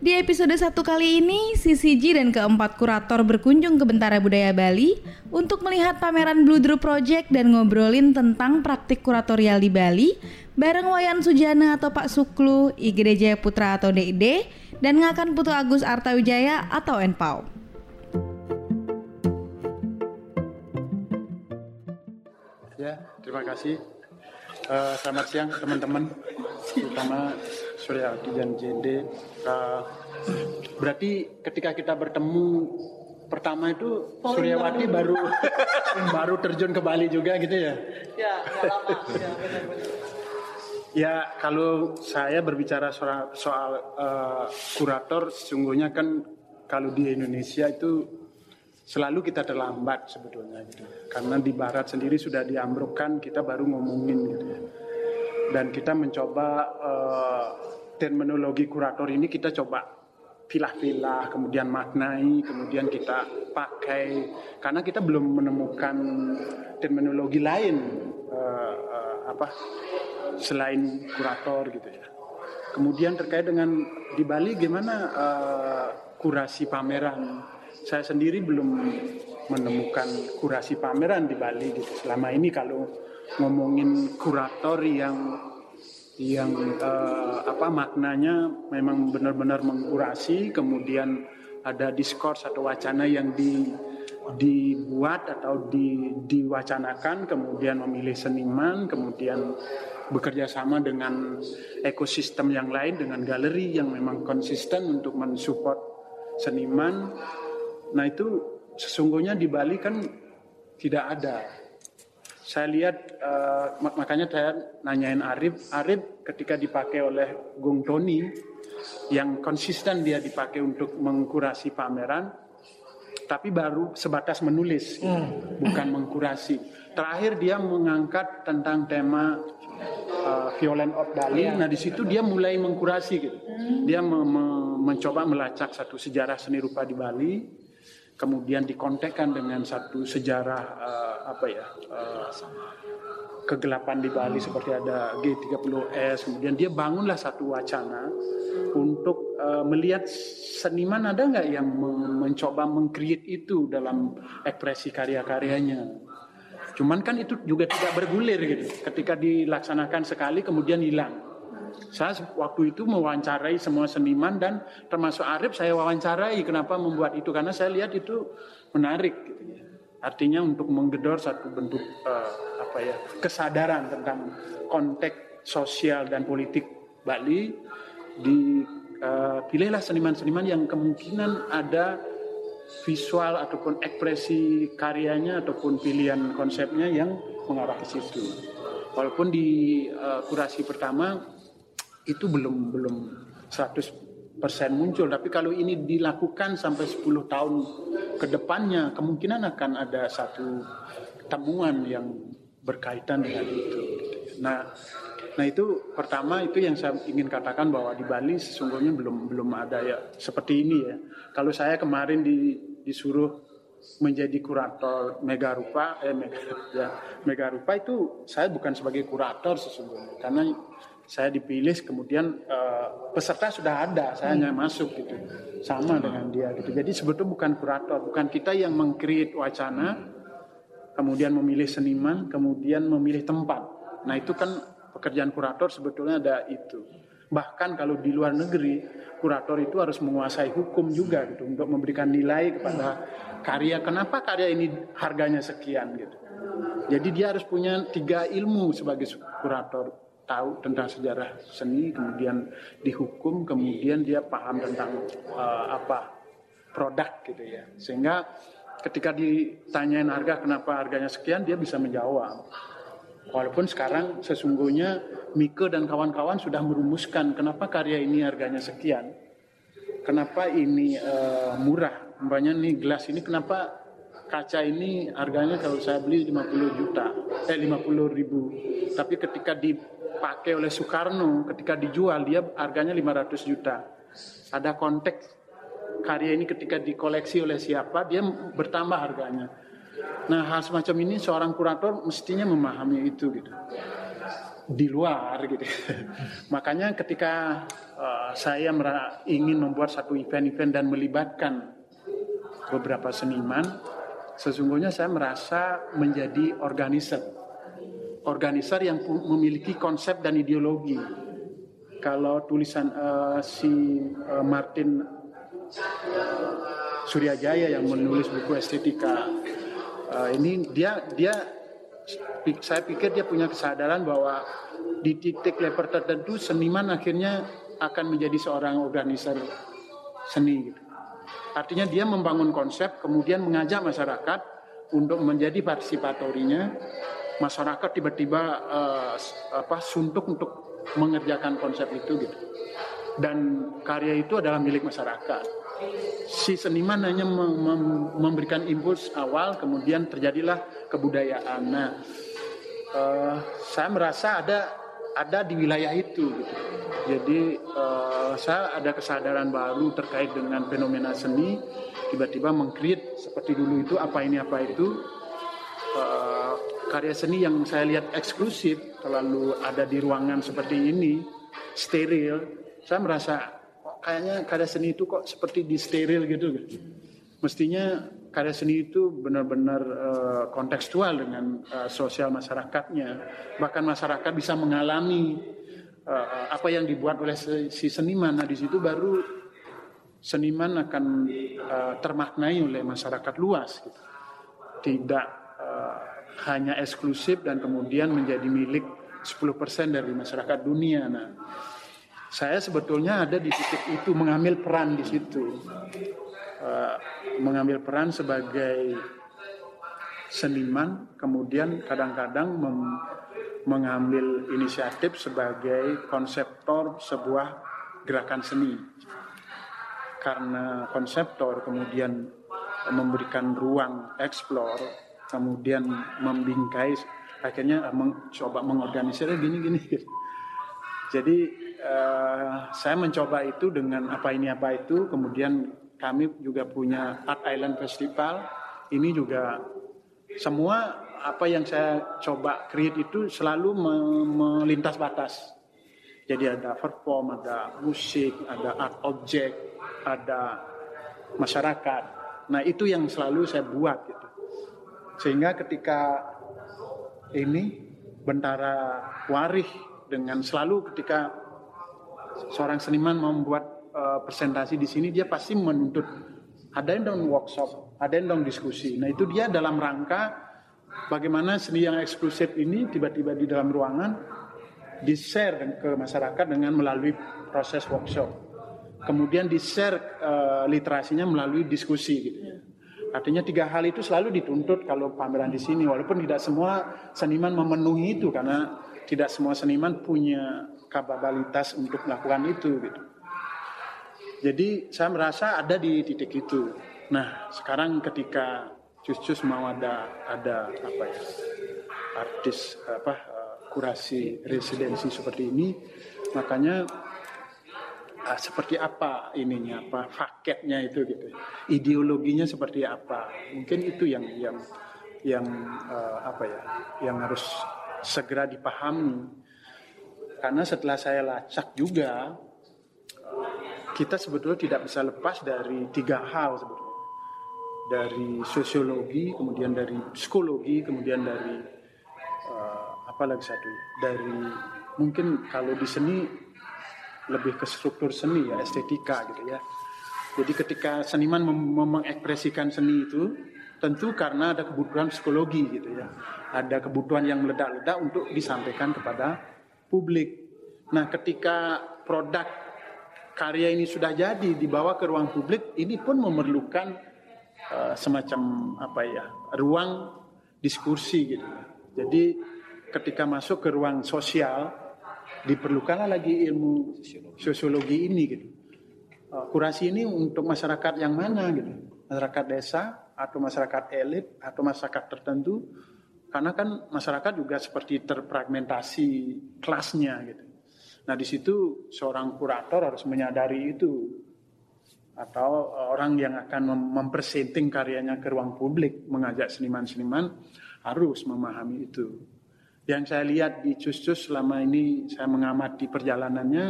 Di episode 1 kali ini, CCG dan keempat kurator berkunjung ke Bentara Budaya Bali untuk melihat pameran Bludru Project dan ngobrolin tentang praktik kuratorial di Bali bareng Wayan Sujana atau Pak Suklu, IGD Jaya Putra atau DID, dan Ngakan Putu Agus Artawijaya atau NPAU. Ya, terima kasih. Selamat siang teman-teman, terutama Suryawati dan JD. Berarti ketika kita bertemu pertama itu Suryawati baru terjun ke Bali juga gitu ya? Ya, nggak lama. Ya, benar-benar. Ya, kalau saya berbicara soal kurator, sesungguhnya kan kalau di Indonesia itu selalu kita terlambat sebetulnya gitu. Karena di Barat sendiri sudah diambrukkan, kita baru ngomongin gitu ya. Dan kita mencoba terminologi kurator ini kita coba pilah-pilah, kemudian maknai, kemudian kita pakai. Karena kita belum menemukan terminologi lain selain kurator gitu ya. Kemudian terkait dengan di Bali gimana kurasi pameran. Saya sendiri belum menemukan kurasi pameran di Bali gitu. Selama ini kalau ngomongin kurator yang maknanya memang benar-benar mengkurasi, kemudian ada diskurs atau wacana yang dibuat atau diwacanakan, kemudian memilih seniman, kemudian bekerja sama dengan ekosistem yang lain, dengan galeri yang memang konsisten untuk mensupport seniman. Nah itu sesungguhnya di Bali kan tidak ada. Saya lihat, makanya saya nanyain Arif ketika dipakai oleh Gung Tony, yang konsisten dia dipakai untuk mengkurasi pameran, tapi baru sebatas menulis, bukan mengkurasi. Terakhir dia mengangkat tentang tema Violent of Bali. Nah di situ dia mulai mengkurasi gitu. Dia mencoba melacak satu sejarah seni rupa di Bali. Kemudian dikontekkan dengan satu sejarah kegelapan di Bali seperti ada G30S. Kemudian dia bangunlah satu wacana untuk melihat seniman ada nggak yang mencoba meng-create itu dalam ekspresi karya-karyanya. Cuman kan itu juga tidak bergulir gitu. Ketika dilaksanakan sekali kemudian hilang. Saya waktu itu mewawancarai semua seniman dan termasuk Arif saya wawancarai kenapa membuat itu, karena saya lihat itu menarik gitu ya. Artinya untuk menggedor satu bentuk kesadaran tentang konteks sosial dan politik Bali. Pilihlah seniman-seniman yang kemungkinan ada visual ataupun ekspresi karyanya ataupun pilihan konsepnya yang mengarah ke situ. Walaupun di kurasi pertama itu belum 100% muncul, tapi kalau ini dilakukan sampai 10 tahun ke depannya kemungkinan akan ada satu temuan yang berkaitan dengan itu. Nah itu pertama, itu yang saya ingin katakan bahwa di Bali sesungguhnya belum ada ya seperti ini ya. Kalau saya kemarin disuruh menjadi kurator Megarupa itu saya bukan sebagai kurator sesungguhnya, karena saya dipilih kemudian peserta sudah ada, saya hanya masuk gitu, sama dengan dia gitu. Jadi sebetulnya bukan kurator, bukan kita yang meng-create wacana, kemudian memilih seniman, kemudian memilih tempat. Nah itu kan pekerjaan kurator sebetulnya ada itu. Bahkan kalau di luar negeri, kurator itu harus menguasai hukum juga gitu, untuk memberikan nilai kepada karya. Kenapa karya ini harganya sekian gitu. Jadi dia harus punya 3 ilmu sebagai kurator. Tahu tentang sejarah seni, kemudian dihukum, kemudian dia paham tentang produk gitu ya. Sehingga ketika ditanyain harga, kenapa harganya sekian, dia bisa menjawab. Walaupun sekarang sesungguhnya Mika dan kawan-kawan sudah merumuskan kenapa karya ini harganya sekian, kenapa ini murah. Umpamanya nih gelas ini, kenapa kaca ini harganya kalau saya beli 50 ribu, tapi ketika dipakai oleh Soekarno, ketika dijual dia harganya 500 juta. Ada konteks karya ini ketika dikoleksi oleh siapa, dia bertambah harganya. Nah hal semacam ini seorang kurator mestinya memahami itu gitu. di luar gitu. Makanya ketika saya ingin membuat satu event-event dan melibatkan beberapa seniman, sesungguhnya saya merasa menjadi organizer yang memiliki konsep dan ideologi. Kalau tulisan Martin Suryajaya yang menulis buku estetika ini saya pikir dia punya kesadaran bahwa di titik level tertentu seniman akhirnya akan menjadi seorang organizer seni gitu. Artinya dia membangun konsep, kemudian mengajak masyarakat untuk menjadi partisipatorinya. Masyarakat tiba-tiba suntuk untuk mengerjakan konsep itu gitu. Dan karya itu adalah milik masyarakat. Si seniman hanya memberikan impuls awal, kemudian terjadilah kebudayaan. Nah, saya merasa ada di wilayah itu gitu. Jadi saya ada kesadaran baru terkait dengan fenomena seni, tiba-tiba meng-create seperti dulu itu apa itu karya seni yang saya lihat eksklusif, terlalu ada di ruangan seperti ini, steril. Saya merasa kayaknya karya seni itu kok seperti di steril gitu. Mestinya karya seni itu benar-benar kontekstual dengan sosial masyarakatnya. Bahkan masyarakat bisa mengalami apa yang dibuat oleh si seniman. Nah, di situ baru seniman akan termaknai oleh masyarakat luas gitu. Tidak hanya eksklusif dan kemudian menjadi milik 10% dari masyarakat dunia. Nah, saya sebetulnya ada di titik itu, mengambil peran di situ. Mengambil peran sebagai seniman, kemudian kadang-kadang mengambil inisiatif sebagai konseptor sebuah gerakan seni. Karena konseptor kemudian memberikan ruang eksplor, kemudian membingkai, akhirnya mencoba mengorganisir gini. Jadi saya mencoba itu dengan apa itu, kemudian kami juga punya Art Island Festival. Ini juga semua apa yang saya coba create itu selalu melintas batas. Jadi ada perform, ada musik, ada art object, ada masyarakat. Nah, itu yang selalu saya buat gitu. Sehingga ketika ini Bentara Warih dengan selalu ketika seorang seniman membuat presentasi di sini, dia pasti menuntut ada yang dong workshop, ada yang dong diskusi. Nah, itu dia dalam rangka bagaimana seni yang eksklusif ini tiba-tiba di dalam ruangan di-share ke masyarakat dengan melalui proses workshop. Kemudian di-share literasinya melalui diskusi gitu ya. Artinya 3 hal itu selalu dituntut kalau pameran di sini, walaupun tidak semua seniman memenuhi itu karena tidak semua seniman punya kapabilitas untuk melakukan itu gitu. Jadi saya merasa ada di titik itu. Nah, sekarang ketika Cus mau ada artis kurasi residensi seperti ini, makanya seperti apa ininya, paketnya itu gitu, ideologinya seperti apa, mungkin itu yang harus segera dipahami. Karena setelah saya lacak juga, kita sebetulnya tidak bisa lepas dari 3 hal sebetulnya. Dari sosiologi, kemudian dari psikologi, kemudian dari dari mungkin kalau di seni lebih ke struktur seni ya, estetika gitu ya. Jadi ketika seniman mengekspresikan seni itu, tentu karena ada kebutuhan psikologi gitu ya. Ada kebutuhan yang meledak-ledak untuk disampaikan kepada publik. Nah, ketika produk karya ini sudah jadi dibawa ke ruang publik, ini pun memerlukan semacam ruang diskusi gitu. Jadi ketika masuk ke ruang sosial, diperlukanlah lagi ilmu sosiologi ini gitu. Kurasi ini untuk masyarakat yang mana gitu? Masyarakat desa atau masyarakat elit atau masyarakat tertentu? Karena kan masyarakat juga seperti terfragmentasi kelasnya gitu. Nah, di situ seorang kurator harus menyadari itu, atau orang yang akan mempresenting karyanya ke ruang publik, mengajak seniman-seniman harus memahami itu. Yang saya lihat di Cus-Cus selama ini saya mengamati perjalanannya,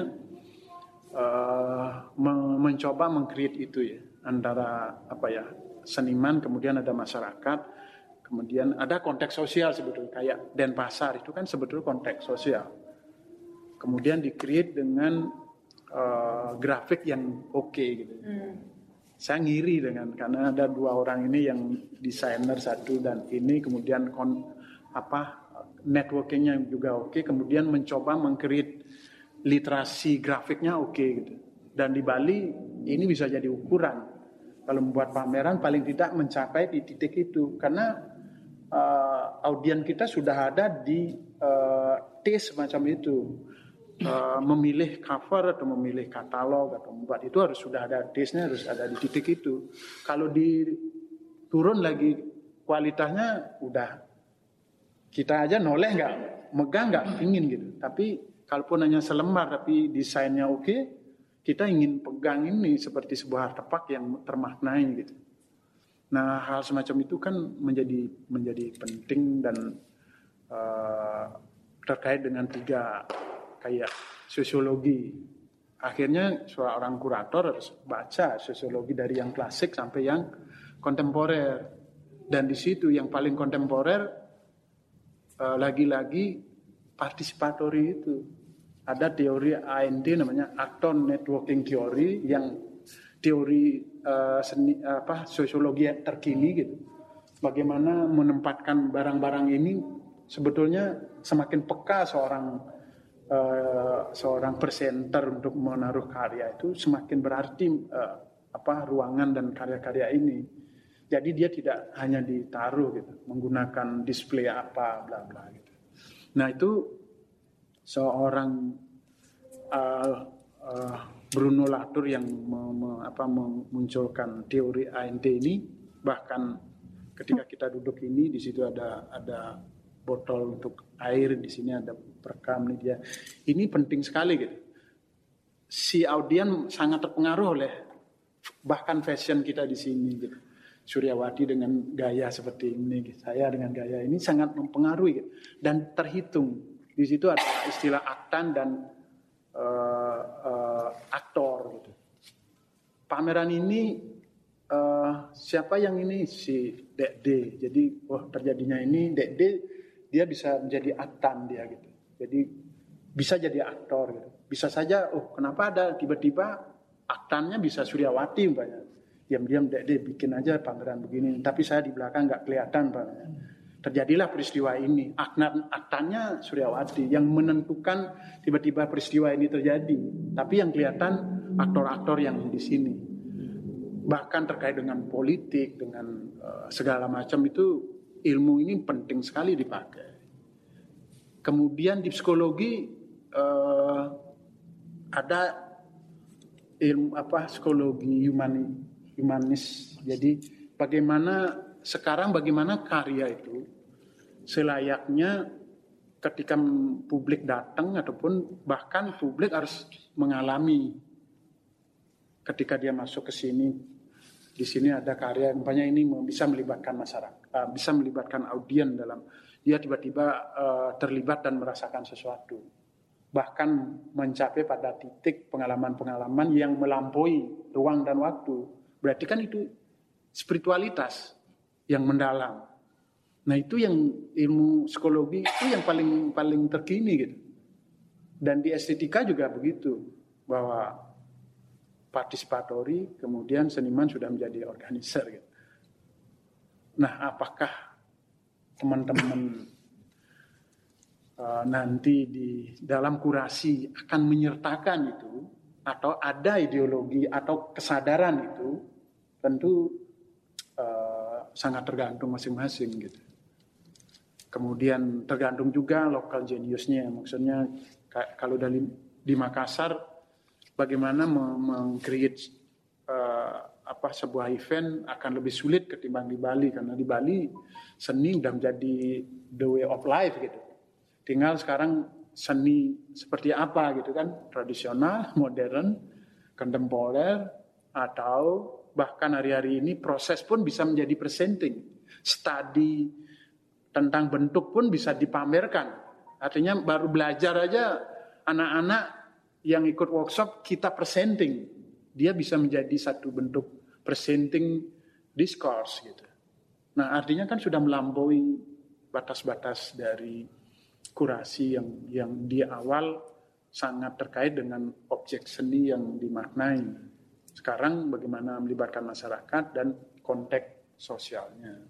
mencoba meng-create itu ya, antara seniman, kemudian ada masyarakat, kemudian ada konteks sosial sebetulnya, kayak Denpasar itu kan sebetulnya konteks sosial. Kemudian di-create dengan grafik yang oke gitu. Saya ngiri karena ada 2 orang ini yang desainer satu dan ini, kemudian networkingnya juga oke, kemudian mencoba meng-create literasi grafiknya oke gitu. Dan di Bali ini bisa jadi ukuran kalau membuat pameran, paling tidak mencapai di titik itu, karena audien kita sudah ada di taste semacam itu. Memilih cover atau memilih katalog atau membuat itu harus sudah ada taste-nya, harus ada di titik itu. Kalau turun lagi kualitasnya, udah kita aja noleh nggak, megang nggak, ingin gitu. Tapi kalaupun hanya selembar tapi desainnya oke, kita ingin pegang ini seperti sebuah artefak yang termaknai gitu. Nah, hal semacam itu kan menjadi penting dan terkait dengan 3 kayak sosiologi. Akhirnya seorang kurator harus baca sosiologi dari yang klasik sampai yang kontemporer. Dan di situ yang paling kontemporer lagi-lagi partisipatory itu. Ada teori ANT namanya Actor Networking Theory, yang teori sosiologi terkini gitu. Bagaimana menempatkan barang-barang ini sebetulnya semakin peka seorang presenter untuk menaruh karya itu, semakin berarti ruangan dan karya-karya ini. Jadi dia tidak hanya ditaruh gitu, menggunakan display apa bla bla gitu. Nah, itu seorang Bruno Latour yang memunculkan teori ANT ini. Bahkan ketika kita duduk ini, di situ ada botol untuk air, di sini ada perekam nih dia. Ini penting sekali gitu. Si audien sangat terpengaruh oleh bahkan fashion kita di sini gitu. Suryawati dengan gaya seperti ini, gitu. Saya dengan gaya ini sangat mempengaruhi gitu. Dan terhitung di situ ada istilah aktan dan aktor gitu. Pameran ini siapa yang ini, si Dek D. Jadi terjadinya ini Dek D, dia bisa menjadi aktan dia gitu. Jadi bisa jadi aktor gitu. Bisa saja kenapa ada tiba-tiba aktannya bisa Suryawati umpamanya. Diam-diam Dek D bikin aja pameran begini, tapi saya di belakang nggak kelihatan Pak. Terjadilah peristiwa ini. Aktannya Suryawati yang menentukan tiba-tiba peristiwa ini terjadi. Tapi yang kelihatan aktor-aktor yang di sini. Bahkan terkait dengan politik, dengan segala macam itu, ilmu ini penting sekali dipakai. Kemudian di psikologi ada ilmu psikologi humanis. Jadi bagaimana karya itu selayaknya ketika publik datang, ataupun bahkan publik harus mengalami ketika dia masuk ke sini. Di sini ada karya umpamanya ini bisa melibatkan masyarakat, bisa melibatkan audien dalam dia tiba-tiba terlibat dan merasakan sesuatu. Bahkan mencapai pada titik pengalaman-pengalaman yang melampaui ruang dan waktu. Berarti kan itu spiritualitas yang mendalam. Nah, itu yang ilmu psikologi itu yang paling terkini gitu. Dan di estetika juga begitu, bahwa partisipatori, kemudian seniman sudah menjadi organizer gitu. Nah, apakah teman-teman nanti di dalam kurasi akan menyertakan itu, atau ada ideologi atau kesadaran itu, tentu sangat tergantung masing-masing gitu. Kemudian tergantung juga local geniusnya, maksudnya kalau di Makassar bagaimana meng-create sebuah event akan lebih sulit ketimbang di Bali, karena di Bali seni udah menjadi the way of life gitu. Tinggal sekarang seni seperti apa gitu kan, tradisional, modern, kontemporer, atau bahkan hari-hari ini proses pun bisa menjadi presenting. Studi tentang bentuk pun bisa dipamerkan. Artinya baru belajar aja anak-anak yang ikut workshop kita presenting. Dia bisa menjadi satu bentuk presenting discourse gitu. Nah, artinya kan sudah melampaui batas-batas dari kurasi yang di awal sangat terkait dengan objek seni yang dimaknai. Sekarang bagaimana melibatkan masyarakat dan konteks sosialnya.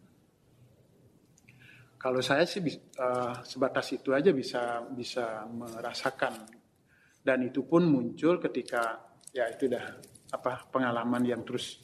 Kalau saya sih sebatas itu aja bisa merasakan, dan itu pun muncul ketika ya itu dah pengalaman yang terus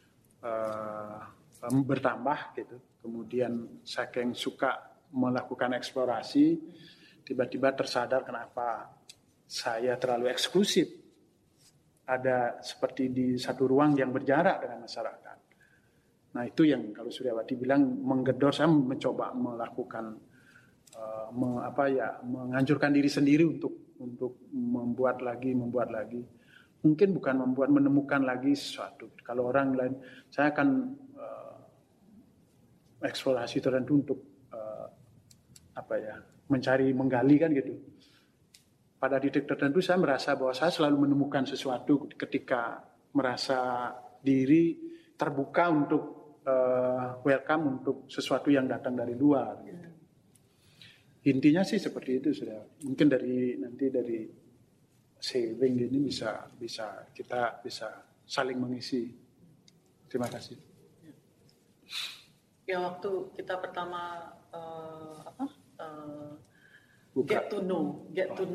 bertambah gitu. Kemudian saking suka melakukan eksplorasi, tiba-tiba tersadar kenapa saya terlalu eksklusif. Ada seperti di satu ruang yang berjarak dengan masyarakat. Nah itu yang kalau Suryawati bilang menggedor, saya mencoba melakukan menganjurkan diri sendiri untuk membuat lagi. Mungkin bukan menemukan lagi sesuatu. Kalau orang lain, saya akan eksplorasi tertentu untuk menggali kan gitu. Pada titik tertentu saya merasa bahwa saya selalu menemukan sesuatu ketika merasa diri terbuka untuk welcome untuk sesuatu yang datang dari luar gitu. Intinya sih seperti itu sudah. Mungkin dari sharing ini bisa kita bisa saling mengisi. Terima kasih. Ya waktu kita pertama get to know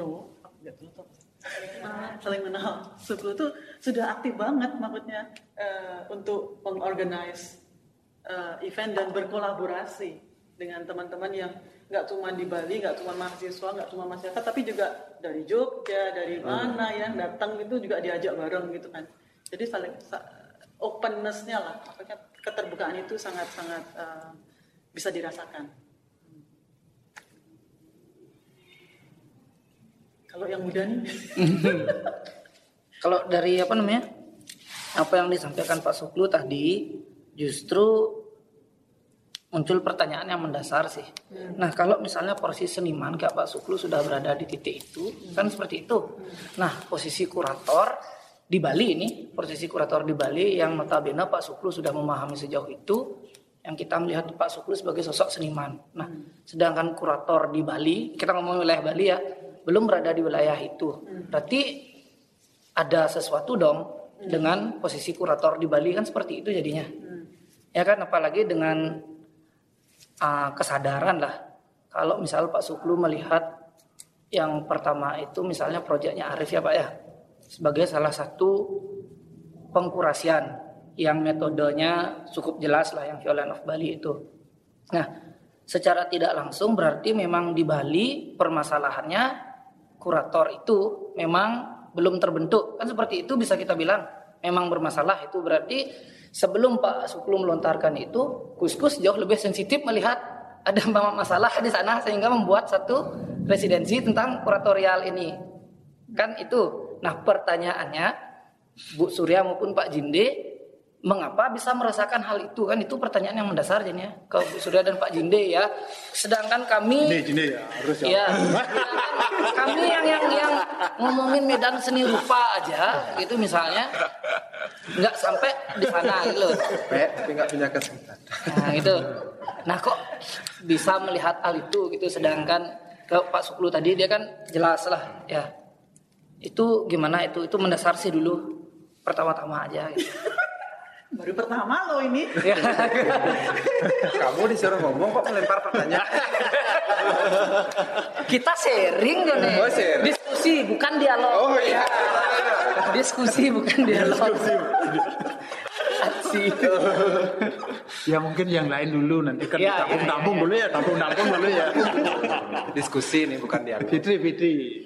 saling mengenal. Suklu itu sudah aktif banget maksudnya untuk mengorganize event dan berkolaborasi dengan teman-teman yang nggak cuma di Bali, nggak cuma mahasiswa, nggak cuma masyarakat, tapi juga dari Jogja, dari mana yang datang itu juga diajak bareng gitu kan. Jadi saling openness-nya lah, keterbukaan itu sangat-sangat bisa dirasakan. Kalau yang muda nih, kalau dari apa yang disampaikan Pak Suklu tadi, justru muncul pertanyaan yang mendasar sih. Nah, kalau misalnya posisi seniman kayak Pak Suklu sudah berada di titik itu, kan seperti itu. Nah, posisi kurator di Bali yang notabene Pak Suklu sudah memahami sejauh itu, yang kita melihat Pak Suklu sebagai sosok seniman. Nah, sedangkan kurator di Bali, kita ngomong wilayah Bali ya, belum berada di wilayah itu. Berarti ada sesuatu dong dengan posisi kurator di Bali, kan seperti itu jadinya. Ya kan, apalagi dengan kesadaran lah. Kalau misal Pak Suklu melihat yang pertama itu misalnya proyeknya Arif ya Pak ya, sebagai salah satu pengkurasian yang metodenya cukup jelas lah, yang Violin of Bali itu. Nah, secara tidak langsung berarti memang di Bali permasalahannya kurator itu memang belum terbentuk. Kan seperti itu bisa kita bilang memang bermasalah. Itu berarti sebelum Pak Suklu melontarkan itu, Kuskus jauh lebih sensitif melihat ada masalah di sana sehingga membuat satu residensi tentang kuratorial ini. Kan itu. Nah, pertanyaannya Bu Surya maupun Pak Jinde, mengapa bisa merasakan hal itu? Kan itu pertanyaan yang mendasar jadinya ke Bu Surya dan Pak Jinde ya. Sedangkan kami Jinde ya harus ya. Kami yang ngomongin medan seni rupa aja gitu misalnya, nggak sampai di sana gitu loh. Tapi nggak punya kesempatan. Nah gitu. Nah kok bisa melihat hal itu gitu, sedangkan ke Pak Suklu tadi dia kan jelas lah ya. Itu gimana itu mendasar sih dulu pertama-tama aja gitu. baru pertama loh ini. Kamu disuruh ngomong kok melempar pertanyaan. Kita sharing kan nih. Oh, sharing. Diskusi bukan dialog. Oh iya. Diskusi bukan dialog. Asik. Ya mungkin yang lain dulu, nanti kan Ya, tampung dulu ya, tampung dulu ya. Diskusi nih bukan dialog. Fitri.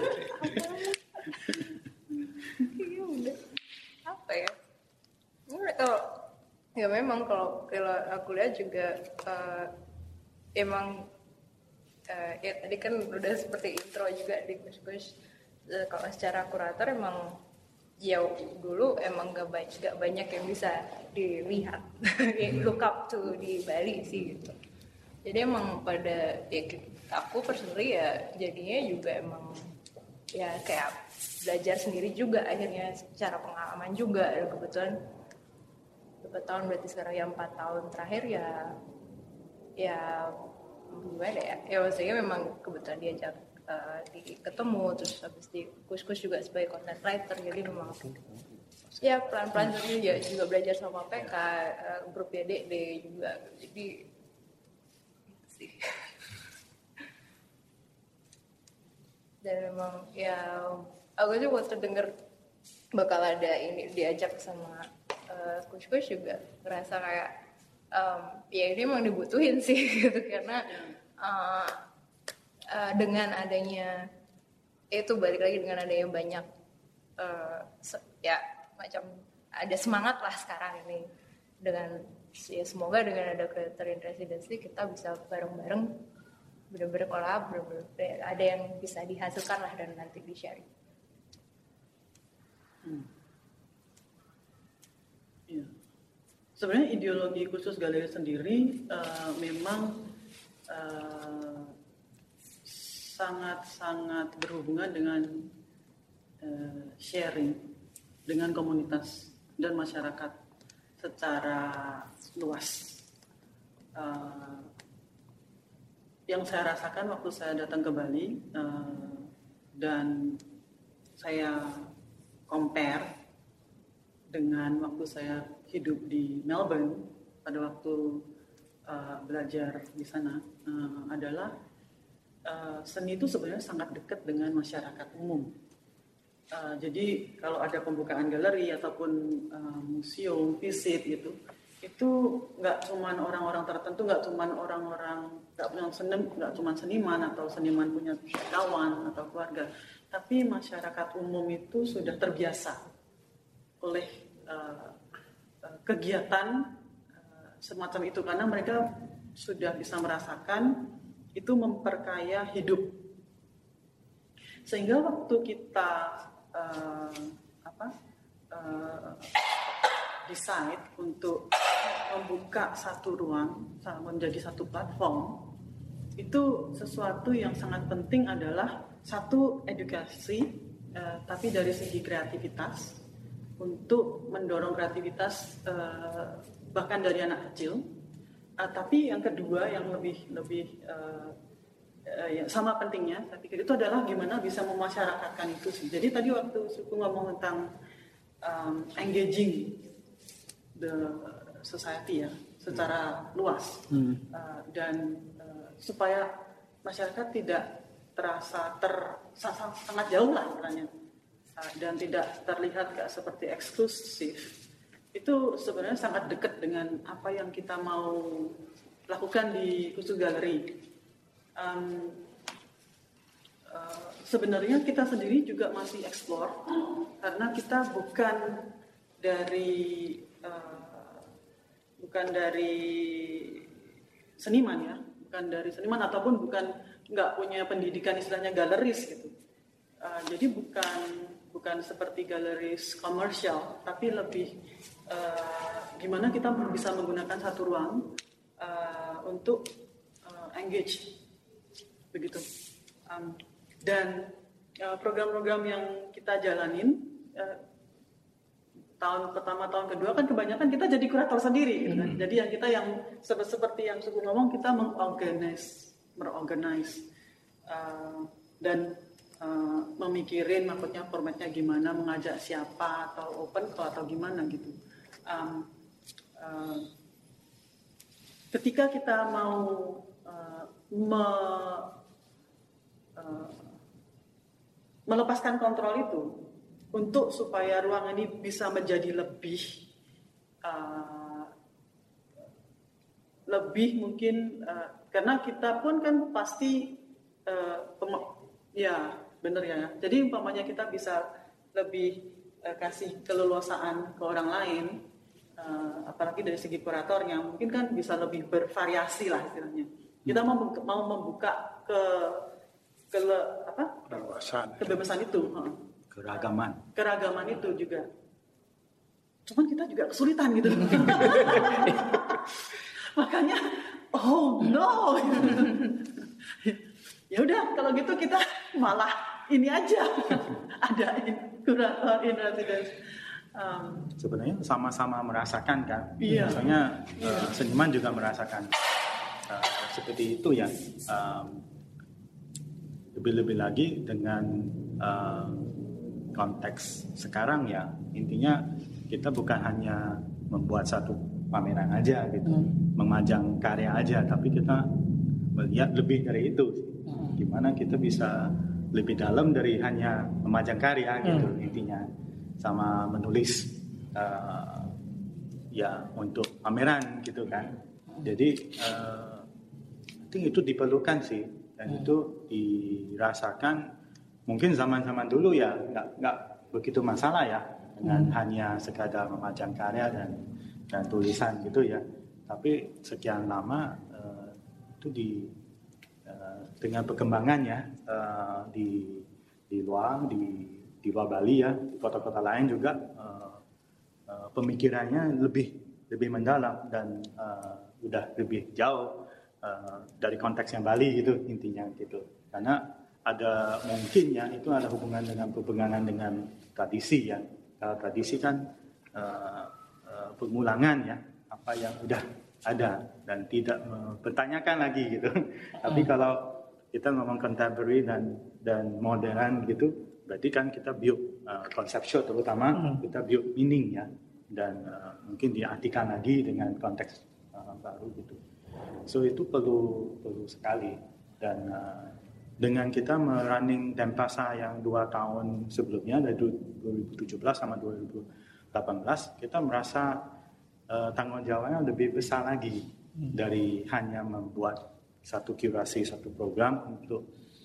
Apa ya? Kalau ya memang kalau aku lihat juga emang ya tadi kan udah seperti intro juga di Gus. Kalau secara kurator emang ya dulu emang gak banyak yang bisa dilihat look up to di Bali sih gitu. Jadi emang pada ya, aku personally ya jadinya juga emang ya kayak belajar sendiri juga akhirnya secara pengalaman juga. Dan kebetulan berapa tahun berarti sekarang ya 4 tahun terakhir ya gimana ya maksudnya memang kebetulan diajak ketemu, terus habis di kus-kus juga sebagai content writer, jadi memang ya pelan-pelan juga belajar sama PK, grup YDD juga, jadi sih. Dan memang ya aku juga waktu denger bakal ada ini diajak sama kus-kus juga ngerasa kayak ya ini emang dibutuhin sih gitu, karena dengan adanya itu balik lagi dengan adanya banyak ya macam ada semangat lah sekarang ini, dengan ya semoga dengan ada creator in residency kita bisa bareng-bareng bener-bener kolab, bener-bener ada yang bisa dihasilkan lah dan nanti di-sharing. Iya. Sebenarnya ideologi khusus galeri sendiri memang sangat-sangat berhubungan dengan sharing dengan komunitas dan masyarakat secara luas. Yang saya rasakan waktu saya datang ke Bali dan saya compare dengan waktu saya hidup di Melbourne pada waktu belajar di sana adalah seni itu sebenarnya sangat dekat dengan masyarakat umum. Jadi kalau ada pembukaan galeri ataupun museum, visit gitu, itu nggak cuma orang-orang tertentu, nggak cuma orang-orang, nggak cuma seniman atau seniman punya kawan atau keluarga, tapi masyarakat umum itu sudah terbiasa oleh kegiatan semacam itu, karena mereka sudah bisa merasakan itu memperkaya hidup. Sehingga waktu kita decide untuk membuka satu ruang menjadi satu platform, itu sesuatu yang sangat penting adalah satu edukasi, tapi dari segi kreativitas, untuk mendorong kreativitas bahkan dari anak kecil. Tapi yang kedua yang lebih ya, sama pentingnya, saya pikir itu adalah gimana bisa memasyarakatkan itu sih. Jadi tadi waktu Suku ngomong tentang engaging the society ya secara luas, dan supaya masyarakat tidak terasa sangat jauh lah istilahnya, dan tidak terlihat gak seperti eksklusif. Itu sebenarnya sangat dekat dengan apa yang kita mau lakukan di khusus galeri. Sebenarnya kita sendiri juga masih explore, karena kita bukan dari seniman ya, bukan dari seniman ataupun nggak punya pendidikan istilahnya galeris gitu. Jadi bukan seperti galeris komersial, tapi lebih gimana kita bisa menggunakan satu ruang untuk engage begitu. Dan program-program yang kita jalanin tahun pertama, tahun kedua kan kebanyakan kita jadi kurator sendiri gitu kan. Jadi yang kita yang seperti yang Suku ngomong, kita merorganize dan memikirin maksudnya formatnya gimana, mengajak siapa atau open call atau gimana gitu. Ketika kita mau melepaskan kontrol itu untuk supaya ruang ini bisa menjadi lebih mungkin karena kita pun kan pasti ya benar ya. Jadi umpamanya kita bisa lebih kasih keleluasaan ke orang lain, apalagi dari segi kuratornya mungkin kan bisa lebih bervariasi lah istilahnya. Kita mau membuka kebebasan itu, keragaman itu juga. Cuman kita juga kesulitan gitu. Makanya oh no. ya udah kalau gitu kita malah ini aja adain kurator in residence. Sebenarnya sama-sama merasakan kan, Iya. misalnya seniman juga merasakan seperti itu ya. Lebih-lebih lagi dengan konteks sekarang ya, intinya kita bukan hanya membuat satu pameran aja gitu, memajang karya aja, tapi kita melihat lebih dari itu, gimana kita bisa lebih dalam dari hanya memajang karya gitu intinya, sama menulis ya untuk pameran gitu kan. Jadi I think itu diperlukan sih, dan itu dirasakan mungkin zaman-zaman dulu ya nggak begitu masalah ya dengan hanya sekadar memajang karya dan tulisan gitu ya. Tapi sekian lama itu dengan perkembangannya di luar Bali ya, di kota-kota lain juga pemikirannya lebih mendalam dan udah lebih jauh dari konteks yang Bali gitu intinya gitu. Karena ada mungkinnya itu ada hubungan dengan perpegangan dengan tradisi ya. Kalau tradisi kan pengulangan ya, apa yang udah ada dan tidak mempertanyakan lagi gitu. Tapi kalau kita ngomong contemporary dan modern gitu, berarti kan kita build conceptual terutama kita build meaning ya, dan mungkin diartikan lagi dengan konteks baru gitu. So itu perlu sekali, dan dengan kita merunning Denpasar yang 2 tahun sebelumnya dari 2017 sama 2018, kita merasa tanggung jawabnya lebih besar lagi dari hanya membuat satu kurasi, satu program untuk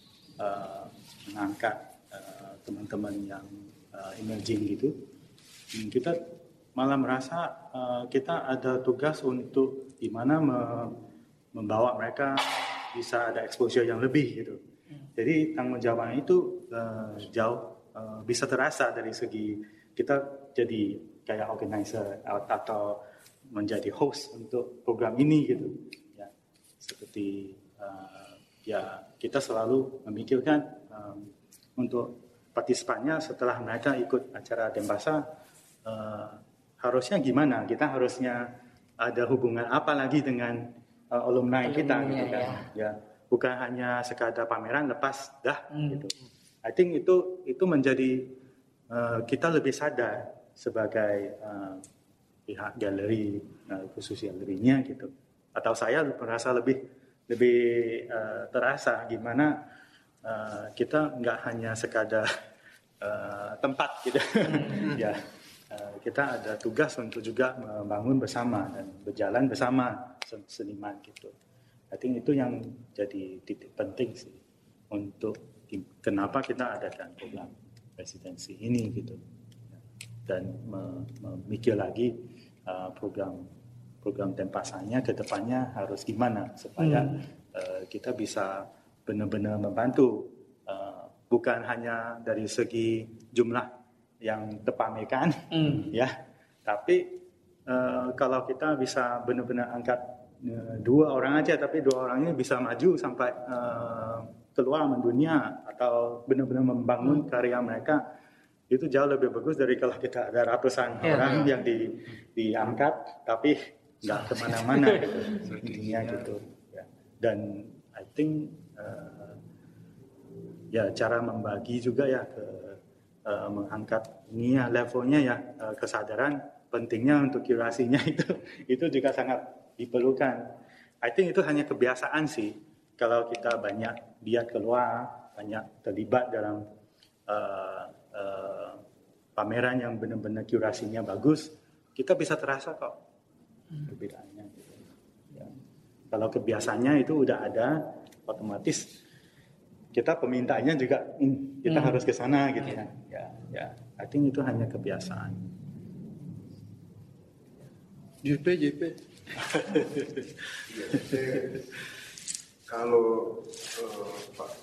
mengangkat teman-teman yang emerging gitu. Kita malah merasa kita ada tugas untuk gimana membawa mereka bisa ada exposure yang lebih gitu. Jadi tanggung jawabnya itu jauh bisa terasa dari segi kita jadi kayak organizer atau menjadi host untuk program ini gitu. Ya, seperti ya kita selalu memikirkan untuk partisipannya setelah mereka ikut acara Denpasar harusnya gimana? Kita harusnya ada hubungan apa lagi dengan alumni kita gitu kan? Ya, bukan hanya sekadar pameran lepas dah gitu. I think itu menjadi kita lebih sadar sebagai pihak galeri, khusus galerinya gitu. Atau saya merasa lebih terasa gimana kita nggak hanya sekadar tempat gitu. Ya. Kita ada tugas untuk juga membangun bersama dan berjalan bersama seniman gitu. I think itu yang jadi titik penting sih untuk kenapa kita adakan program residensi ini gitu, dan memikir lagi program Denpasarnya ke depannya harus gimana supaya kita bisa benar-benar membantu, bukan hanya dari segi jumlah yang terpamerkan ya, tapi kalau kita bisa benar-benar angkat 2 orang aja, tapi 2 orang ini bisa maju sampai keluar mendunia atau benar-benar membangun karya mereka, itu jauh lebih bagus dari kalau kita ada ratusan orang yang diangkat tapi nggak kemana-mana gitu intinya gitu ya. Dan I think ya cara membagi juga ya ke mengangkat ini ya levelnya ya, kesadaran pentingnya untuk kurasinya itu juga sangat diperlukan. I think itu hanya kebiasaan sih. Kalau kita banyak lihat keluar, banyak terlibat dalam pameran yang benar-benar kurasinya bagus, kita bisa terasa kok perbedaannya. Gitu. Ya. Kalau kebiasaannya itu udah ada, otomatis kita pemintanya juga kita harus ke sana gitu kan. Ya. I think itu hanya kebiasaan. JP. Kalau Pak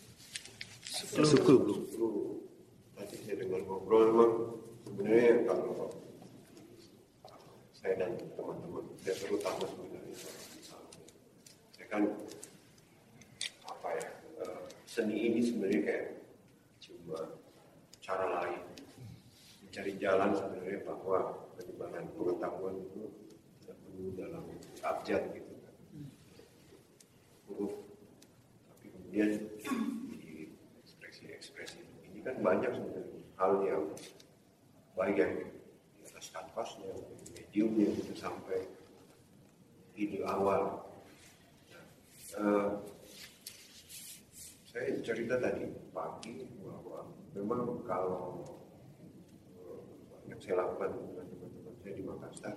Suklu tadi saya dengar ngobrol, memang sebenarnya kalau saya dan teman-teman, saya terutama sebenarnya saya kan seni ini sebenarnya kayak cuma cara lain mencari jalan sebenarnya bahwa penyebaran pengetahuan itu tidak perlu dalam abjad gitu kan, huruf, tapi kemudian di ekspresi ini kan banyak sebenarnya hal yang baik yang di atas kanvasnya, mediumnya itu sampai ide awal. Saya cerita tadi pagi bahwa memang kalau yang saya lakukan dengan teman-teman saya di Makassar,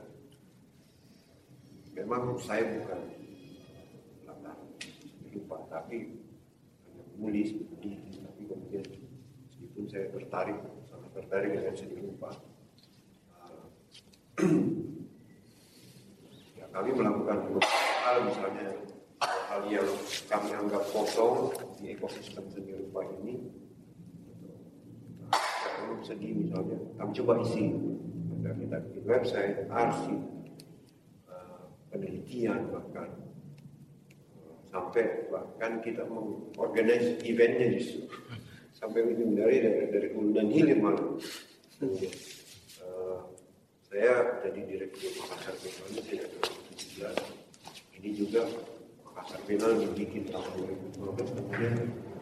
memang saya bukan latar lupa, tapi hanya menulis, tapi kemudian meskipun saya sangat tertarik dengan seni rupa, ya kami melakukan beberapa hal, misalnya hal yang kami anggap kosong di ekosistem seni rupa ini, kalau segi misalnya kami coba isi, ada kita bikin website, arsip, penelitian, bahkan sampai bahkan kita mengorganize eventnya justru sampai ujung dari hulu dan hilir malah. Saya jadi direktur Makassar Biennale sejak 2017. Ini juga Makassar Biennale dibikin tahun 2015, kemudian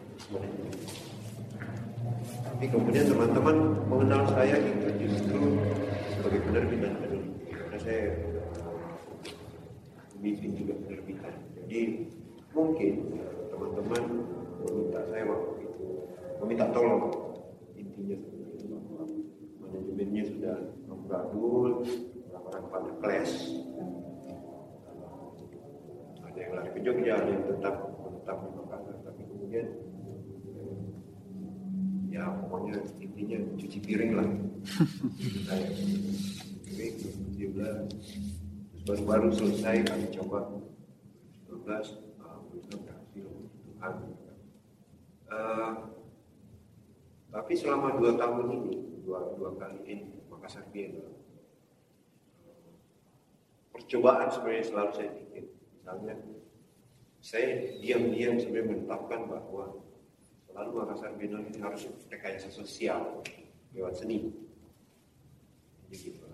tapi kemudian teman-teman mengenal saya itu justru sebagai penerbit dan peneliti, karena saya bikin juga penerbitan. Jadi mungkin teman-teman meminta saya waktu itu, meminta tolong, intinya sebenarnya bahwa manajemennya sudah amburadul, orang-orang pada kelas, ada yang lari ke Jogja, ada yang tetap di Makassar, tapi kemudian ya pokoknya intinya cuci piring lah. Saya piring 2017, baru selesai kami coba 2019, berhasil Tuhan. Tapi selama 2 tahun ini, dua kali ini Makassar Biennale, percobaan sebenarnya selalu saya bikin. Misalnya saya diam-diam sebenarnya menetapkan bahwa selalu Makassar Biennale ini harus rekayasa sosial lewat seni. Jadi gitu.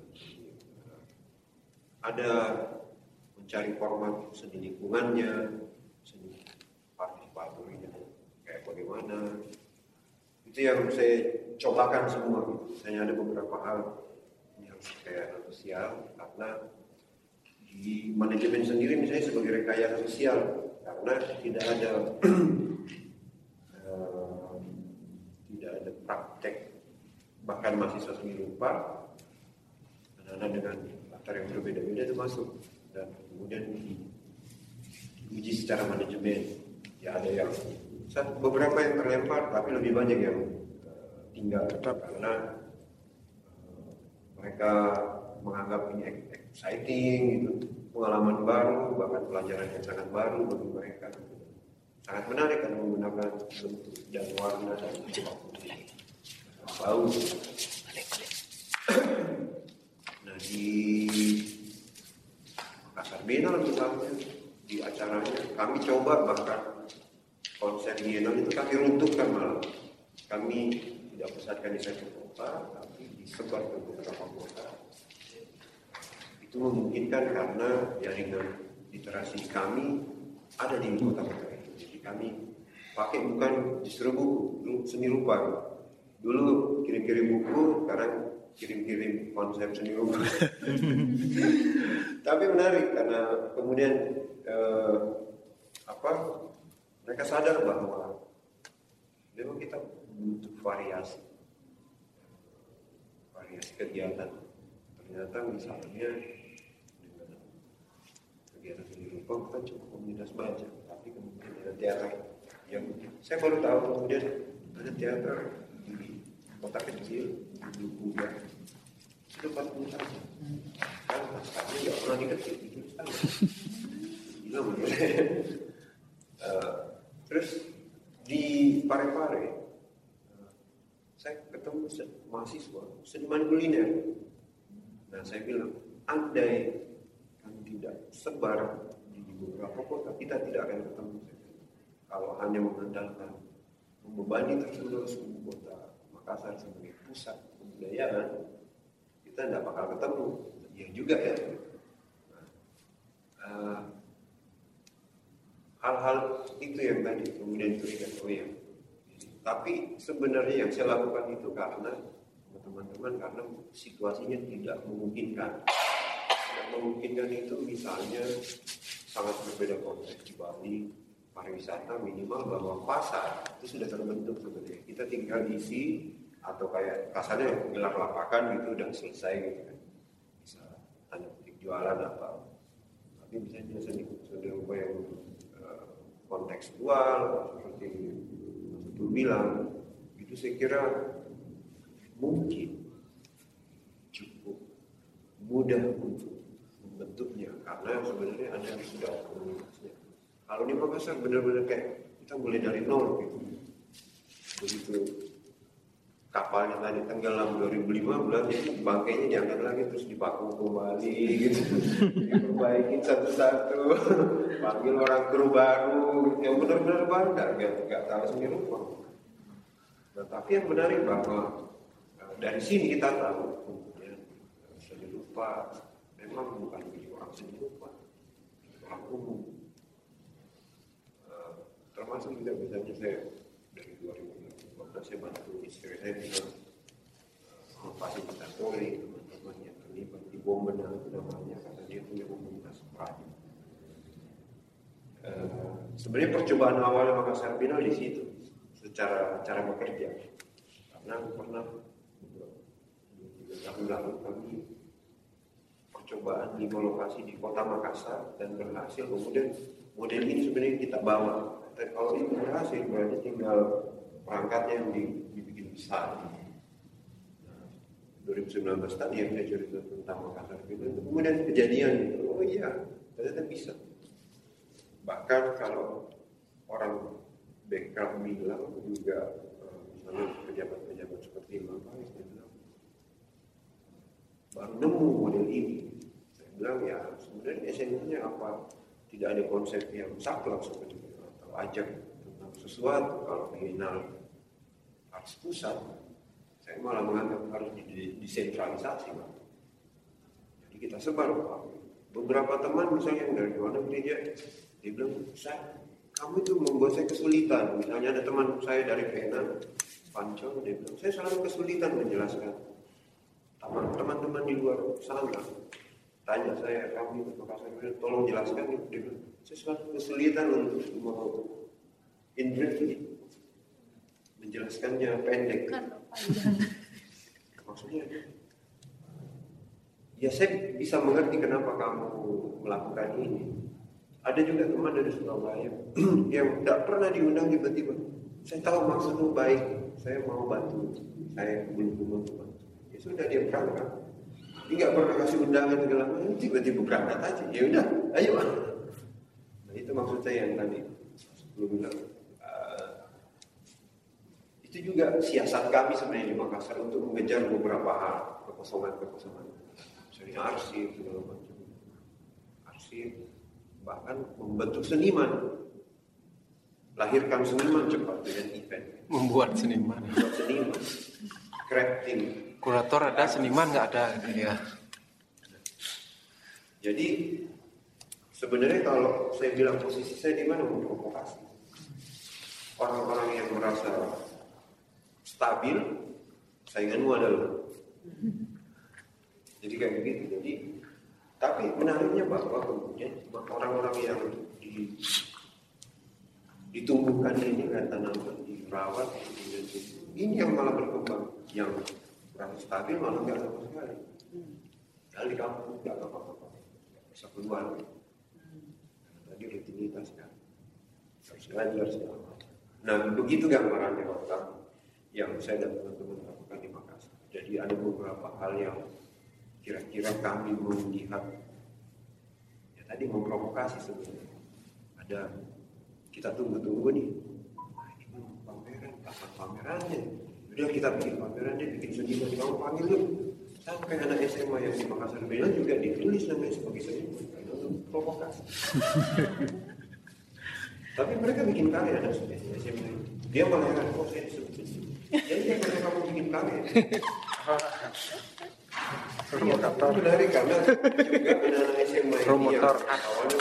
Ada mencari format seni lingkungannya, seni partisipatorinya kayak bagaimana. Itu yang saya cobakan semua. Misalnya ada beberapa hal yang kayak sosial, karena di manajemen sendiri misalnya sebagai rekayasa sosial, karena tidak ada praktek, bahkan mahasiswa seni rupa, anak-anak dengan latar yang berbeda-beda itu masuk, dan kemudian diuji secara manajemen. Ya ada yang beberapa yang terlempar, tapi lebih banyak yang tinggal karena mereka menganggap ini exciting gitu, pengalaman baru, bahkan pelajaran yang sangat baru bagi mereka. Sangat menarik karena menggunakan bentuk dan warna dan bau. Nah di Makassar Biennale misalnya, di acaranya kami coba bahkan konsep Biennale itu kami runtuhkan malah. Kami tidak pusatkan di satu kota, tapi disebar ke beberapa kota. Itu memungkinkan karena jaringan literasi kami ada di kota-kota itu. Jadi kami pakai bukan justru buku, seni rupa. Dulu kirim-kirim buku, sekarang kirim-kirim konsep seni rupa. Tapi menarik karena kemudian mereka sadar bahwa memang kita butuh variasi kegiatan. Ternyata misalnya dengan kegiatan seni rupa bukan cuma komunitas baca, tapi kemudian ada teater yang saya baru tahu, kemudian ada teater di kota kecil di Buda itu 40 tahun kan masalahnya ya orang di kecil itu gila bener. Terus di Parepare saya ketemu mahasiswa seniman kuliner. Nah saya bilang, andai kami tidak sebar di beberapa kota, kita tidak akan ketemu. Kalau hanya mengandalkan membebani terus ibu kota Makassar sebagai pusat kebudayaan, kita tidak bakal ketemu. Ya juga ya. Hal-hal itu yang tadi kemudian diberikan tapi sebenarnya yang saya lakukan itu karena teman-teman karena situasinya tidak memungkinkan. Tidak memungkinkan itu misalnya sangat berbeda konteks di Bali, pariwisata minimal bahwa pasar itu sudah terbentuk sebenarnya. Kita tinggal isi atau kayak kasarnya gelar lapakan gitu udah selesai gitu kan. Bisa tanda petik jualan apa. Tapi misalnya sudah upaya kontekstual seperti itu bilang itu saya kira mungkin cukup mudah untuk membentuknya karena sebenarnya ada yang sudah komunitasnya. Kalau di Makassar benar-benar kayak kita mulai dari nol gitu. Begitu kapalnya tadi tenggelam 2015 itu bangkainya diangkat lagi terus dipaku kembali gitu, diperbaikin satu-satu, panggil orang kru baru yang benar-benar baru nggak tahu sendiri rupa. Nah, tapi yang menarik bahwa dari sini kita tahu kemudian seni rupa memang bukan bagi orang seni rupa, orang umum. Termasuk juga misalnya saya dari 2015 saya bantu istri saya dengan memfasilitatori teman-teman yang terlibat di Bombenan itu namanya karena dia punya komunitas perajin. Sebenarnya percobaan awalnya Makassar Final di situ secara cara bekerja karena pernah 2-3 tahun lalu kami percobaan di lokasi di kota Makassar dan berhasil. Kemudian model ini sebenarnya kita bawa. Dan kalau itu berhasil berarti tinggal perangkatnya yang dibikin besar. Nah, 2019 tadi yang saya cerita tentang Makassar Final itu kemudian kejadian itu, oh iya ternyata bisa. Bahkan kalau orang background bilang juga misalnya pejabat-pejabat seperti Imam Faiz dia bilang baru nemu model ini. Saya bilang ya sebenarnya esensinya apa? Tidak ada konsep yang saklek seperti itu atau ajak tentang sesuatu. Kalau kriminal harus pusat, saya malah menganggap harus disentralisasi. Jadi kita sebar. Beberapa teman misalnya yang dari luar negeri dia bilang, kamu itu membuat saya kesulitan. Misalnya ada teman saya dari Vietnam, Pancong, dia bilang, saya selalu kesulitan menjelaskan. Teman-teman di luar sana tanya saya, kami di Makassar, tolong jelaskan. Dia bilang, saya selalu kesulitan untuk menjelaskannya pendek. Maksudnya, ya saya bisa mengerti kenapa kamu melakukan ini. Ada juga teman dari Surabaya yang tidak pernah diundang tiba-tiba. Saya tahu maksudmu baik, saya mau bantu, saya belum teman. Ya sudah dia berangkat. Dia nggak pernah kasih undangan segala macam, tiba-tiba berangkat aja. Ya udah, ayo. Nah itu maksud saya yang tadi sebelum bilang. Itu juga siasat kami sebenarnya di Makassar untuk mengejar beberapa hal kekosongan. Misalnya arsip segala macam. Arsip. Bahkan membentuk seniman, lahirkan seniman cepat dengan event. Membuat seniman, crafting. Kurator ada, seniman nggak ada, ya. Jadi sebenarnya kalau saya bilang posisi saya di mana memprovokasi orang-orang yang merasa stabil, sainganmu adalah. Jadi kayak begitu. Jadi tapi menariknya bahwa kemudian orang-orang yang ditumbuhkan ini tanaman dirawat ini yang malah berkembang, yang kurang stabil malah nggak sama sekali. Kalau di kampung nggak apa-apa, bisa keluar. Tadi rutinitas kan, harus belajar segala macam. Nah begitu gambarannya waktu yang saya dan teman-teman lakukan di Makassar. Jadi ada beberapa hal yang kira-kira kami melihat ya tadi memprovokasi sebenarnya. Ada kita tunggu-tunggu nih. Nah, ini pameran, kapan pamerannya? Udah kita bikin pameran deh, bikin seniman, kamu panggil dulu. Sampai anak SMA yang di Makassar bilang juga ditulis namanya sebagai seniman. Karena itu provokasi. Tapi mereka bikin karya ada SMA. Dia malah kok saya disebut sini. Jadi karena kamu bikin karya. Provokator. Menarik karena juga anak SMA Promotor. yang awalnya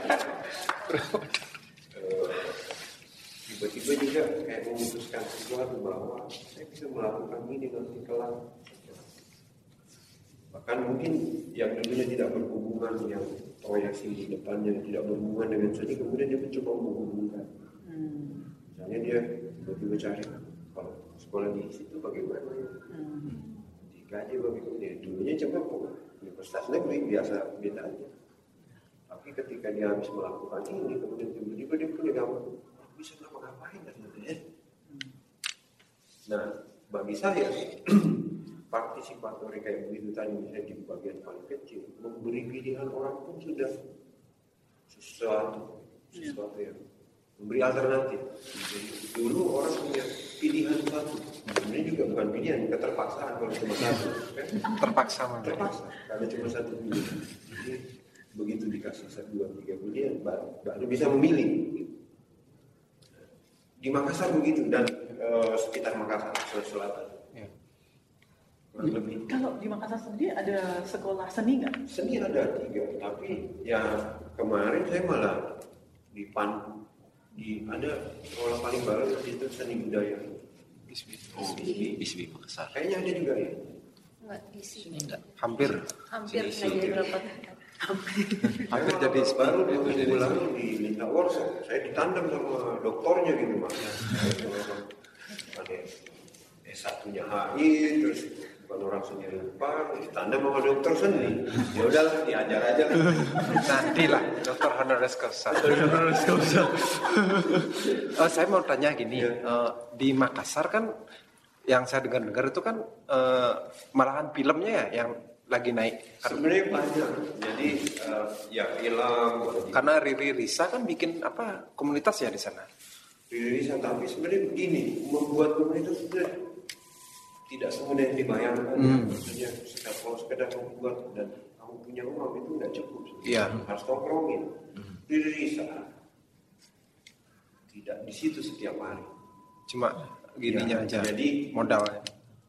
tiba-tiba juga kayak memutuskan sesuatu bahwa saya bisa melakukan ini nanti kelak. Bahkan mungkin yang dulunya tidak berhubungan, yang proyeksi di depannya tidak berhubungan dengan seni, kemudian dia mencoba menghubungkan. Misalnya dia tiba-tiba cari kalau sekolah di situ bagaimana, digaji bagaimana. Dia dulunya coba universitas negeri biasa beda aja. Tapi ketika dia habis melakukan ini, kemudian tiba-tiba dia punya gambar, bisa ngapa-ngapain ternyata ya. Nah, bagi saya partisipatori kayak begitu tadi misalnya di bagian paling kecil, memberi pilihan orang pun sudah sesuatu yang memberi alternatif. Jadi dulu orang punya pilihan satu, sebenarnya juga bukan pilihan, keterpaksaan kalau cuma satu. Terpaksa Karena cuma satu pilihan. Jadi begitu dikasih 1, 2, 3 pilihan, baru bisa memilih. Di Makassar begitu dan sekitar Makassar Selatan. Lebih. Kalau di Makassar sendiri ada sekolah seni nggak? Seni ada 3, tapi ya kemarin saya malah ada sekolah paling baru itu seni budaya. Bisbi Makassar. Kayaknya ada juga ya. Enggak di sini. Hampir Hampir jadi berapa? hampir jadi baru 2 minggu lalu di Linta Workshop. Saya ditandem sama doktornya gitu Mas. Ada S1-nya HI, terus bukan orang seni rupa, ditandem sama dokter seni. Ya udahlah, diajar aja. nanti lah dokter honoris causa. Saya mau tanya gini, di Makassar kan yang saya dengar itu kan malahan filmnya ya yang lagi naik. Sebenarnya banyak. Jadi ya film. Karena Riri Risa kan bikin komunitas ya di sana. Riri Risa, tapi sebenarnya begini, membuat komunitas itu tidak semudah yang dibayangkan. Maksudnya kalau sekedar membuat dan kamu punya uang itu nggak cukup. Iya. Harus tongkrongin. Riri Risa tidak di situ setiap hari. Cuma gininya aja. Jadi modalnya.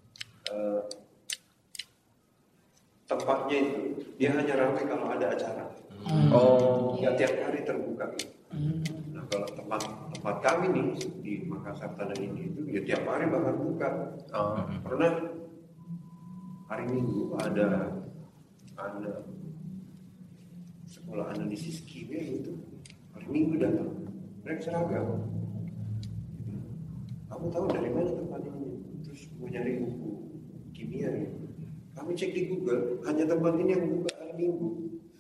Tempatnya itu dia hanya ramai kalau ada acara. Nggak tiap hari terbuka. Nah kalau tempat kami nih di Makassar Tanah ini itu ya tiap hari bakal buka. Pernah hari Minggu ada sekolah analisis kimia itu hari Minggu datang. Mereka seragam. Kamu tahu dari mana tempat ini? Terus mau nyari buku kimia ya. Kami cek di Google, hanya tempat ini yang buka hari Minggu.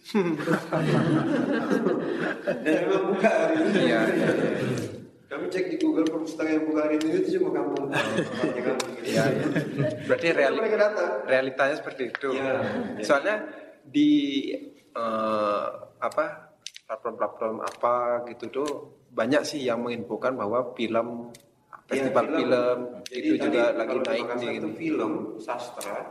Dan memang buka hari Minggu. Iya. Kami cek di Google perpustakaan yang buka hari Minggu itu cuma kamu. Iya. Berarti realitanya seperti itu. Ya. Soalnya di platform-platform gitu tuh banyak sih yang menginfokan bahwa festival film itu juga lagi naik nih gitu. Film sastra,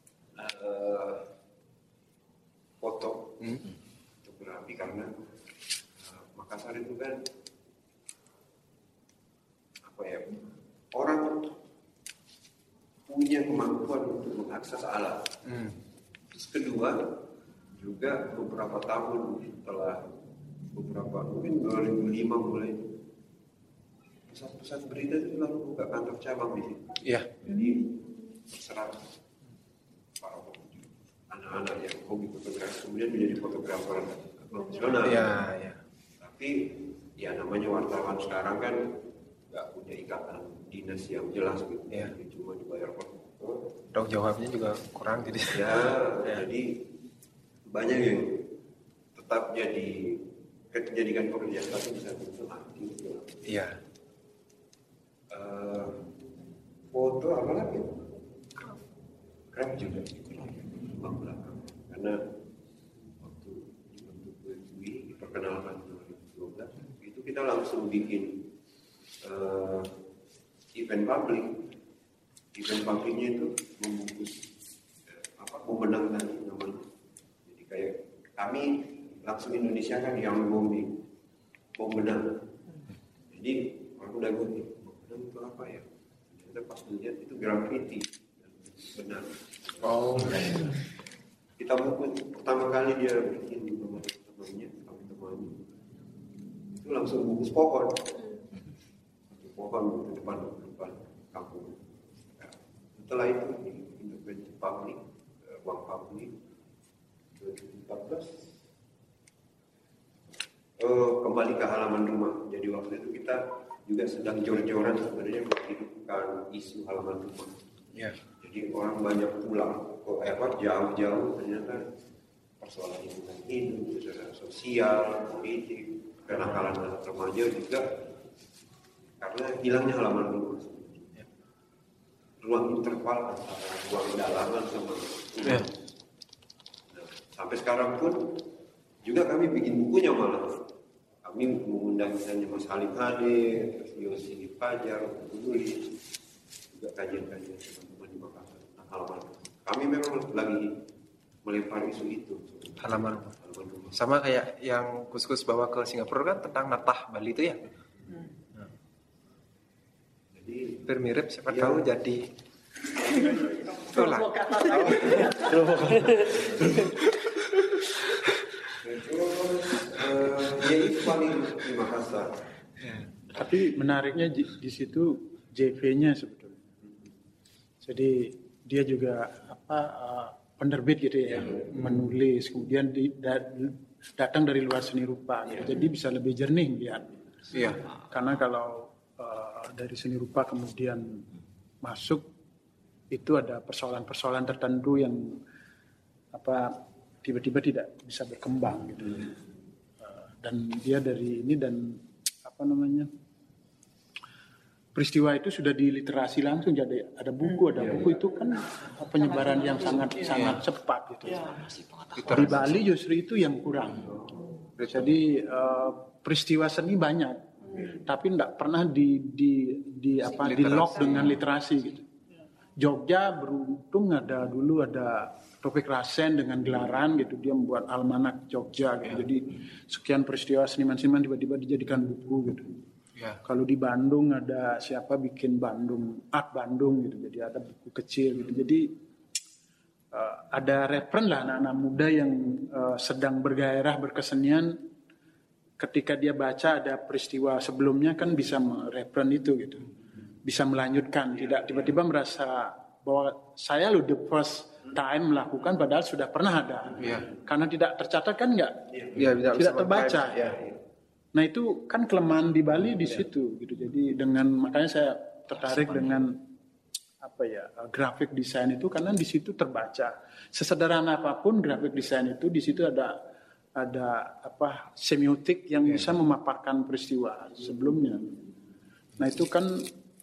foto, fotografi karena Makassar itu kan orang punya kemampuan untuk mengakses alam. Terus kedua juga beberapa tahun setelah mungkin 2005 mulai pusat-pusat berita itu lalu buka kantor cabang di situ. Iya. Jadi terserah para anak-anak yang hobi fotografi kemudian menjadi fotografer profesional. Iya. Tapi ya namanya wartawan sekarang kan nggak punya ikatan dinas yang jelas gitu. Iya. Cuma dibayar per foto. Dong jawabnya juga kurang jadi. Ya. Jadi banyak yang tetap dijadikan pekerjaan tapi bisa berlatih. Iya. Foto apa lagi? Craft juga bang belakang. Karena waktu dibentuk UI diperkenalkan 2012 itu kita langsung bikin event publik. Event publiknya itu membungkus pemenang tadi namanya. Jadi kayak kami langsung Indonesia kan yang bombing bom benang. Jadi orang udah ngerti, itu apa ya? Ternyata pas dilihat itu graffiti. Benar. Oh. Kita buku pertama kali dia bikin sama teman-temannya, itu langsung bungkus pohon. Pohon di depan kampung. Nah, setelah itu di intervensi publik, ruang publik 2014 kembali ke halaman rumah. Jadi waktu itu kita juga sedang jor-joran sebenarnya menghidupkan isu halaman rumah. Ya. Jadi orang banyak pulang ke jauh-jauh, ternyata persoalan lingkungan hidup, sosial, politik, kenakalan anak remaja juga karena hilangnya halaman rumah. Ya. Ruang interval antara ruang dalaman sama rumah. Ya. Nah, sampai sekarang pun juga kami bikin bukunya malah. Kami mengundang misalnya Mas Halim Hade, terus Yosi Fajar, menulis juga kajian-kajian teman-teman di Makassar. Nah, halaman kami memang lagi melempar isu itu. Halaman rumah. Sama kayak yang Kus bawa ke Singapura kan tentang Natah Bali itu ya. Nah. Jadi bermirip siapa tahu jadi itulah. Ya itu paling di Makassar. Ya. Tapi menariknya di situ JV-nya sebetulnya. Jadi dia juga penerbit gitu ya, menulis, kemudian datang dari luar seni rupa. Gitu. Jadi bisa lebih jernih lihat. Iya. Karena kalau dari seni rupa kemudian masuk itu ada persoalan-persoalan tertentu yang tiba-tiba tidak bisa berkembang gitu. Dan dia dari ini dan peristiwa itu sudah diliterasi langsung, jadi ada buku itu kan penyebaran yang sangat cepat gitu. Di Bali justru itu yang kurang. Jadi peristiwa seni banyak, tapi tidak pernah di lock dengan literasi gitu. Jogja beruntung dulu ada Taufik Rasen dengan gelaran gitu, dia membuat almanak Jogja gitu. Jadi sekian peristiwa seniman-seniman tiba-tiba dijadikan buku gitu. Ya. Kalau di Bandung ada siapa bikin Art Bandung gitu, jadi ada buku kecil gitu. Jadi ada referen lah anak-anak muda yang sedang bergairah berkesenian, ketika dia baca ada peristiwa sebelumnya kan bisa mereferen itu gitu, bisa melanjutkan, tidak tiba-tiba merasa bahwa saya the first time melakukan padahal sudah pernah ada. Ya. Karena tidak tercatat kan tidak terbaca. Ya. Nah itu kan kelemahan di Bali di situ gitu. Jadi makanya saya tertarik dengan grafik desain itu karena di situ terbaca. Sesederhana apapun grafik desain itu di situ ada semiotik yang bisa memaparkan peristiwa sebelumnya. Nah itu kan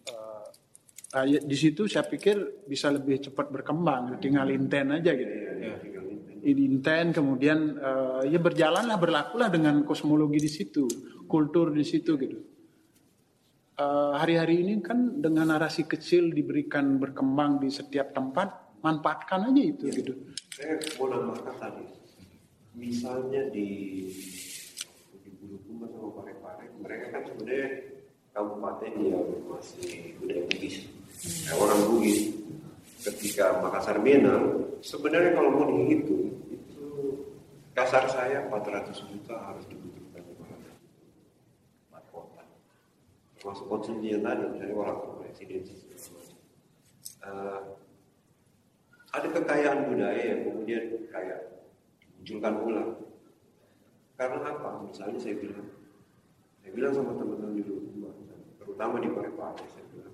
di situ saya pikir bisa lebih cepat berkembang, tinggal intent aja gitu. Intent kemudian berjalanlah, berlakulah dengan kosmologi di situ, kultur di situ gitu. Hari-hari ini kan dengan narasi kecil diberikan berkembang di setiap tempat, manfaatkan aja itu gitu. Saya mau nambahkan tadi, misalnya di Bulukumba sama Parepare, mereka kan sebenarnya kabupaten yang masih budaya Bugis. Orang Bugis ketika Makassar Bena, sebenarnya kalau mau dihitung itu kasar saya 400 juta harus dibutuhkan di Makassar. 4 kota. Termasuk konsumsinya tadi, misalnya orang presidensi. Ada kekayaan budaya yang kemudian kayak munculkan ulang. Karena apa? Misalnya saya bilang sama teman-teman di Bulukumba, terutama di Parepare, saya bilang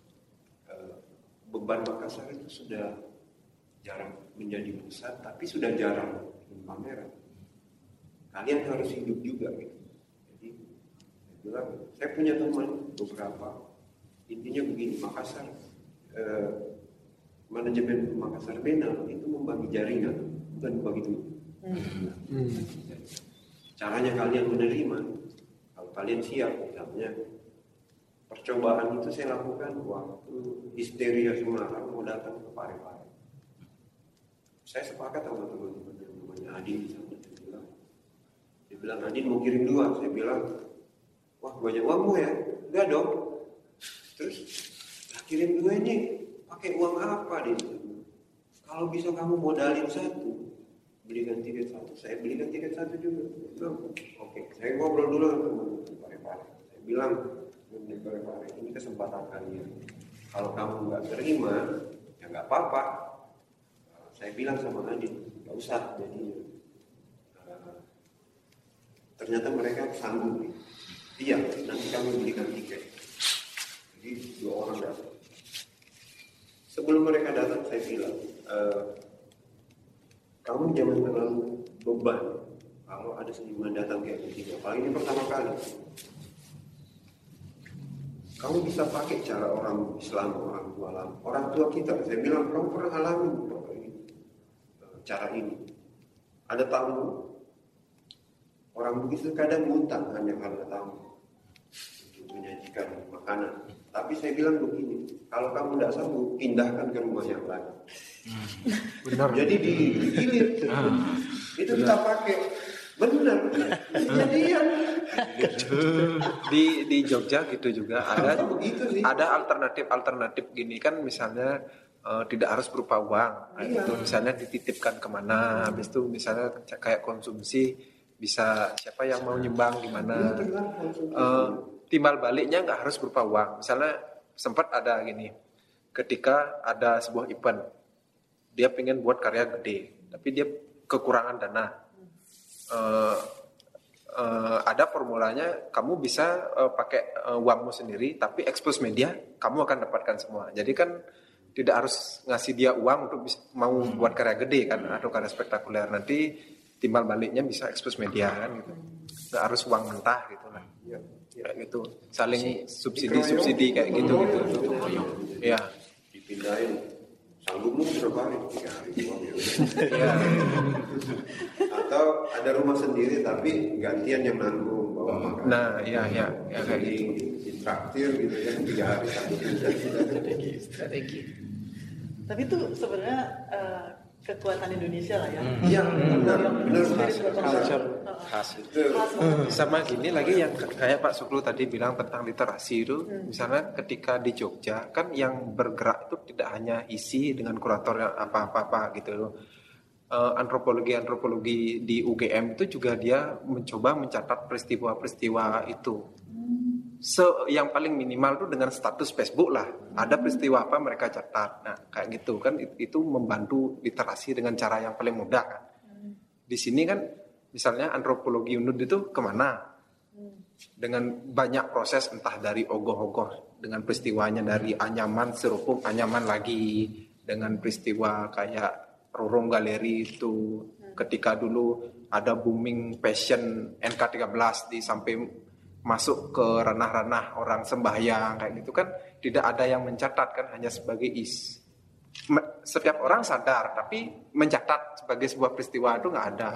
beban Makassar itu sudah jarang menjadi pusat, tapi sudah jarang pameran. Kalian harus hidup juga gitu. Jadi saya bilang, saya punya teman beberapa, intinya begini, Makassar, manajemen Makassar Bena itu membagi jaringan, bukan membagi duit. Caranya kalian menerima, kalau kalian siap, misalnya percobaan itu saya lakukan waktu histeria Semarang mau datang ke Parepare. Saya sepakat sama teman-teman yang namanya Adin, dia bilang Adin mau kirim 2, saya bilang wah banyak uangmu ya, enggak dong. Terus kirim gue ini pakai uang apa deh? Kalau bisa kamu modalin satu, belikan tiket satu, saya belikan tiket satu juga. Oke, saya ngobrol dulu sama Pare-Pare. Saya bilang, Pare-Pare, ini kesempatan kalian. Kalau kamu nggak terima, ya nggak apa-apa. Saya bilang sama Adit, nggak usah jadinya. Ternyata mereka sanggup. Iya, nanti kami belikan tiket. Jadi 2 orang datang. Sebelum mereka datang, saya bilang, kamu jangan terlalu beban kalau ada seniman datang kayak begini. Apalagi ini pertama kali. Kamu bisa pakai cara orang Islam, orang tua kita. Saya bilang, kamu pernah alami cara ini. Ada tamu, orang Bugis kadang ngutang hanya karena tamu untuk menyajikan makanan. Tapi saya bilang begini, kalau kamu tidak sanggup, pindahkan ke rumah yang lain. Benar. Jadi digilir. Itu kita pakai. Benar. Kejadian. Di Jogja gitu juga ada alternatif gini kan, misalnya tidak harus berupa uang. Itu misalnya dititipkan kemana, habis itu misalnya kayak konsumsi, bisa siapa yang mau nyumbang gimana. Timbal baliknya nggak harus berupa uang. Misalnya sempat ada gini, ketika ada sebuah event, dia pengen buat karya gede, tapi dia kekurangan dana. Ada formulanya, kamu bisa pakai uangmu sendiri, tapi expose media kamu akan dapatkan semua. Jadi kan tidak harus ngasih dia uang untuk mau buat karya gede kan, atau karya spektakuler. Nanti timbal baliknya bisa expose media kan gitu. Nggak harus uang mentah gitu lah. Kayak gitu, saling subsidi kayak gitu. Ya. Dipindahin. Sanggupmu berapa hari? 3 hari. Ya. Atau ada rumah sendiri tapi gantian yang nanggung bawa makan. Nah, ya kayak gitu. Ditraktir gitu ya, 3 hari satu Strategi. Tapi itu sebenarnya kekuatan Indonesia lah ya. Iya, benar. Khas. Sama gini lagi yang kayak Pak Suklu tadi bilang tentang literasi itu, misalnya ketika di Jogja kan yang bergerak itu tidak hanya isi dengan kurator yang apa-apa gitu. Antropologi di UGM itu juga dia mencoba mencatat peristiwa-peristiwa itu. Yang paling minimal tuh dengan status Facebook lah, ada peristiwa apa mereka catat. Nah kayak gitu kan, itu membantu literasi dengan cara yang paling mudah kan. Di sini kan misalnya antropologi UNUD itu kemana, dengan banyak proses, entah dari ogoh-ogoh dengan peristiwanya dari Anyaman, Serupung, Anyaman lagi, dengan peristiwa kayak Rorong Galeri itu ketika dulu ada booming fashion NK13 di sampai masuk ke ranah-ranah orang sembahyang kayak gitu kan, tidak ada yang mencatat kan, hanya sebagai setiap orang sadar tapi mencatat sebagai sebuah peristiwa itu nggak ada.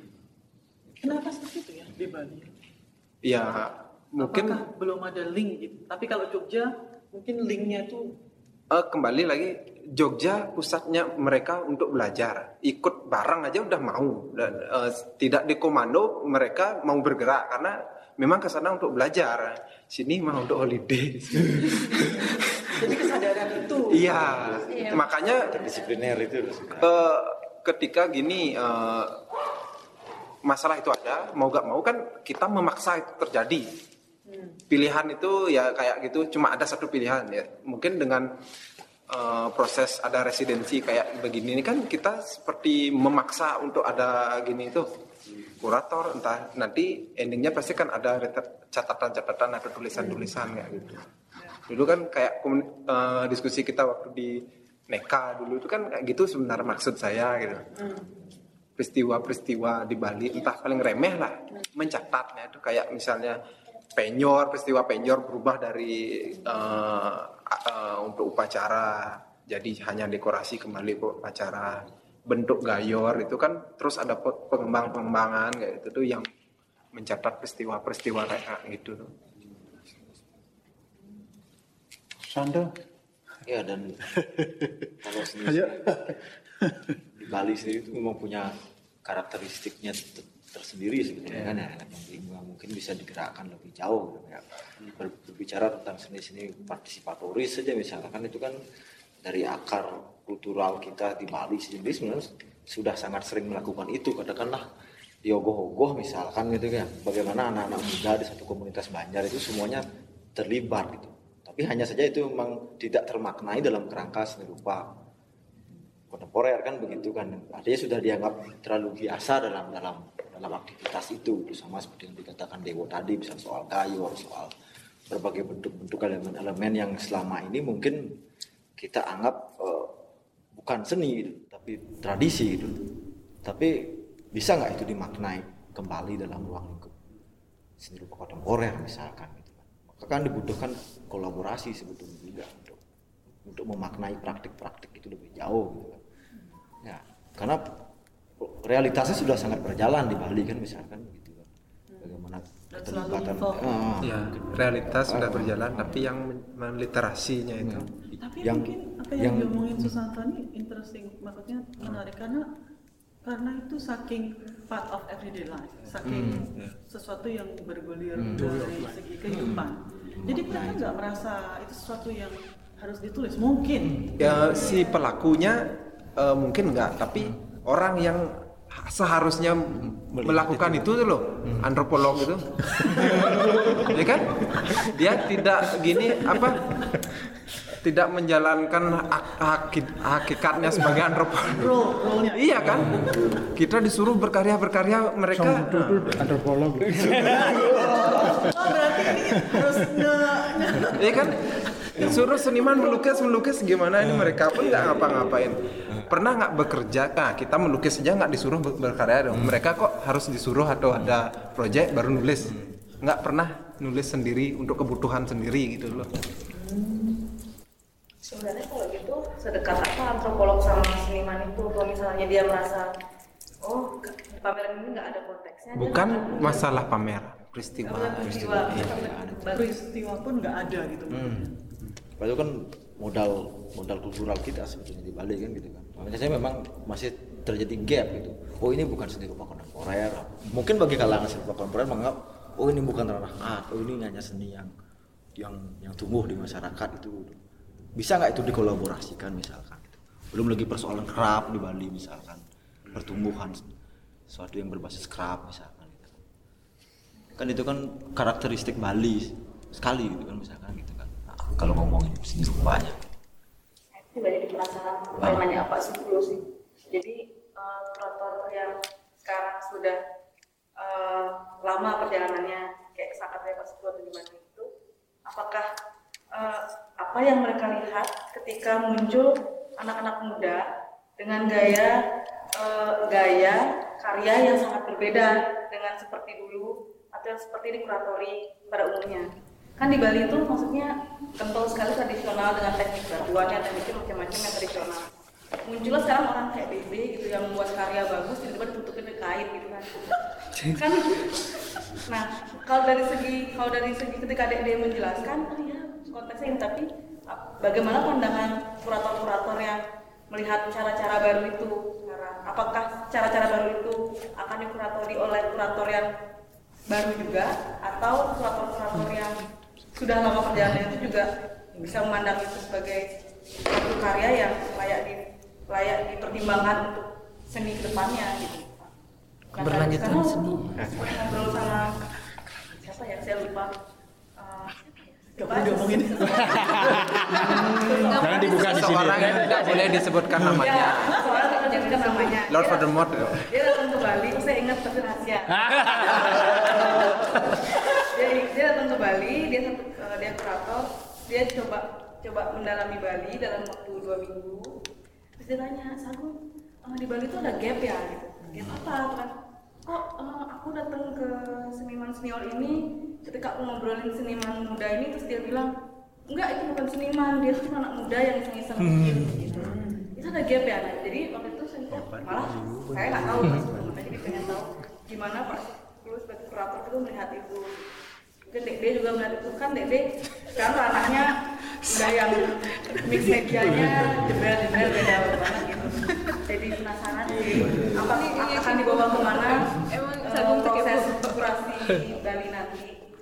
Kenapa seperti itu ya di Bali? Ya mungkin apakah belum ada link gitu? Tapi kalau Jogja mungkin linknya tuh kembali lagi, Jogja pusatnya mereka untuk belajar, ikut bareng aja udah mau, dan tidak dikomando, mereka mau bergerak karena memang ke sana untuk belajar, sini mah untuk holiday. jadi kesadaran itu. Iya, makanya disipliner itu. Ketika gini masalah itu ada, mau gak mau kan kita memaksa itu terjadi. Pilihan itu ya kayak gitu, cuma ada satu pilihan ya. Mungkin dengan proses ada residensi kayak begini ini kan kita seperti memaksa untuk ada gini itu kurator, entah nanti endingnya pasti kan ada catatan-catatan atau tulisan-tulisan kayak gitu. Dulu kan kayak diskusi kita waktu di Neka dulu itu kan kayak gitu sebenarnya maksud saya gitu. Peristiwa-peristiwa di Bali entah paling remeh lah, mencatatnya itu kayak misalnya peristiwa penyor berubah dari untuk upacara jadi hanya dekorasi kembali ke upacara. Bentuk gayor itu kan terus ada pengembangan kayak gitu tuh yang mencatat peristiwa-peristiwa kayak gitu tuh. Sando. Ya, dan kalau seni di Bali sendiri itu memang punya karakteristiknya tersendiri sebetulnya kan ya, yang mungkin bisa digerakkan lebih jauh gitu ya. Berbicara tentang seni-seni partisipatoris saja misalkan, itu kan dari akar kultural kita di Bali sendiri sebenarnya sudah sangat sering melakukan itu. Katakanlah di ogoh-ogoh misalkan gitu kan, bagaimana anak-anak muda di satu komunitas Banjar itu semuanya terlibat gitu. Tapi hanya saja itu memang tidak termaknai dalam kerangka seni rupa kontemporer kan begitu kan. Artinya sudah dianggap terlalu biasa dalam aktivitas itu, sama seperti yang dikatakan Dewo tadi, misalnya soal gayor, soal berbagai bentuk-bentuk elemen-elemen yang selama ini mungkin kita anggap bukan seni gitu, tapi tradisi gitu. Tapi bisa nggak itu dimaknai kembali dalam ruang lingkup seni rupa kontemporer misalkan gitu kan. Maka kan dibutuhkan kolaborasi sebetulnya juga untuk memaknai praktik-praktik itu lebih jauh gitu kan. Ya, karena realitasnya sudah sangat berjalan di Bali kan misalkan gitu kan. Bagaimana keterlibatan ya, realitas sudah berjalan, tapi yang meliterasinya itu. Tapi mungkin apa yang diomongin Susanto ini interesting, maksudnya menarik karena itu saking part of everyday life, saking sesuatu yang bergulir dari segi kehidupan. Jadi mereka nggak merasa itu sesuatu yang harus ditulis, mungkin. Ya, si pelakunya mungkin enggak, tapi orang yang seharusnya melakukan itu tuh loh, antropolog itu. Ya kan? Dia tidak tidak menjalankan hakikatnya sebagai antropolog. Iya kan? Kita disuruh berkarya, mereka antropolog. Berarti ini harus iya kan? Disuruh seniman melukis gimana ini, mereka pun nggak ngapa-ngapain. Pernah nggak bekerja? Nah, kita melukis saja nggak disuruh berkarya dong. Mereka kok harus disuruh atau ada proyek baru nulis. Nggak pernah nulis sendiri untuk kebutuhan sendiri gitu loh. Sebenarnya kalau gitu sedekat apa antropolog sama seniman itu? Kalau misalnya dia merasa pameran ini nggak ada konteksnya. Bukan masalah pamer, peristiwa. Peristiwa pun nggak ada gitu. Itu kan modal kultural kita sebetulnya di Bali kan gitu kan. Makanya saya memang masih terjadi gap gitu. Oh, ini bukan seni rupa kontemporer. Mungkin bagi kalangan seni rupa kontemporer menganggap oh ini bukan ranah art, oh ini hanya seni yang tumbuh di masyarakat itu. Bisa nggak itu dikolaborasikan misalkan gitu. Belum lagi persoalan craft di Bali misalkan, pertumbuhan sesuatu yang berbasis craft misalkan gitu. Kan itu kan karakteristik Bali sekali gitu kan misalkan gitu kan. Nah, kalau ngomongin seni rupanya itu banyak penasaran temanya apa sih dulu sih. Jadi kurator yang sekarang sudah lama perjalanannya kayak Sakatnya Pak Suklo di mana itu, apakah apa yang mereka lihat ketika muncul anak-anak muda dengan gaya karya yang sangat berbeda dengan seperti dulu atau yang seperti di kuratori pada umumnya. Kan di Bali itu maksudnya kental sekali tradisional dengan teknik batuannya, tekniknya macam-macam yang tradisional. Muncullah sekarang orang kayak Dede gitu yang membuat karya bagus tiba-tiba ditutupin ke kain gitu kan. Nah, kalau dari segi ketika Dede menjelaskan, ya konteksnya ini, tapi bagaimana pandangan kurator-kurator yang melihat cara-cara baru itu sekarang? Apakah cara-cara baru itu akan dikuratori oleh kurator yang baru juga, atau kurator-kurator yang sudah lama perjalanan itu juga bisa memandang itu sebagai satu karya yang layak dipertimbangkan untuk seni kedepannya gitu? Berlanjutan seni. Ngobrol sama siapa ya, saya lupa. Gak boleh diomongin. Jangan dibuka di sini. Seorang yang tidak boleh disebutkan namanya. Ya, soalnya kita jadikan namanya. Lord Voldemort. Dia datang ke Bali, saya ingat tapi rahasia. Dia datang ke Bali, dia kurator, dia coba mendalami Bali dalam waktu 2 minggu. Terus dia tanya, Sagung, di Bali itu ada gap ya? Gitu. Gap apa? Kan? Kok aku datang ke seniman senior ini, ketika aku ngobrolin seniman muda ini, terus dia bilang, enggak, itu bukan seniman, dia tuh anak muda yang iseng-iseng gitu. Itu ada gap ya? Nah, jadi waktu itu malah saya nggak tahu Pak Suklo, jadi pengen tahu gimana Pak Suklo sebagai kurator itu melihat itu. Mungkin Dede juga melihat itu, kan Dede sekarang ranahnya udah yang mix medianya jebel beda banget gitu. Jadi penasaran sih, apa akan dibawa kemana proses kurasi Bali nanti?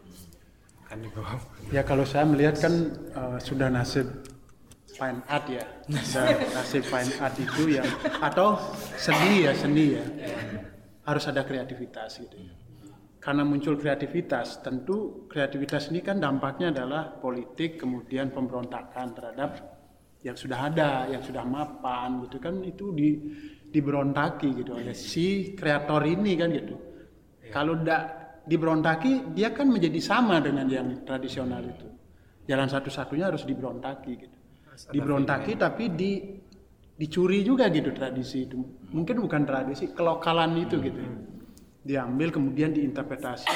Ya kalau saya melihat kan sudah nasib fine art ya, nasib fine art itu ya, atau seni ya, harus ada kreativitas gitu ya. Karena muncul kreativitas, tentu kreativitas ini kan dampaknya adalah politik, kemudian pemberontakan terhadap yang sudah ada, yang sudah mapan gitu kan, itu diberontaki gitu oleh si kreator ini kan gitu. Kalau tidak diberontaki, dia kan menjadi sama dengan yang tradisional itu. Jalan satu-satunya harus diberontaki gitu. Diberontaki tapi dicuri juga gitu tradisi itu. Mungkin bukan tradisi, kelokalan itu gitu. Diambil kemudian diinterpretasi,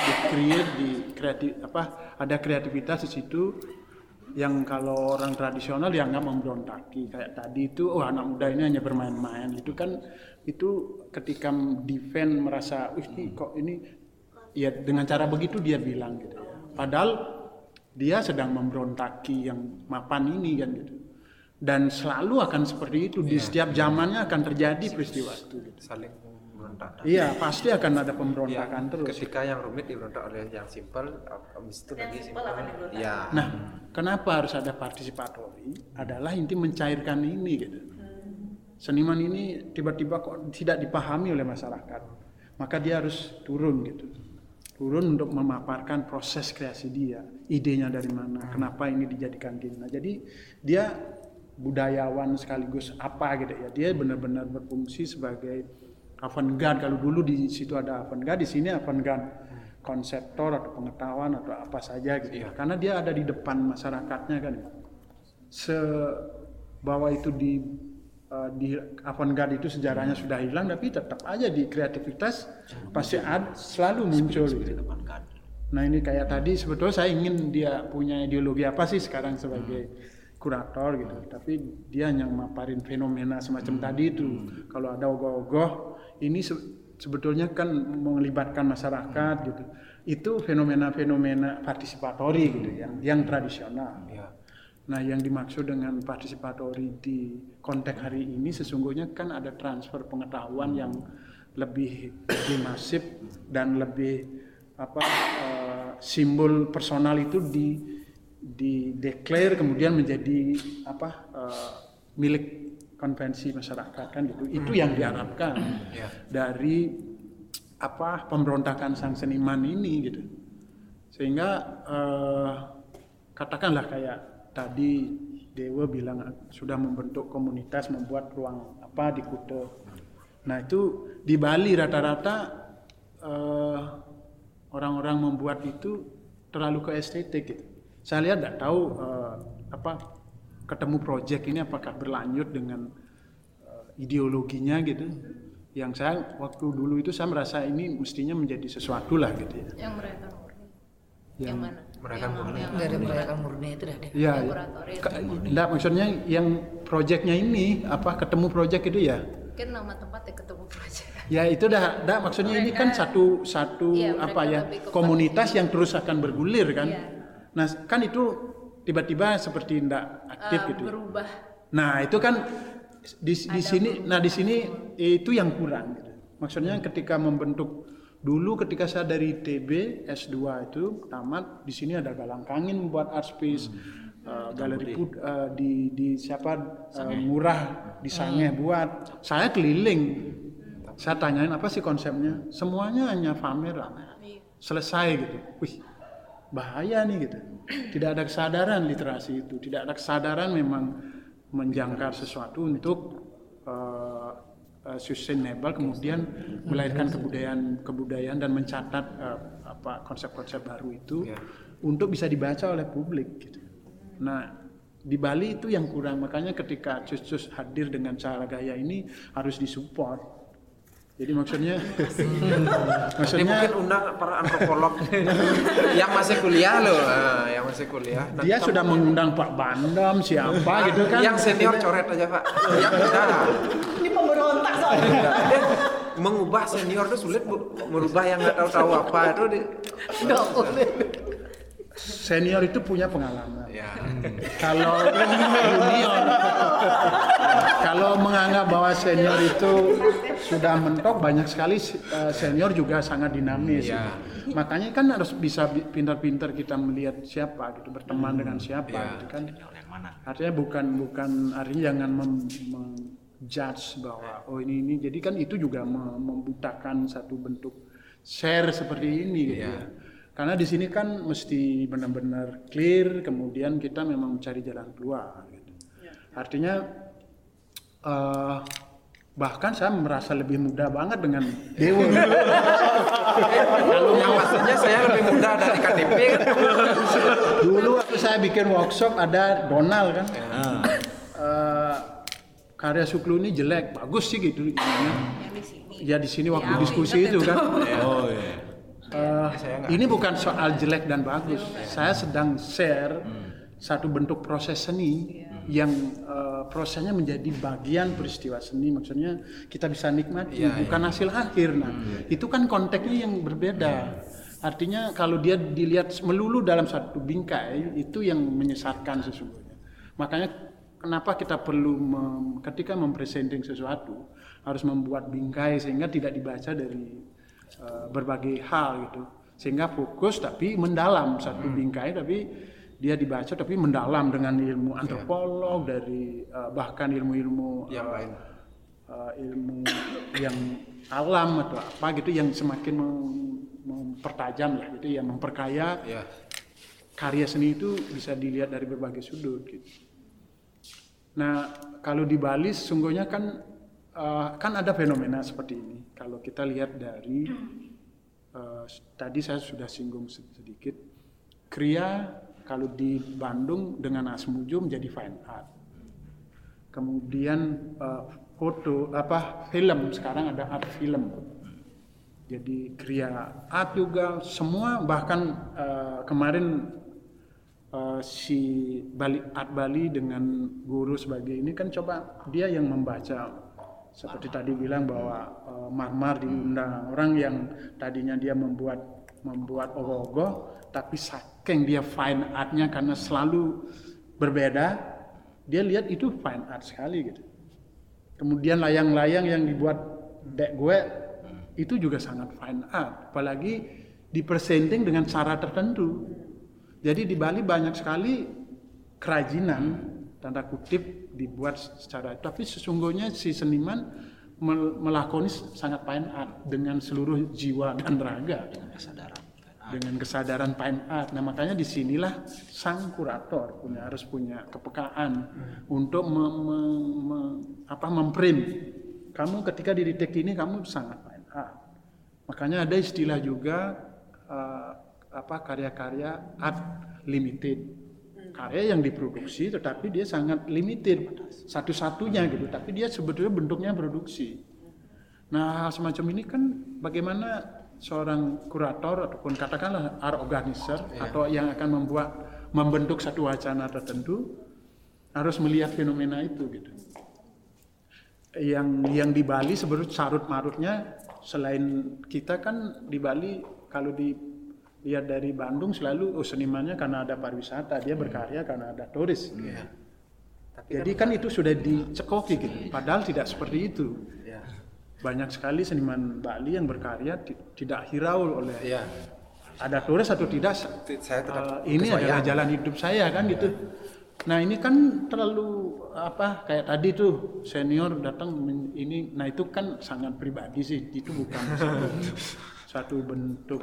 ada kreativitas di situ yang kalau orang tradisional dianggap memberontaki. Kayak tadi itu, anak muda ini hanya bermain-main gitu kan. Itu ketika defend merasa, kok ini ya dengan cara begitu dia bilang gitu ya. Padahal dia sedang memberontaki yang mapan ini kan gitu. Dan selalu akan seperti itu di setiap zamannya akan terjadi peristiwa itu gitu. Saling memberontak. Iya, pasti akan ada pemberontakan terus. Ketika yang rumit diberontak oleh yang simpel, habis itu lagi simpel. Ya. Nah, kenapa harus ada partisipatori? Adalah inti mencairkan ini gitu. Seniman ini tiba-tiba kok tidak dipahami oleh masyarakat, maka dia harus turun gitu. Turun untuk memaparkan proses kreasi dia, idenya dari mana, kenapa ini dijadikan gini. Nah, jadi dia budayawan sekaligus apa gitu ya. Dia benar-benar berfungsi sebagai avant-garde. Kalau dulu di situ ada avant-garde, di sini avant-garde konseptor atau pengetahuan atau apa saja gitu ya. Karena dia ada di depan masyarakatnya kan. Bahwa itu di avant-garde itu sejarahnya sudah hilang, tapi tetap aja di kreativitas pasti selalu muncul gitu. Nah ini kayak tadi sebetulnya saya ingin dia punya ideologi apa sih sekarang sebagai kurator gitu, tapi dia hanya memaparin fenomena semacam tadi itu. Kalau ada ogoh-ogoh ini sebetulnya kan melibatkan masyarakat gitu. Itu fenomena-fenomena partisipatori gitu yang tradisional. Nah, yang dimaksud dengan partisipatori di konteks hari ini sesungguhnya kan ada transfer pengetahuan yang lebih masif dan lebih simbol personal itu declare kemudian menjadi milik konvensi masyarakat kan gitu. Itu yang diharapkan dari pemberontakan sang seniman ini gitu. Sehingga katakanlah kayak tadi Dewa bilang sudah membentuk komunitas, membuat ruang di Kuta. Nah itu di Bali rata-rata orang-orang membuat itu terlalu ke estetik gitu. Saya lihat tidak tahu ketemu proyek ini apakah berlanjut dengan ideologinya gitu. Yang saya waktu dulu itu saya merasa ini mestinya menjadi sesuatu lah gitu ya. Yang merayakan murni. Yang mana? Merayakan murni. Dari merayakan murni itu dah deh. Iya. Enggak, maksudnya yang proyeknya ini ketemu proyek itu ya. Kan nama tempatnya ketemu proyek. Ya itu dah maksudnya mereka, ini kan satu komunitas yang terus akan bergulir kan. Iya. Nah kan itu tiba-tiba seperti tidak aktif gitu. Berubah. Nah itu kan di sini. Nah di sini itu yang kurang. Gitu. Maksudnya ketika membentuk dulu ketika saya dari TB S2 itu tamat di sini ada Galang Kangin membuat art space, galeri Murah di Sangeh buat. Saya keliling. Saya tanyain apa sih konsepnya? Semuanya hanya pamer. Selesai gitu. Wih. Bahaya nih gitu. Tidak ada kesadaran literasi itu, tidak ada kesadaran memang menjangkar sesuatu untuk sustainable, kemudian melahirkan kebudayaan dan mencatat konsep-konsep baru itu untuk bisa dibaca oleh publik gitu. Nah, di Bali itu yang kurang, makanya ketika Cus hadir dengan cara gaya ini harus disupport. Jadi maksudnya mungkin undang para antropolog yang masih kuliah loh, yang masih kuliah. Dia sudah mengundang Pak Bandam siapa gitu kan? Yang senior coret aja Pak. Yang muda. Ini pemberontak soalnya. Mengubah senior itu sulit Bu. Merubah yang nggak tahu apa itu. senior itu punya pengalaman. Ya. Kalau junior, kalau menganggap bahwa senior itu sudah mentok, banyak sekali senior juga sangat dinamis. Ya. Makanya kan harus bisa pintar-pintar kita melihat siapa gitu, berteman dengan siapa gitu kan. Artinya bukan artinya jangan menjudge bahwa oh ini. Jadi kan itu juga membutakan satu bentuk share seperti ini gitu ya. Karena di sini kan mesti benar-benar clear, kemudian kita memang mencari jalan keluar. Gitu. Artinya bahkan saya merasa lebih muda banget dengan Dewo. Kalau yang maksudnya saya lebih muda dari KTP kan. Dulu waktu saya bikin workshop ada Donald kan. Karya Suklu ini jelek, bagus sih gitu. Ya di sini waktu diskusi itu kan. Oh iya. Ini bukan soal jelek dan bagus. Saya sedang share satu bentuk proses seni yang prosesnya menjadi bagian peristiwa seni. Maksudnya kita bisa nikmati, bukan hasil akhir. Nah, itu kan konteksnya yang berbeda. Artinya kalau dia dilihat melulu dalam satu bingkai, itu yang menyesatkan sesungguhnya. Makanya kenapa kita perlu ketika mempresenting sesuatu harus membuat bingkai sehingga tidak dibaca dari berbagai hal gitu, sehingga fokus tapi mendalam satu bingkai, tapi dia dibaca tapi mendalam dengan ilmu antropolog dari bahkan ilmu-ilmu yang lain, ilmu yang alam atau apa gitu yang semakin mempertajam lah gitu, yang memperkaya karya seni itu bisa dilihat dari berbagai sudut gitu. Nah kalau di Bali sesungguhnya kan ada fenomena seperti ini. Kalau kita lihat dari tadi saya sudah singgung sedikit, kriya kalau di Bandung dengan Asmujo menjadi fine art. Kemudian film sekarang ada art film. Jadi kriya art juga semua, bahkan kemarin si Art Bali dengan guru sebagai ini kan coba dia yang membaca. Seperti tadi bilang bahwa Marmar diundang orang yang tadinya dia membuat ogoh-ogoh, tapi saking dia fine artnya karena selalu berbeda, dia lihat itu fine art sekali gitu. Kemudian layang-layang yang dibuat dek gue itu juga sangat fine art, apalagi dipresenting dengan cara tertentu. Jadi di Bali banyak sekali kerajinan tanda kutip dibuat secara, tapi sesungguhnya si seniman melakoni sangat fine art dengan seluruh jiwa dan raga, dengan kesadaran fine art. Nah makanya disinilah sang kurator harus punya kepekaan untuk memprint kamu ketika di detik ini kamu sangat fine art. Makanya ada istilah juga karya-karya art limited. Karya yang diproduksi tetapi dia sangat limited, satu-satunya gitu, tapi dia sebetulnya bentuknya produksi. Nah hal semacam ini kan bagaimana seorang kurator ataupun katakanlah art organizer atau yang akan membentuk satu wacana tertentu harus melihat fenomena itu gitu. Yang di Bali sebetulnya carut marutnya, selain kita kan di Bali kalau lihat dari Bandung selalu senimannya karena ada pariwisata, dia berkarya karena ada turis. Jadi kan itu sudah dicekoki gitu. Padahal tidak seperti itu. Banyak sekali seniman Bali yang berkarya tidak hirau oleh ada turis atau tidak. Saya ini adalah jalan hidup saya kan gitu. Nah ini kan terlalu kayak tadi tuh senior datang ini, nah itu kan sangat pribadi sih, itu bukan satu bentuk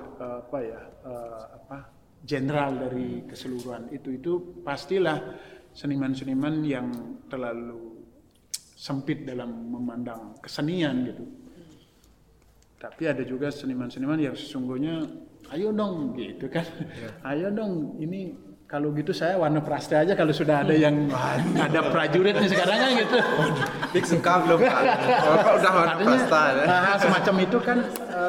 general dari keseluruhan itu pastilah seniman-seniman yang terlalu sempit dalam memandang kesenian gitu. Tapi ada juga seniman-seniman yang sesungguhnya ayo dong gitu kan, ayo dong ini kalau gitu saya warna prasta aja kalau sudah ada yang ada prajuritnya sekarang kan gitu. Suka belum kan? Udah warna prasta. Nah semacam itu kan.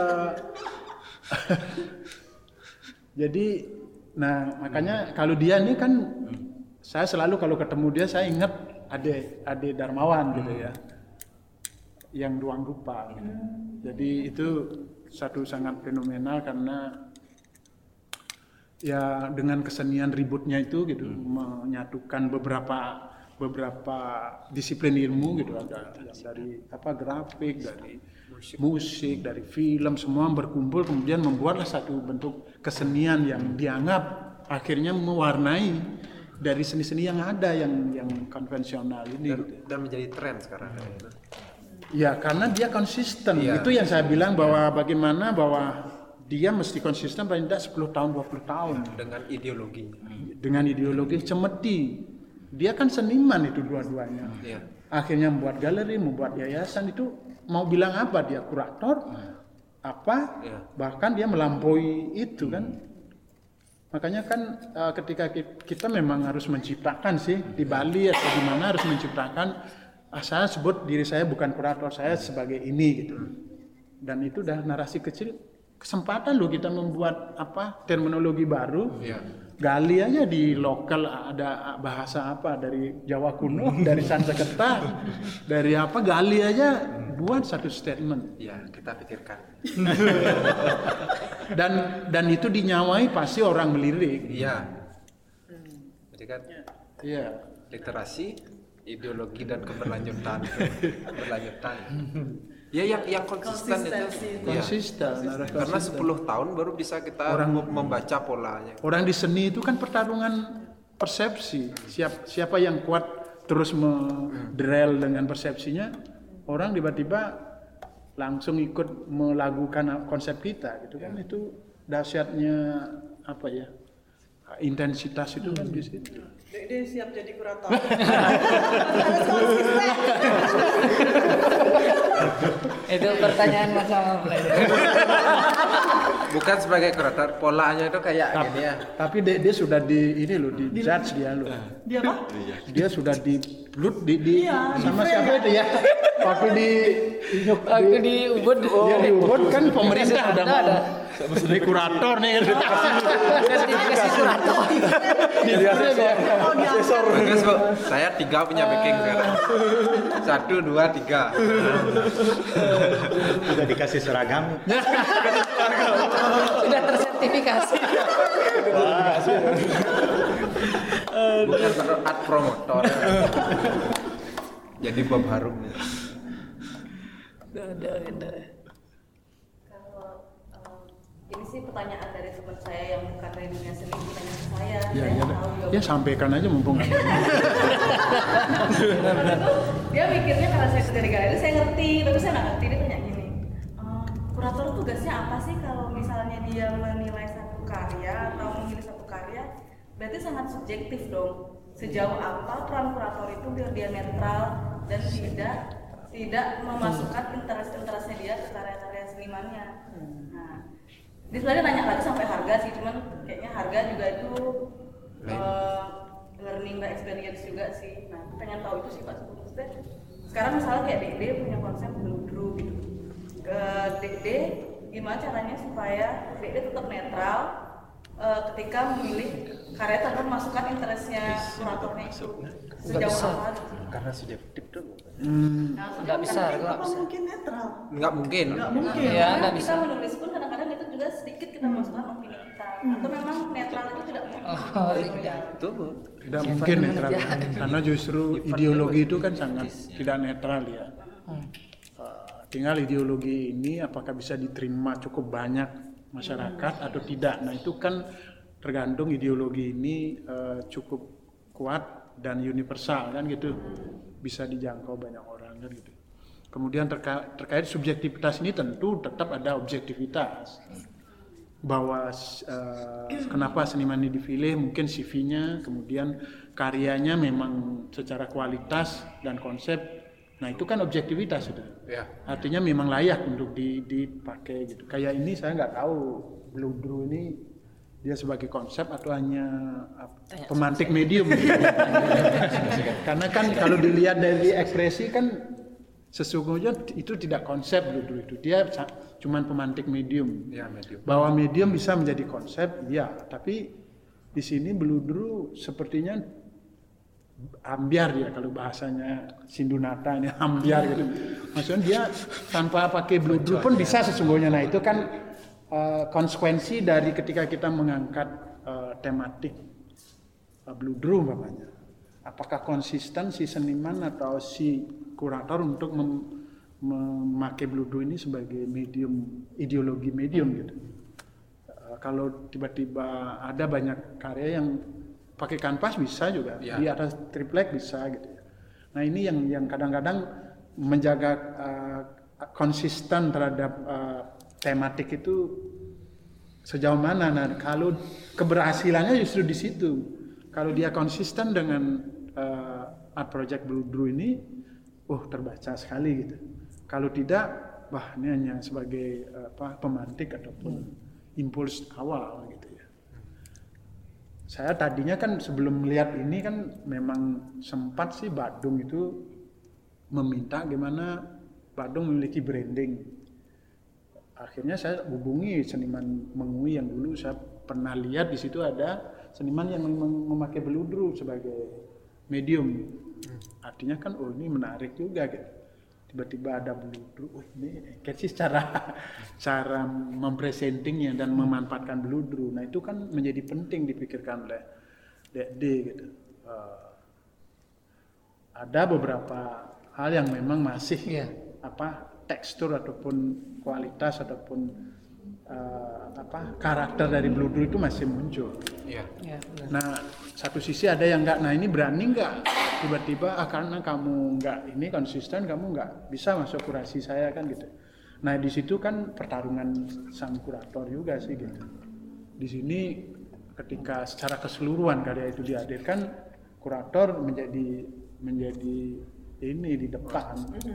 Jadi, nah makanya kalau dia ini kan saya selalu kalau ketemu dia saya ingat Ade Darmawan gitu ya, yang ruang rupa. Gitu. Jadi itu satu sangat fenomenal karena ya dengan kesenian ributnya itu gitu, menyatukan beberapa disiplin ilmu gitu, ada yang dari grafik, dari musik, dari film, semua berkumpul kemudian membuatlah satu bentuk kesenian yang dianggap akhirnya mewarnai dari seni-seni yang ada yang konvensional ini dan menjadi tren sekarang. Ya karena dia konsisten, itu yang saya bilang bahwa bagaimana bahwa dia mesti konsisten paling tidak 10 tahun 20 tahun dengan ideologi cemeti. Dia kan seniman itu dua-duanya. Akhirnya membuat galeri, membuat yayasan, itu mau bilang apa dia kurator bahkan dia melampaui itu kan. Makanya kan ketika kita memang harus menciptakan sih di Bali atau di mana harus menciptakan, saya sebut diri saya bukan kurator, saya sebagai ini gitu. Dan itu udah narasi kecil, kesempatan loh kita membuat terminologi baru. Gali aja di lokal ada bahasa dari Jawa kuno, dari Sanskerta, dari gali aja buat satu statement. Ya, kita pikirkan. dan itu dinyawai pasti orang melirik. Iya. Jadi kan literasi, ideologi dan keberlanjutan. Ya yang konsisten itu karena 10 tahun baru bisa kita membaca polanya. Orang di seni itu kan pertarungan persepsi. Siapa yang kuat terus mendrel dengan persepsinya, orang tiba-tiba langsung ikut melakukan konsep kita gitu kan. Itu dahsyatnya intensitas itu kan di situ. Dia siap jadi kurator. Itu pertanyaan macam apa? Bukan sebagai kurator, polanya itu kayak gini ya. Tapi dia sudah di judge dia loh. Dia apa? Dia sudah di sama siapa itu ya? Waktu di Ubud. Dia di Ubud kan pemerintah udah ada. Jadi kurator nih Kasih kurator. Bagus Bu, saya 3 punya backing sekarang. 1, 2, 3. Sudah dikasih seragam. Sudah tersertifikasi. Bukan art promotor. Jadi Bob Harum. Ini sih pertanyaan dari teman saya yang bukan dari dunia seni, tanya ke saya. Ya sampaikan aja mumpung ada. Dia mikirnya karena saya kerja di galeri, saya ngerti, tapi saya nggak ngerti. Dia tanya gini, kurator tugasnya apa sih kalau misalnya dia menilai satu karya atau memilih satu karya? Berarti sangat subjektif dong. Sejauh apa peran kurator itu biar dia netral dan tidak memasukkan interest-interestnya dia ke karya-karya senimannya. Nah, dia sebenarnya nanya lagi sampai harga sih, cuman kayaknya harga juga itu learning by experience juga sih. Nah, pengen tahu itu sih Pak. Sekarang misalnya kayak Dede punya konsep bludru gitu. Dede gimana caranya supaya Dede tetap netral ketika memilih karya tanpa memasukkan interestnya kuratornya itu sejauh apa gitu. Karena subjektif dulu. Nggak bisa. Mungkin netral. Nggak mungkin. Ya, nggak bisa. Kita menulis pun kadang-kadang itu juga sedikit kita masukkan opini kita. Atau memang netral itu tidak mungkin. Tidak mungkin netral. Karena justru ideologi itu kan sangat tidak netral ya. Tinggal ideologi ini apakah bisa diterima cukup banyak masyarakat atau tidak. Nah itu kan tergantung ideologi ini cukup kuat dan universal kan gitu, bisa dijangkau banyak orang kan gitu. Kemudian terkait subjektivitas ini tentu tetap ada objektivitas, bahwa kenapa seniman ini dipilih, mungkin CV-nya, kemudian karyanya memang secara kualitas dan konsep. Nah itu kan objektivitas sudah. Artinya memang layak untuk dipakai gitu. Kayak ini saya nggak tahu bludru ini dia sebagai konsep atau hanya pemantik medium. Karena kan kalau dilihat dari ekspresi kan sesungguhnya itu tidak konsep bludru itu. Dia cuma pemantik medium. Bahwa medium bisa menjadi konsep, ya. Tapi di sini bludru sepertinya ambiar ya, kalau bahasanya Sindunata ini ambiar gitu. Maksudnya dia tanpa pakai bludru pun bisa sesungguhnya. Nah itu kan konsekuensi dari ketika kita mengangkat tematik Bludru umpamanya. Apakah konsisten si seniman atau si kurator untuk memakai Bludru ini sebagai medium, ideologi medium gitu. Kalau tiba-tiba ada banyak karya yang pakai kanvas bisa juga, di atas triplek bisa gitu. Nah ini yang kadang-kadang menjaga konsisten terhadap tematik itu sejauh mana. Nah kalau keberhasilannya justru di situ. Kalau dia konsisten dengan art project Bludru ini, terbaca sekali gitu. Kalau tidak, ini hanya sebagai pemantik ataupun impuls awal gitu ya. Saya tadinya kan sebelum melihat ini kan memang sempat sih Badung itu meminta gimana Badung memiliki branding. Akhirnya saya hubungi seniman Mengui yang dulu saya pernah lihat di situ ada seniman yang memakai Bludru sebagai medium. Artinya kan ini menarik juga gitu. Tiba-tiba ada Bludru, ini sih cara mempresentingnya dan memanfaatkan Bludru. Nah itu kan menjadi penting dipikirkan oleh DD gitu. Ada beberapa hal yang memang masih tekstur ataupun kualitas ataupun karakter dari Bludru itu masih muncul. Nah satu sisi ada yang enggak, nah ini berani enggak tiba-tiba karena kamu enggak ini konsisten kamu enggak bisa masuk kurasi saya kan gitu. Nah di situ kan pertarungan sang kurator juga sih gitu. Di sini ketika secara keseluruhan karya itu dihadirkan, kurator menjadi ini di depan.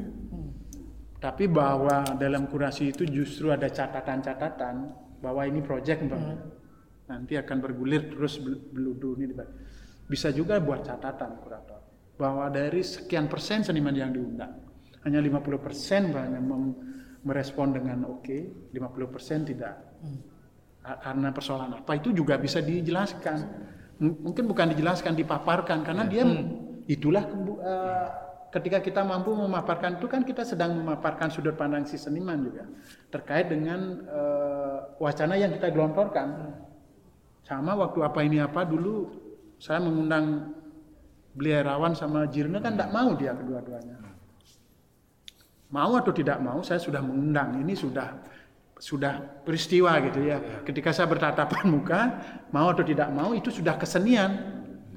Tapi bahwa dalam kurasi itu justru ada catatan-catatan bahwa ini project nanti akan bergulir terus Bludru ini bisa juga buat catatan kurator bahwa dari sekian persen seniman yang diundang hanya 50% banyak merespon dengan oke, 50% tidak. Karena persoalan apa itu juga bisa dijelaskan. Mungkin bukan dijelaskan, dipaparkan karena dia itulah ketika kita mampu memaparkan itu kan kita sedang memaparkan sudut pandang si seniman juga terkait dengan wacana yang kita gelontorkan. Sama waktu apa ini apa dulu saya mengundang Blierawan sama Jirna kan tidak mau dia kedua-duanya. Mau atau tidak mau saya sudah mengundang, ini sudah peristiwa gitu ya. Ketika saya bertatapan muka, mau atau tidak mau itu sudah kesenian.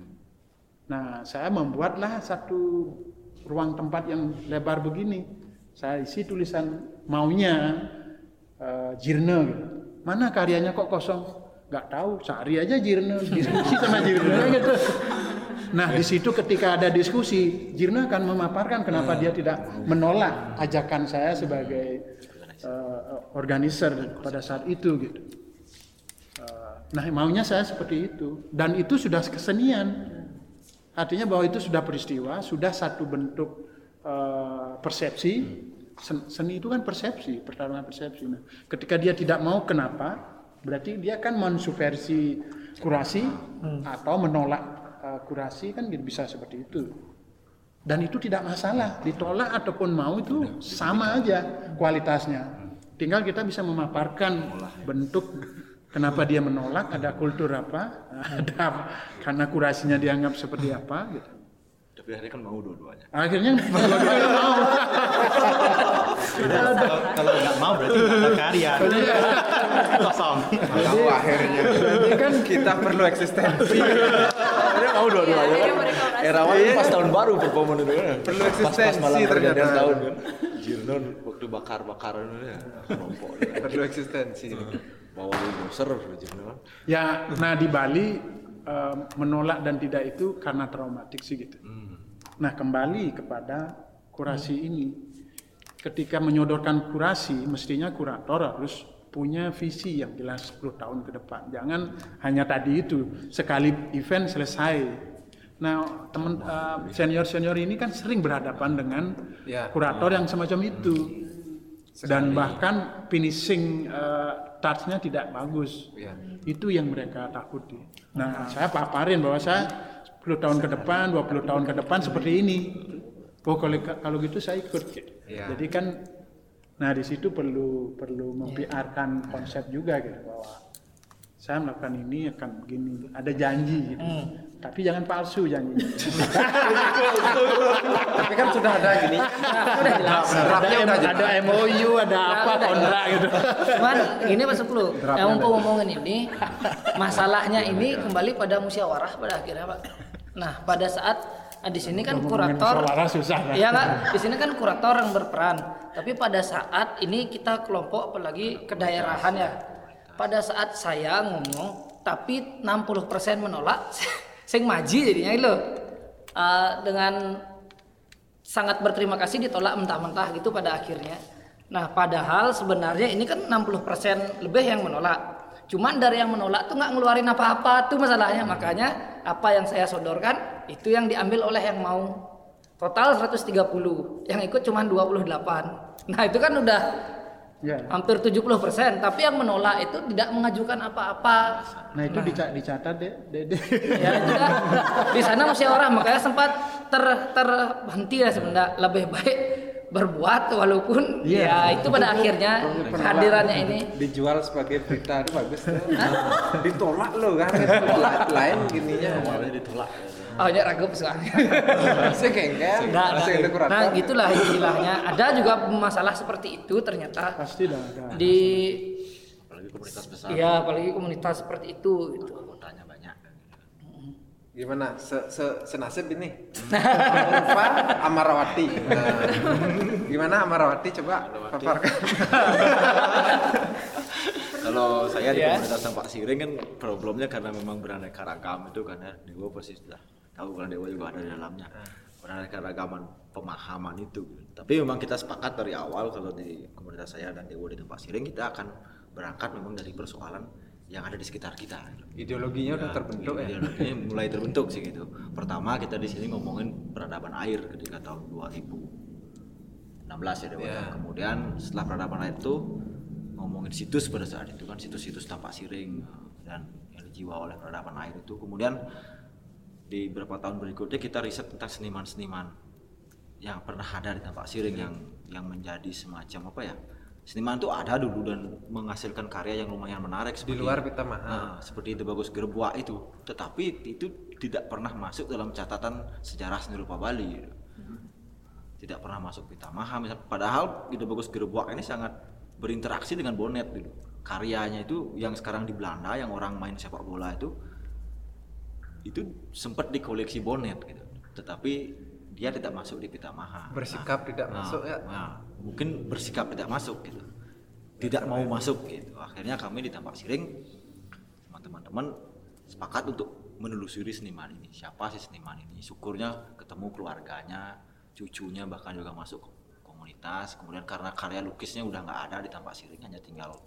Nah saya membuatlah satu ruang tempat yang lebar begini, saya isi tulisan maunya Jirna gitu. Mana karyanya kok kosong? Gak tahu, cari aja Jirna, diskusi sama Jirna gitu. Nah di situ ketika ada diskusi, Jirna akan memaparkan kenapa dia tidak menolak ajakan saya sebagai organizer pada saat itu gitu. Nah maunya saya seperti itu, dan itu sudah kesenian. Artinya bahwa itu sudah peristiwa, sudah satu bentuk persepsi. Seni itu kan persepsi, pertarungan persepsi. Nah, ketika dia tidak mau, kenapa? Berarti dia kan mensubversi kurasi atau menolak kurasi kan bisa seperti itu. Dan itu tidak masalah, ditolak ataupun mau itu sama aja kualitasnya. Tinggal kita bisa memaparkan bentuk kenapa dia menolak, ada kultur apa, ada karena kurasinya dianggap seperti apa gitu. Tapi akhirnya kan mau dua-duanya. Akhirnya dua-duanya mau. Kalau nggak mau berarti nggak ada karya. Kosong. Jadi akhirnya kan kita perlu eksistensi. Akhirnya mau dua-duanya. Erawan pas tahun baru performa itu kan. Perlu eksistensi ternyata. Tahun kan. Jirnon waktu bakar-bakaran ya. Kelompok. Perlu eksistensi. Bawa bulldozer Jirnon. Ya, nah di Bali menolak dan tidak itu karena traumatik sih gitu. Nah kembali kepada kurasi ini, ketika menyodorkan kurasi mestinya kurator harus punya visi yang jelas 10 tahun ke depan. Jangan hanya tadi itu sekali event selesai. Nah teman senior ini kan sering berhadapan dengan kurator yang semacam itu. Dan bahkan finishing touch-nya tidak bagus. Itu yang mereka takuti. Nah, saya paparin bahwa saya 10 tahun ke depan, 20 tahun ke depan seperti ini. Kalau gitu saya ikut. Jadi kan, nah di situ perlu mempiarkan konsep juga gitu bahwa saya melakukan ini akan begini, ada janji gitu. Tapi jangan palsu janji. Tapi kan sudah ada gini. Sudah jelas. Ada MOU, ada apa kontrak gitu. Cuman gini Pak Suklu, yang ngomongin ini masalahnya ini kembali pada musyawarah pada akhirnya Pak. Nah pada saat di sini kan kurator, ya Pak, di sini kan kurator yang berperan. Tapi pada saat ini kita kelompok apalagi kedaerahan ya. Pada saat saya ngomong, tapi 60% menolak, sing maji jadinya itu dengan sangat berterima kasih ditolak mentah-mentah gitu pada akhirnya. Nah padahal sebenarnya ini kan 60% lebih yang menolak. Cuman dari yang menolak tuh nggak ngeluarin apa-apa tuh masalahnya. Makanya apa yang saya sodorkan itu yang diambil oleh yang mau. Total 130, yang ikut cuma 28. Nah itu kan udah hampir 70%, tapi yang menolak itu tidak mengajukan apa-apa. Nah itu dicatat deh. Ya itu dah. Di sana musyawarah, makanya sempat terhenti ya sebenarnya. Lebih baik berbuat walaupun ya itu pada akhirnya kehadirannya ini dijual sebagai berita itu bagus tuh. Ditolak loh kan, ditolak lain gininya. Awalnya ditolak. Oh ya ragu soalnya. Nah, nah gitulah istilahnya. Ada juga masalah seperti itu ternyata. Pasti ada. Di Apalagi komunitas besar. Iya, apalagi komunitas seperti itu gitu. Anggotanya banyak. Gimana? Senasib ini. Ulfa Amarawati. Nah, gimana Amarawati coba paparkan. Kalau saya di komunitas Tampak Siring kan problemnya karena memang beraneka ragam itu karena Dewa pasti sudah tahu karena Dewa juga ada di dalamnya. Beraneka ragaman pemahaman itu. Tapi memang kita sepakat dari awal kalau di komunitas saya dan Dewa di Tampak Siring kita akan berangkat memang dari persoalan yang ada di sekitar kita. Ideologinya udah terbentuk ya. Ideologinya mulai terbentuk sih gitu. Pertama kita di sini ngomongin peradaban air ketika tahun 2016 ya Dewa. Kemudian setelah peradaban air itu ngomongin situs pada saat itu kan situs-situs Tampak Siring dan yang dijiwa oleh peradaban air itu. Kemudian di beberapa tahun berikutnya kita riset tentang seniman-seniman yang pernah ada di Tampak Siring yang menjadi semacam apa ya, seniman itu ada dulu dan menghasilkan karya yang lumayan menarik di luar pita maha. Seperti Itu Bagus Gerbuak itu, tetapi itu tidak pernah masuk dalam catatan sejarah seni rupa Bali. Tidak pernah masuk pita maha misalnya. Padahal Itu Bagus Gerbuak ini sangat berinteraksi dengan bonet dulu. Karyanya itu yang sekarang di Belanda yang orang main sepak bola itu sempat dikoleksi bonet gitu. Tetapi dia tidak masuk di pita maha. Bersikap tidak masuk ya. Mungkin bersikap tidak masuk gitu. Tidak mau masuk gitu. Akhirnya kami di Tampak Siring sama teman-teman sepakat untuk menelusuri seniman ini. Siapa sih seniman ini? Syukurnya ketemu keluarganya, cucunya bahkan juga masuk komunitas. Kemudian karena karya lukisnya udah nggak ada di Tampak Siring, hanya tinggal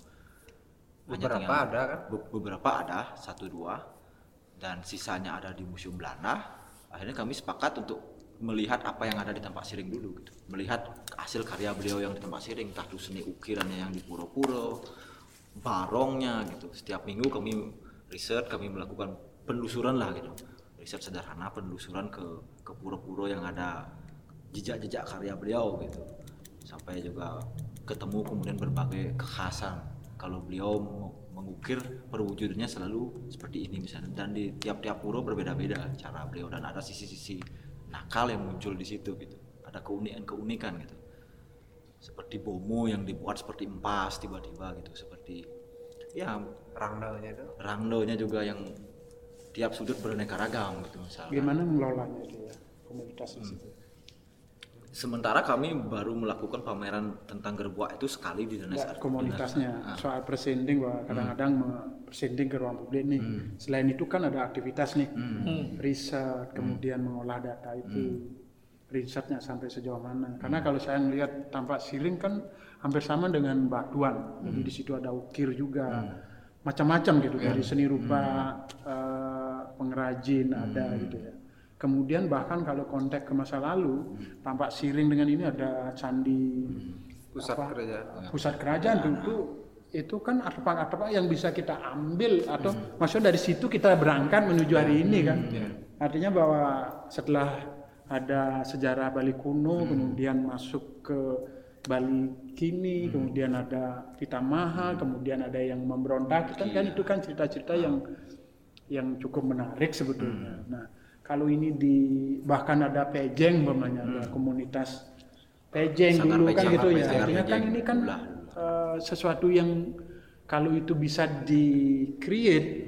ada kan? Beberapa ada, 1-2 dan sisanya ada di Museum Belanda. Akhirnya kami sepakat untuk melihat apa yang ada di Tampak Siring dulu gitu. Melihat hasil karya beliau yang di Tampak Siring, entah itu seni ukirannya yang di pura-pura, barongnya gitu. Setiap minggu kami riset, kami melakukan penelusuran lah gitu. Riset sederhana, penelusuran ke pura-pura yang ada jejak-jejak karya beliau gitu. Sampai juga ketemu kemudian berbagai kekhasan. Kalau beliau mengukir perwujudannya selalu seperti ini misalnya, dan di tiap-tiap pura berbeda-beda cara beliau dan ada sisi-sisi nakal yang muncul di situ gitu. Ada keunikan gitu. Seperti bomo yang dibuat seperti empas tiba-tiba gitu, seperti ya rangdonya juga yang tiap sudut beraneka ragam gitu misalnya. Gimana mengelolanya itu ya komunitas di situ? Sementara kami baru melakukan pameran tentang Gerbuak itu sekali di Dinas komunitasnya. Soal persending bahwa kadang-kadang persending ke ruang publik nih. Selain itu kan ada aktivitas nih, riset, kemudian mengolah data itu, risetnya sampai sejauh mana. Karena kalau saya melihat Tampak Siring kan hampir sama dengan Batuan. Jadi di situ ada ukir juga, macam-macam gitu dari seni rupa, pengrajin ada gitu ya. Kemudian bahkan kalau konteks ke masa lalu, Tampak Siring dengan ini ada candi pusat kerajaan tentu itu kan artefak-artefak yang bisa kita ambil atau maksudnya dari situ kita berangkat menuju hari ini kan. Artinya bahwa setelah ada sejarah Bali kuno kemudian masuk ke Bali kini, kemudian ada Pitamaha, kemudian ada yang memberontak, kan itu kan cerita-cerita yang cukup menarik sebetulnya. Nah, kalau ini bahkan ada Pejeng umpamanya, ada komunitas Pejeng dulu kan gitu ya. Artinya kan ini kan sesuatu yang kalau itu bisa di-create,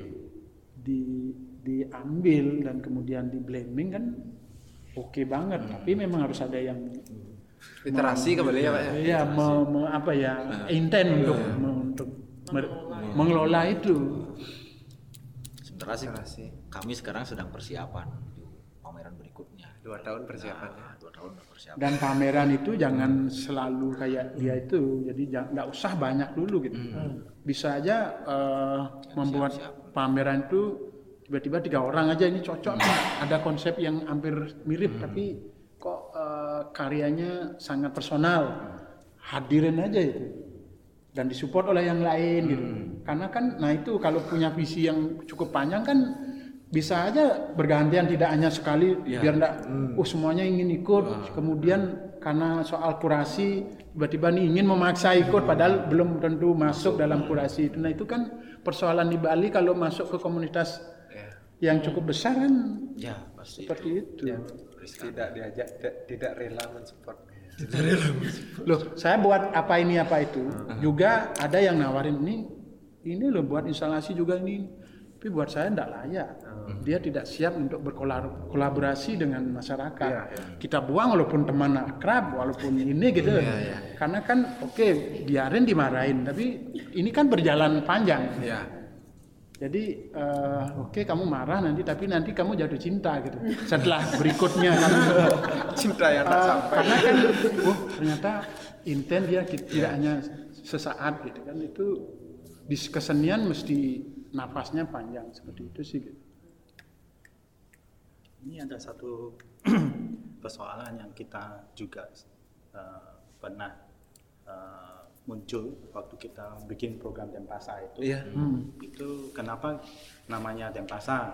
diambil dan kemudian di-blaming kan oke banget. Tapi memang harus ada yang literasi kembali ya Pak ya. Iya, intent untuk mengelola itu. Sementara sih kami sekarang sedang persiapan menuju pameran berikutnya. 2 tahun persiapannya. 2 tahun persiapan. Dan pameran itu jangan selalu kayak dia itu, jadi nggak usah banyak dulu gitu. Bisa aja membuat pameran itu tiba-tiba 3 orang aja ini cocok nih. Ada konsep yang hampir mirip tapi kok karyanya sangat personal, hadirin aja itu dan disupport oleh yang lain gitu. Karena kan, nah itu kalau punya visi yang cukup panjang kan bisa aja bergantian, tidak hanya sekali biar enggak semuanya ingin ikut. Kemudian karena soal kurasi tiba-tiba nih ingin memaksa ikut padahal belum tentu masuk dalam kurasi itu. Nah itu kan persoalan di Bali kalau masuk ke komunitas yang cukup besar kan pasti seperti itu. Tidak diajak, tidak rela mensupport. Loh, saya buat apa ini apa itu. Juga ada yang nawarin ini loh buat instalasi juga ini. Tapi buat saya tidak layak. Dia tidak siap untuk berkolaborasi dengan masyarakat. Kita buang walaupun teman akrab, walaupun ini gitu. Karena kan biarin dimarahin, tapi ini kan berjalan panjang. Jadi kamu marah tapi nanti kamu jatuh cinta gitu. Setelah berikutnya kan cinta yang tak sampai. Karena kan ternyata intent dia tidak hanya sesaat gitu kan. Itu di kesenian mesti nafasnya panjang seperti itu sih gitu. Ini ada satu persoalan yang kita juga pernah muncul waktu kita bikin program Denpasar itu. Itu kenapa namanya Denpasar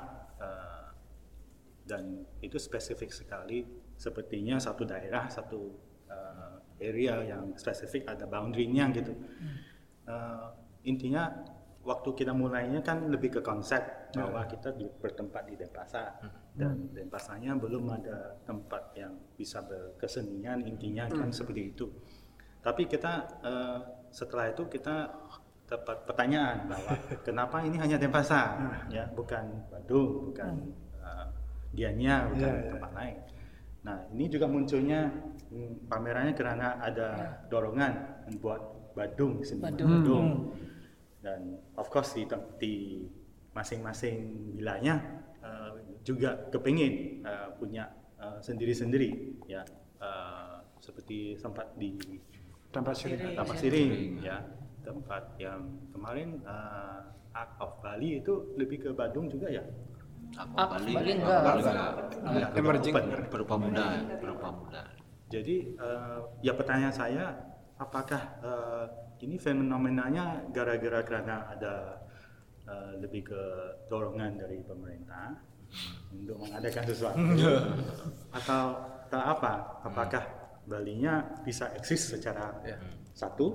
dan itu spesifik sekali, sepertinya satu daerah, satu area yang spesifik ada boundary-nya gitu. Intinya waktu kita mulainya kan lebih ke konsep bahwa kita bertempat di Denpasar dan Denpasarnya belum ada tempat yang bisa berkesenian, intinya kan seperti itu. Tapi kita setelah itu kita dapat pertanyaan bahwa kenapa ini hanya Denpasar, ya bukan Badung, bukan Gianyar, bukan tempat lain. Nah ini juga munculnya pamerannya karena ada dorongan membuat Badung sendiri. Badung. Dan of course di masing-masing wilayah juga kepingin punya sendiri-sendiri, ya seperti sempat di Tampak Siring, ya tempat yang kemarin Art of Bali itu lebih ke Badung juga ya. Art of Bali enggak. Emerging berupa muda. Jadi ya pertanyaan saya, apakah ini fenomenanya gara-gara karena ada lebih ke dorongan dari pemerintah untuk mengadakan sesuatu atau apa? Apakah Balinya bisa eksis secara satu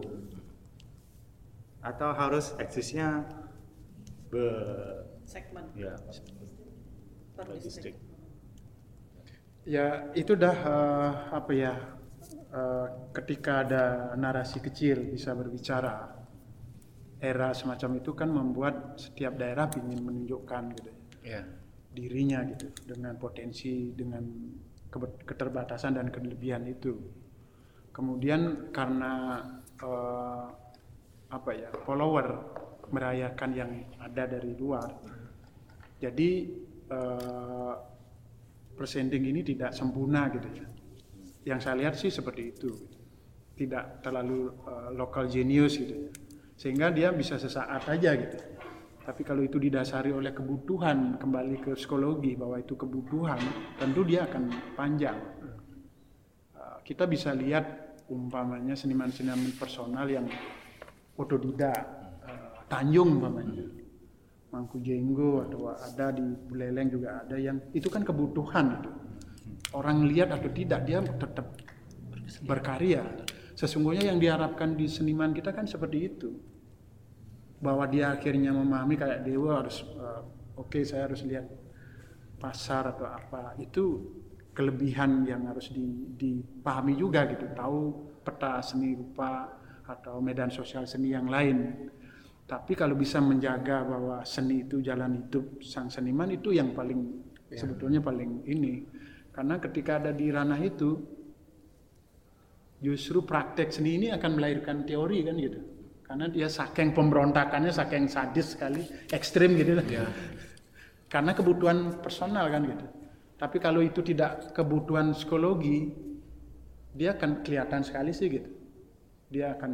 atau harus eksisnya segmen per distrik? Ya itu dah ketika ada narasi kecil bisa berbicara. Era semacam itu kan membuat setiap daerah ingin menunjukkan gitu dirinya gitu dengan potensi, dengan keterbatasan dan kelebihan itu. Kemudian karena follower merayakan yang ada dari luar, jadi presenting ini tidak sempurna gitu ya. Yang saya lihat sih seperti itu, tidak terlalu local genius gitu ya, sehingga dia bisa sesaat aja gitu. Tapi kalau itu didasari oleh kebutuhan, kembali ke psikologi bahwa itu kebutuhan, tentu dia akan panjang. Kita bisa lihat umpamanya seniman-seniman personal yang otodidak, Tanjung umpamanya, Mangku Jenggo, atau ada di Buleleng juga ada yang itu kan kebutuhan itu. Orang lihat atau tidak dia tetap berkarya. Sesungguhnya yang diharapkan di seniman kita kan seperti itu, bahwa dia akhirnya memahami kayak Dewa harus oke, saya harus lihat pasar atau apa, itu kelebihan yang harus dipahami juga gitu, tahu peta seni rupa atau medan sosial seni yang lain. Tapi kalau bisa menjaga bahwa seni itu jalan hidup sang seniman, itu yang paling sebetulnya paling ini. Karena ketika ada di ranah itu, justru praktek seni ini akan melahirkan teori kan gitu. Karena dia saking pemberontakannya, saking sadis sekali, ekstrim gitu lah. Karena kebutuhan personal kan gitu. Tapi kalau itu tidak kebutuhan psikologi, dia akan kelihatan sekali sih gitu. Dia akan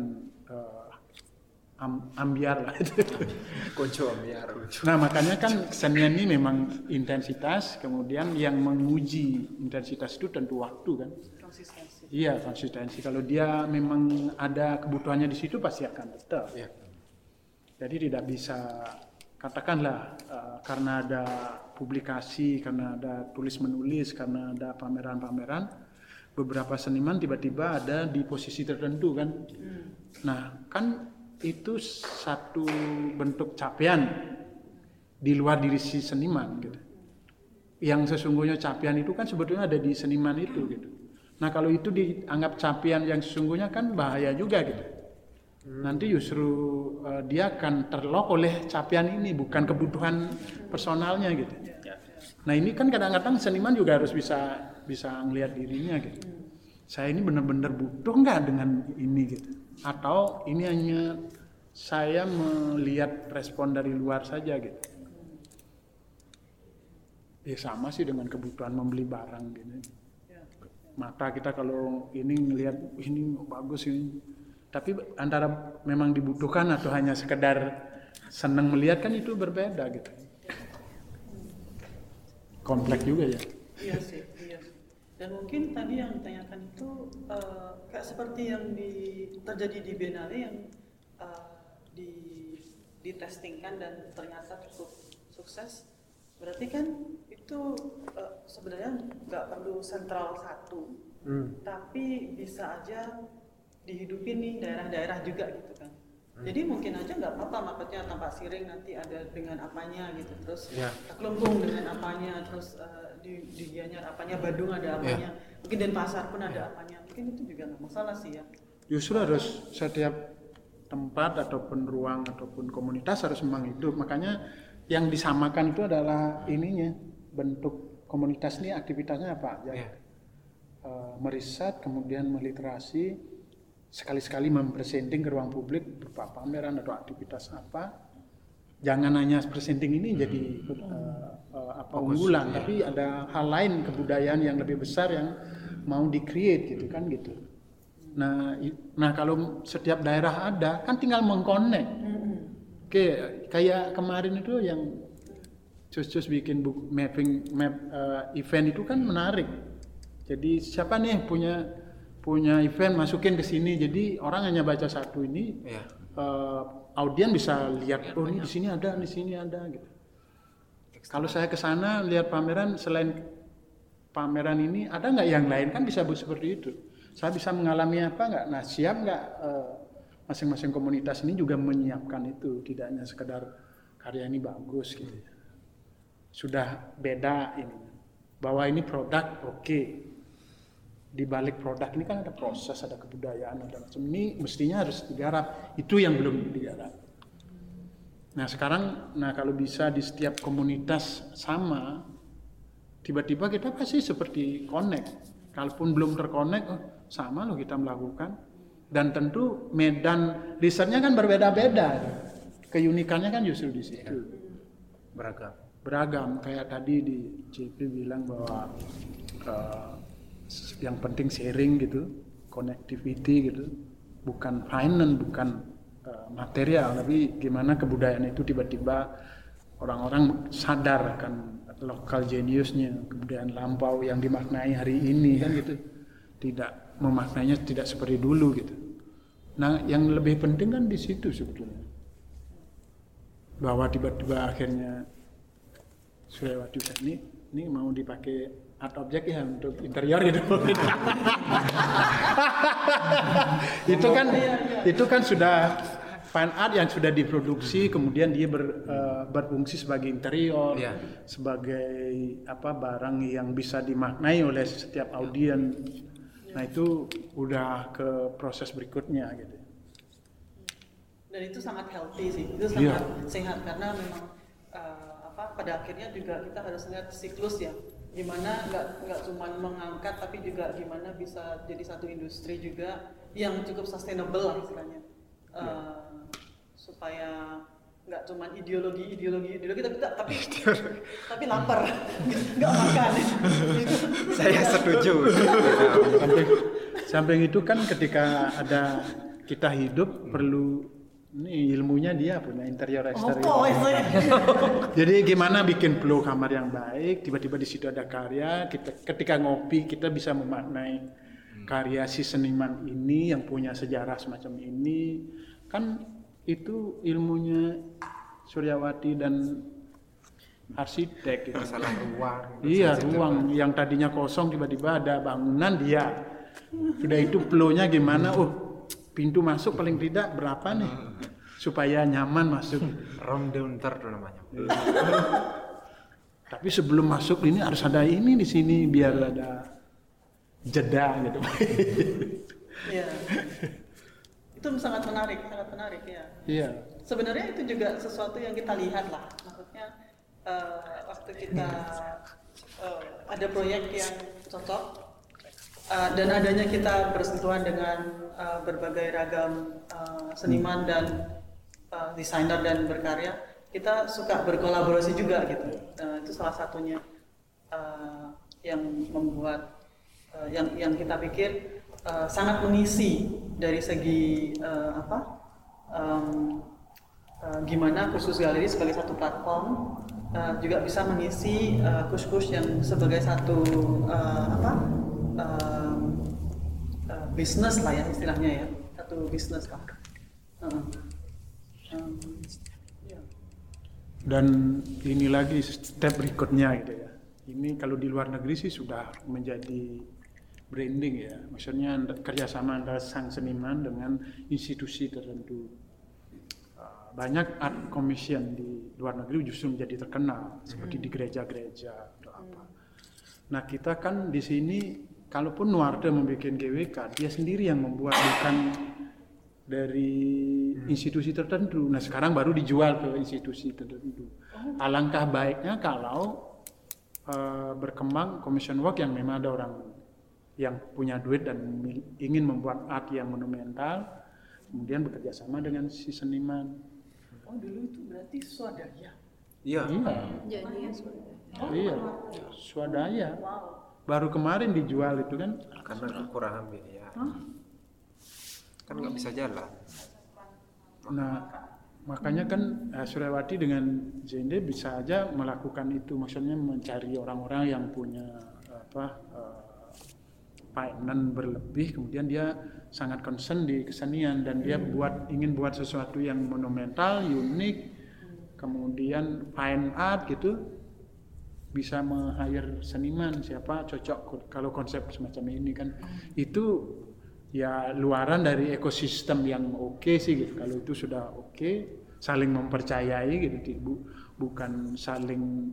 ambiar lah. Konco ambiar. Nah makanya kan kesenian ini memang intensitas, kemudian yang menguji intensitas itu tentu waktu kan. Konsistensi. Iya, konsistensi. Kalau dia memang ada kebutuhannya di situ pasti akan tetap. Jadi tidak bisa, katakanlah karena ada publikasi, karena ada tulis menulis, karena ada pameran-pameran, beberapa seniman tiba-tiba ada di posisi tertentu kan. Nah kan itu satu bentuk capaian di luar diri si seniman gitu. Yang sesungguhnya capaian itu kan sebetulnya ada di seniman itu gitu. Nah kalau itu dianggap capaian yang sesungguhnya kan bahaya juga gitu. Nanti justru dia akan terlock oleh capaian ini, bukan kebutuhan personalnya gitu. Nah ini kan kadang-kadang seniman juga harus bisa ngelihat dirinya gitu. Saya ini benar-benar butuh nggak dengan ini gitu. Atau ini hanya saya melihat respon dari luar saja gitu. Ya sama sih dengan kebutuhan membeli barang gitu. Mata kita kalau ini ngelihat ini bagus ini, tapi antara memang dibutuhkan atau hanya sekedar senang melihat kan itu berbeda gitu. Kompleks juga ya. Iya sih. Dan mungkin tadi yang ditanyakan itu kayak seperti yang terjadi di Biennale yang ditestingkan dan ternyata cukup sukses. Berarti kan itu sebenarnya nggak perlu sentral satu, tapi bisa aja dihidupin nih daerah-daerah juga gitu kan. Jadi mungkin aja nggak apa-apa, makanya Tampak Siring nanti ada dengan apanya gitu, terus Kelungkung dengan apanya, terus di Gianyar apanya, Bandung ada apanya, mungkin Denpasar pun ada apanya, mungkin itu juga nggak masalah sih ya. Justru harus setiap tempat ataupun ruang ataupun komunitas harus memang hidup, makanya yang disamakan itu adalah ininya, bentuk komunitas ini aktivitasnya apa aja. Meriset, kemudian meliterasi, sekali-sekali mempresenting ke ruang publik berupa pameran atau aktivitas apa. Jangan hanya presenting ini jadi unggulan, tapi ada hal lain kebudayaan yang lebih besar yang mau di-create gitu kan gitu. Nah kalau setiap daerah ada kan tinggal mengconnect. Oke, kayak kemarin itu yang Cus bikin map event itu kan menarik. Jadi siapa nih punya event masukin ke sini. Jadi orang hanya baca satu ini, audien bisa lihat oh ini di sini ada gitu. Kalau saya ke sana lihat pameran, selain pameran ini ada nggak yang lain, kan bisa seperti itu. Saya bisa mengalami apa nggak? Nah siap nggak? Masing-masing komunitas ini juga menyiapkan itu, tidak hanya sekedar karya ini bagus gitu. Sudah beda ini, bahwa ini produk oke. Di balik produk ini kan ada proses, ada kebudayaan, ada macam ini mestinya harus digarap. Itu yang belum digarap. Nah sekarang, kalau bisa di setiap komunitas sama, tiba-tiba kita pasti seperti connect. Kalaupun belum terconnect, sama loh kita melakukan. Dan tentu medan risetnya kan berbeda-beda. Keunikannya kan justru di situ. Beragam. Kayak tadi di JP bilang bahwa yang penting sharing gitu, connectivity gitu. Bukan finance, bukan material, tapi gimana kebudayaan itu tiba-tiba orang-orang sadar akan local geniusnya, kebudayaan lampau yang dimaknai hari ini kan gitu. Tidak memaknainya tidak seperti dulu gitu. Nah, yang lebih penting kan di situ sebetulnya. Bahwa tiba-tiba akhirnya Suryawati ini mau dipakai art object ya, untuk interior gitu. itu kan sudah fine art yang sudah diproduksi, kemudian dia berfungsi sebagai interior, sebagai barang yang bisa dimaknai oleh setiap audiens. Nah itu udah ke proses berikutnya gitu. Dan itu sangat healthy sih, itu sangat sehat karena memang pada akhirnya juga kita harus lihat siklus ya, gimana nggak cuma mengangkat tapi juga gimana bisa jadi satu industri juga yang cukup sustainable lah istilahnya, supaya nggak cuma ideologi tapi lapar nggak makan. Saya setuju. Samping itu kan ketika ada kita hidup perlu ini ilmunya, dia punya interior eksterior. Jadi gimana bikin flow kamar yang baik, tiba-tiba di situ ada karya, ketika ngopi kita bisa memaknai karya si seniman ini yang punya sejarah semacam ini. Kan itu ilmunya Suryawati dan arsitek gitu. Masalah ruang. Iya, ruang yang tadinya kosong tiba-tiba ada bangunan dia. Sudah itu flow-nya gimana? Pintu masuk paling tidak berapa nih supaya nyaman masuk. Room counter tuh namanya. Tapi sebelum masuk ini harus ada ini di sini biar ada jeda gitu. Iya. Itu sangat menarik ya. Iya. Sebenarnya itu juga sesuatu yang kita lihat lah. Maksudnya waktu kita ada proyek yang cocok. Dan adanya kita bersentuhan dengan berbagai ragam seniman dan desainer dan berkarya, kita suka berkolaborasi juga gitu. Itu salah satunya yang membuat yang kita pikir sangat mengisi dari segi gimana Kus Galeri sebagai satu platform juga bisa mengisi Kus yang sebagai satu bisnis lah ya istilahnya ya, satu bisnis lah. Dan ini lagi step berikutnya gitu ya. Ini kalau di luar negeri sih sudah menjadi branding ya, maksudnya kerjasama antara sang seniman dengan institusi tertentu. Banyak art commission di luar negeri justru menjadi terkenal, seperti di gereja-gereja atau apa. Nah kita kan di sini, kalaupun Nuarta membuat GWK, dia sendiri yang membuat, bukan dari institusi tertentu. Nah sekarang baru dijual ke institusi tertentu. Alangkah baiknya kalau berkembang commission work yang memang ada orang yang punya duit dan ingin membuat art yang monumental, kemudian bekerja sama dengan si seniman. Oh dulu itu berarti swadaya? Iya. Jadinya swadaya. Iya, swadaya. Baru kemarin dijual itu kan. Karena kekurangan biaya. Kan nggak bisa jalan. Nah makanya kan Suryawati dengan Zende bisa aja melakukan itu, maksudnya mencari orang-orang yang punya finance berlebih, kemudian dia sangat concern di kesenian dan dia ingin buat sesuatu yang monumental, unik, kemudian fine art gitu, bisa meng-hire seniman siapa cocok kalau konsep semacam ini kan. Itu ya luaran dari ekosistem yang oke sih gitu. Kalau itu sudah oke, saling mempercayai gitu, bukan saling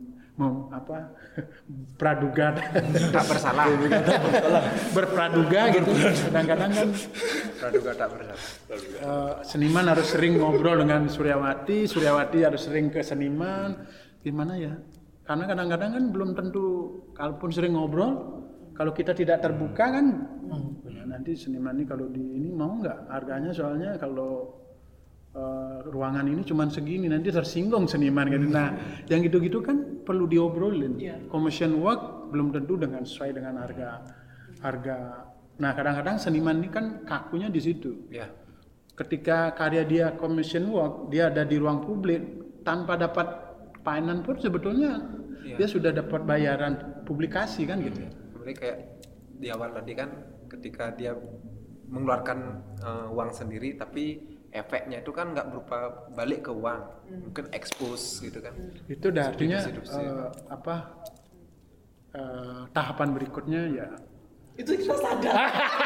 praduga tak bersalah. Berpraduga gitu. Kadang-kadang kan praduga tak bersalah. Seniman harus sering ngobrol dengan Suryawati, Suryawati harus sering ke seniman. Gimana ya? Karena kadang-kadang kan belum tentu, kalaupun sering ngobrol, kalau kita tidak terbuka kan, nanti seniman ini kalau di ini mau nggak harganya, soalnya kalau ruangan ini cuma segini, nanti tersinggung seniman gitu. Nah, yang gitu-gitu kan perlu diobrolin. Commission work belum tentu sesuai dengan harga. Nah, kadang-kadang seniman ini kan kakunya di situ. Ketika karya dia commission work, dia ada di ruang publik tanpa dapat finance pun sebetulnya dia sudah dapat bayaran publikasi kan gitu. Sebenarnya kayak di awal tadi kan, ketika dia mengeluarkan uang sendiri, tapi efeknya itu kan nggak berupa balik ke uang, mungkin expose gitu kan. Itu artinya tahapan berikutnya ya Itu kita sadar.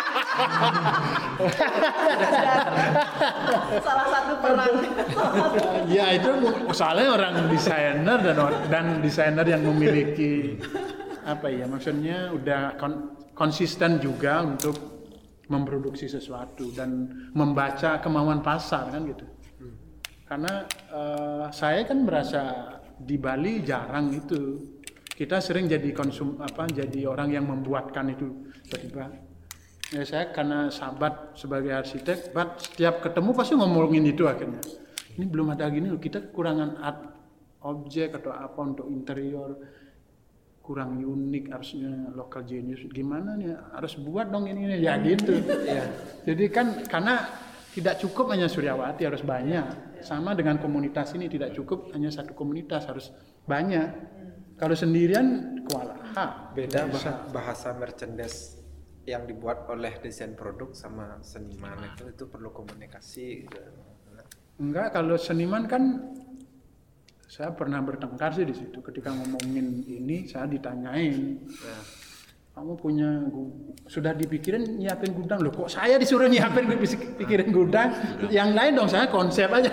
Salah satu peran. ya itu soalnya orang desainer dan desainer yang memiliki apa ya, maksudnya udah konsisten juga untuk memproduksi sesuatu dan membaca kemauan pasar kan gitu. Karena saya kan merasa di Bali jarang itu, kita sering jadi jadi orang yang membuatkan itu tiba-tiba. Ya saya karena sahabat sebagai arsitek, setiap ketemu pasti ngomongin itu akhirnya. Ini belum ada gini loh, kita kekurangan art objek atau apa untuk interior, kurang unik, harusnya local genius. Gimana nih, harus buat dong ini ya gitu. Ya. Jadi kan karena tidak cukup hanya Suryawati, harus banyak. Sama dengan komunitas ini, tidak cukup hanya satu komunitas, harus banyak. Kalau sendirian kewalahan. Beda bahasa merchandise yang dibuat oleh desain produk sama seniman itu perlu komunikasi. Enggak, kalau seniman kan saya pernah bertengkar sih di situ. Ketika ngomongin ini, saya ditanyain, kamu sudah dipikirin nyiapin gudang? Loh kok saya disuruh nyiapin pikirin gudang? Yang lain dong, saya konsep aja.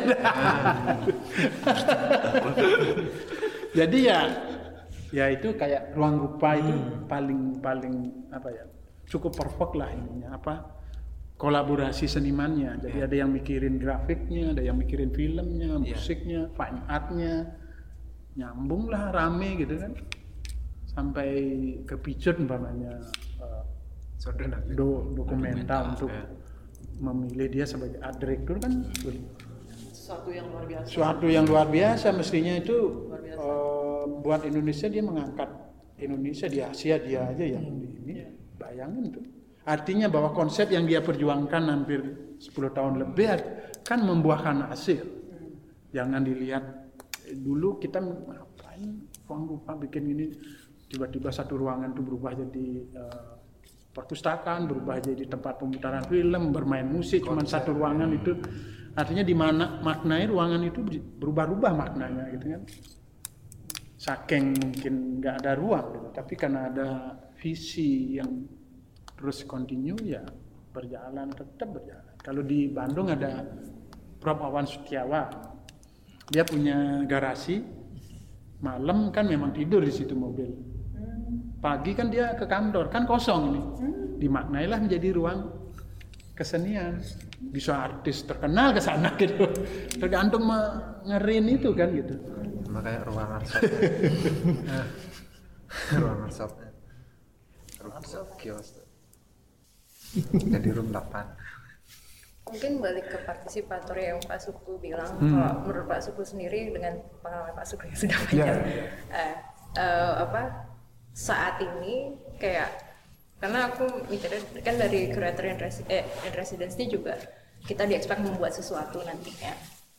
Jadi ya itu kayak ruang rupa itu paling apa ya, cukup perfect lah ininya, kolaborasi senimannya. Jadi ada yang mikirin grafiknya, ada yang mikirin filmnya, musiknya, fine artnya, nyambung lah, rame gitu kan, sampai ke picture umpamanya dokumenter untuk memilih dia sebagai art director kan Sesuatu yang luar biasa. Suatu yang luar biasa, mestinya itu buat Indonesia, dia mengangkat Indonesia di Asia, dia aja yang ini. Bayangin tuh. Artinya bahwa konsep yang dia perjuangkan hampir 10 tahun lebih kan membuahkan hasil. Jangan dilihat dulu kita ngapain ruang rupa bikin ini, tiba-tiba satu ruangan itu berubah jadi perpustakaan, berubah jadi tempat pemutaran film, bermain musik, cuma satu ruangan itu. Artinya di mana maknanya ruangan itu berubah-ubah maknanya gitu kan. Saking mungkin nggak ada ruang gitu, tapi karena ada visi yang terus continue ya tetap berjalan. Kalau di Bandung ada Prof. Awan Setiawan, dia punya garasi, malam kan memang tidur di situ mobil, pagi kan dia ke kantor, kan kosong ini, dimaknailah menjadi ruang kesenian. Bisa artis terkenal ke sana gitu, tergantung ngerin itu kan gitu. Makanya ruang arsop. Ruang arsop. Kios. Jadi room 8. Mungkin balik ke partisipator yang Pak Suklu bilang, kalau menurut Pak Suklu sendiri dengan pengalaman Pak Suklu yang sudah banyak, saat ini kayak, karena aku mikirnya kan dari curator and residency juga kita di-expect membuat sesuatu nantinya.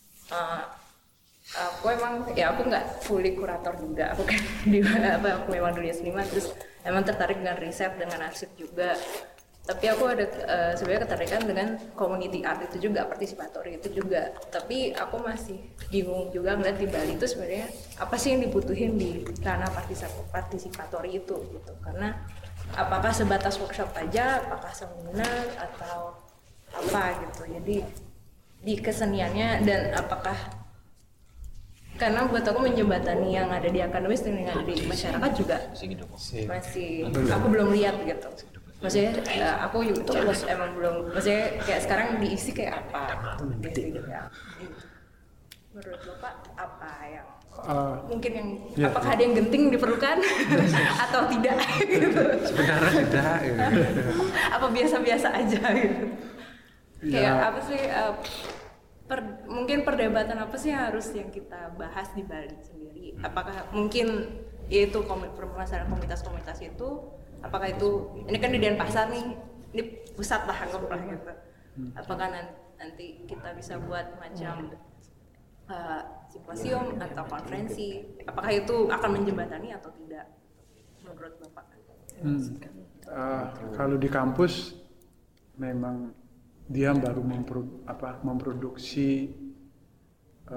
Aku emang aku nggak fully kurator juga, aku kan aku memang dunia seniman, terus emang tertarik dengan riset, dengan arsip juga. Tapi aku ada sebenarnya ketertarikan dengan community art itu juga, partisipatori itu juga. Tapi aku masih bingung juga ngeliat di Bali itu sebenarnya apa sih yang dibutuhin di ranah partisipatori itu gitu. Karena apakah sebatas workshop aja, apakah seminar atau apa gitu. Jadi di keseniannya, dan apakah, karena buat aku menjembatani yang ada di akademis dengan yang ada di masyarakat juga masih aku belum lihat gitu. Maksudnya aku juga emang belum, maksudnya kayak sekarang diisi kayak apa gitu ya. Menurut Bapak apa yang mungkin yang apakah ada yang genting diperlukan atau tidak gitu? Sebenarnya tidak. Apa biasa-biasa aja gitu? Kayak apa sih? Mungkin perdebatan apa sih harus yang kita bahas di Bali sendiri? Apakah mungkin yaitu permasalahan komunitas-komunitas itu? Apakah itu, ini kan di Denpasar nih, ini pusat lah anggaplah gitu. Apakah nanti kita bisa buat macam simposium atau konferensi? Apakah itu akan menjembatani atau tidak menurut Bapak? Kalau di kampus memang dia baru memproduksi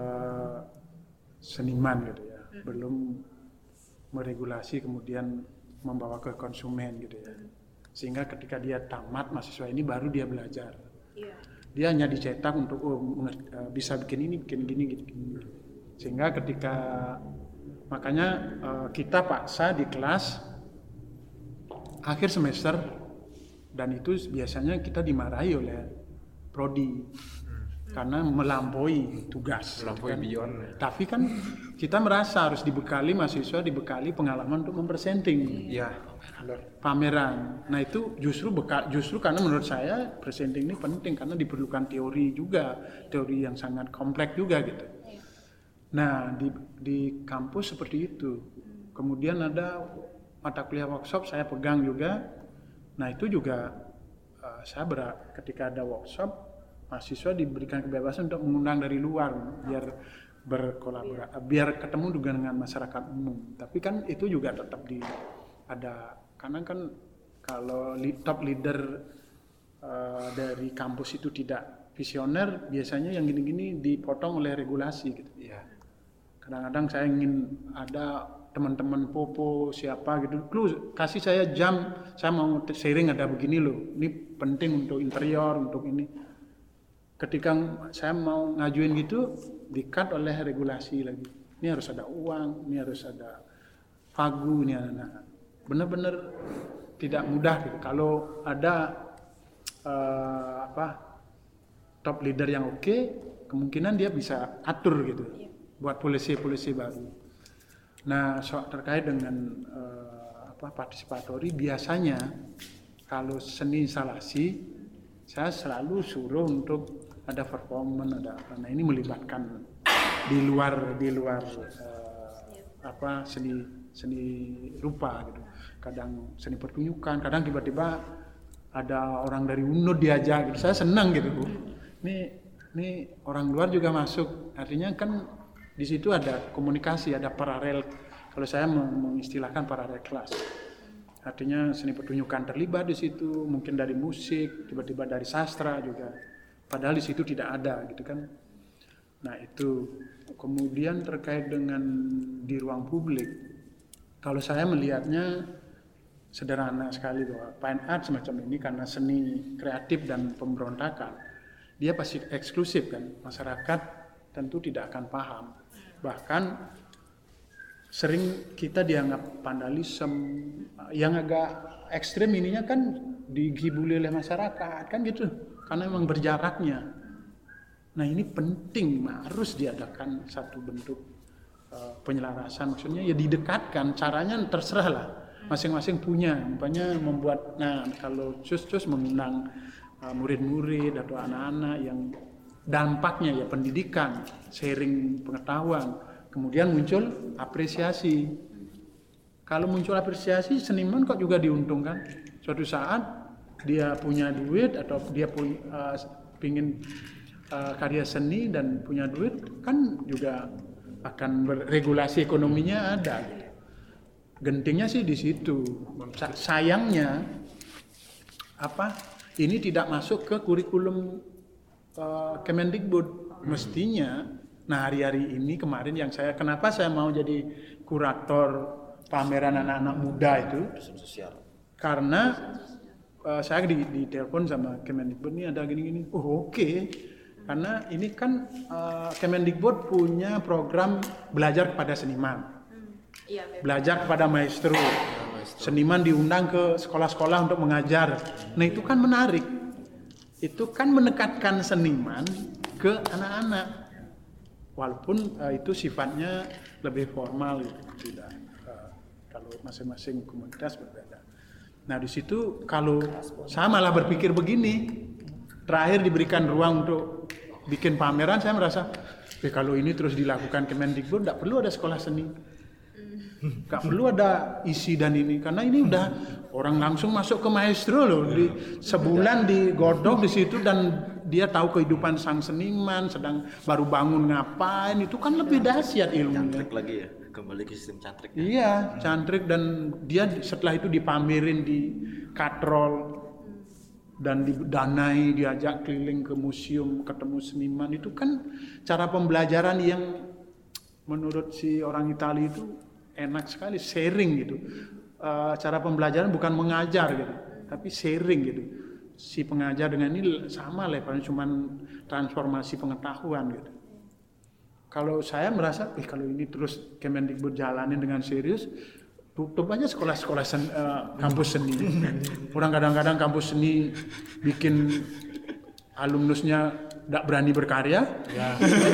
seniman gitu ya, belum meregulasi kemudian membawa ke konsumen gitu ya. Sehingga ketika dia tamat mahasiswa ini baru dia belajar. Dia hanya dicetak untuk bisa bikin ini, bikin gini gitu. Sehingga ketika makanya kita paksa di kelas akhir semester, dan itu biasanya kita dimarahi oleh prodi karena melampaui tugas, melampaui kan? beyond. Tapi kan kita merasa harus dibekali, mahasiswa dibekali pengalaman untuk mempresenting, pameran. Nah itu justru karena menurut saya presenting ini penting karena diperlukan teori juga, teori yang sangat kompleks juga gitu. Nah di kampus seperti itu. Kemudian ada mata kuliah workshop saya pegang juga. Nah itu juga ketika ada workshop, mahasiswa diberikan kebebasan untuk mengundang dari luar biar berkolaborasi, biar ketemu juga dengan masyarakat umum. Tapi kan itu juga tetap ada, karena kan kalau top leader dari kampus itu tidak visioner, biasanya yang gini-gini dipotong oleh regulasi gitu. Kadang-kadang saya ingin ada teman-teman popo siapa gitu, kasih saya jam, saya mau sharing ada begini loh, ini penting untuk interior, untuk ini. Ketika saya mau ngajuin gitu, di-cut oleh regulasi lagi. Ini harus ada uang, ini harus ada pagu, ini anak-anak. Benar-benar tidak mudah gitu. Kalau ada top leader yang oke, kemungkinan dia bisa atur gitu, buat polisi-polisi baru. Nah, terkait dengan partisipatori, biasanya kalau seni instalasi, saya selalu suruh untuk ada performance, ada apa. Nah ini melibatkan di luar seni rupa gitu. Kadang seni pertunjukan, kadang tiba-tiba ada orang dari UNUD diajak gitu. Saya senang gitu. Ini orang luar juga masuk. Artinya kan di situ ada komunikasi, ada paralel. Kalau saya mengistilahkan paralel kelas. Artinya seni pertunjukan terlibat di situ, mungkin dari musik, tiba-tiba dari sastra juga. Padahal di situ tidak ada gitu kan. Nah itu. Kemudian terkait dengan di ruang publik, kalau saya melihatnya sederhana sekali bahwa fine art semacam ini karena seni kreatif dan pemberontakan, dia pasti eksklusif kan. Masyarakat tentu tidak akan paham. Bahkan sering kita dianggap vandalisme, yang agak ekstrem ininya kan digibuli oleh masyarakat kan gitu, karena memang berjaraknya. Nah ini penting, harus diadakan satu bentuk penyelarasan, maksudnya ya didekatkan, caranya terserah lah, masing-masing punya, umpamanya membuat, nah kalau cus mengundang murid-murid atau anak-anak yang dampaknya ya pendidikan, sharing pengetahuan, kemudian muncul apresiasi. Kalau muncul apresiasi, seniman kok juga diuntungkan. Suatu saat dia punya duit atau dia pingin karya seni dan punya duit, kan juga akan regulasi ekonominya ada. Gentingnya sih di situ. Sayangnya ini tidak masuk ke kurikulum Kemendikbud. Mestinya. Nah hari-hari ini kemarin kenapa saya mau jadi kurator pameran anak-anak muda itu, karena saya ditelepon sama Kemendikbud, ini ada gini-gini, oke. Karena ini kan Kemendikbud punya program belajar kepada seniman, belajar kepada maestro, seniman diundang ke sekolah-sekolah untuk mengajar. Nah itu kan menarik, itu kan mendekatkan seniman ke anak-anak. Walaupun itu sifatnya lebih formal, tidak kalau masing-masing komunitas berbeda. Nah di situ kalau saya malah berpikir begini, terakhir diberikan ruang untuk bikin pameran, saya merasa kalau ini terus dilakukan Kemendikbud, tidak perlu ada sekolah seni, nggak perlu ada isi dan ini, karena ini udah orang langsung masuk ke maestro loh, di sebulan digodok di situ dan dia tahu kehidupan sang seniman, sedang baru bangun ngapain, itu kan lebih dahsyat ilmunya. Cantrik lagi ya, kembali ke sistem cantrik. Iya, cantrik, dan dia setelah itu dipamerin di katrol dan didanai, diajak keliling ke museum, ketemu seniman. Itu kan cara pembelajaran yang menurut si orang Italia itu enak sekali, sharing gitu. cara pembelajaran bukan mengajar gitu, tapi sharing gitu. Si pengajar dengan ini sama levelnya, cuman transformasi pengetahuan gitu. Kalau saya merasa, kalau ini terus Kemendikbud jalanin dengan serius, tutup aja sekolah-sekolah kampus seni. Orang kadang-kadang kampus seni bikin alumnusnya tidak berani berkarya. Ya.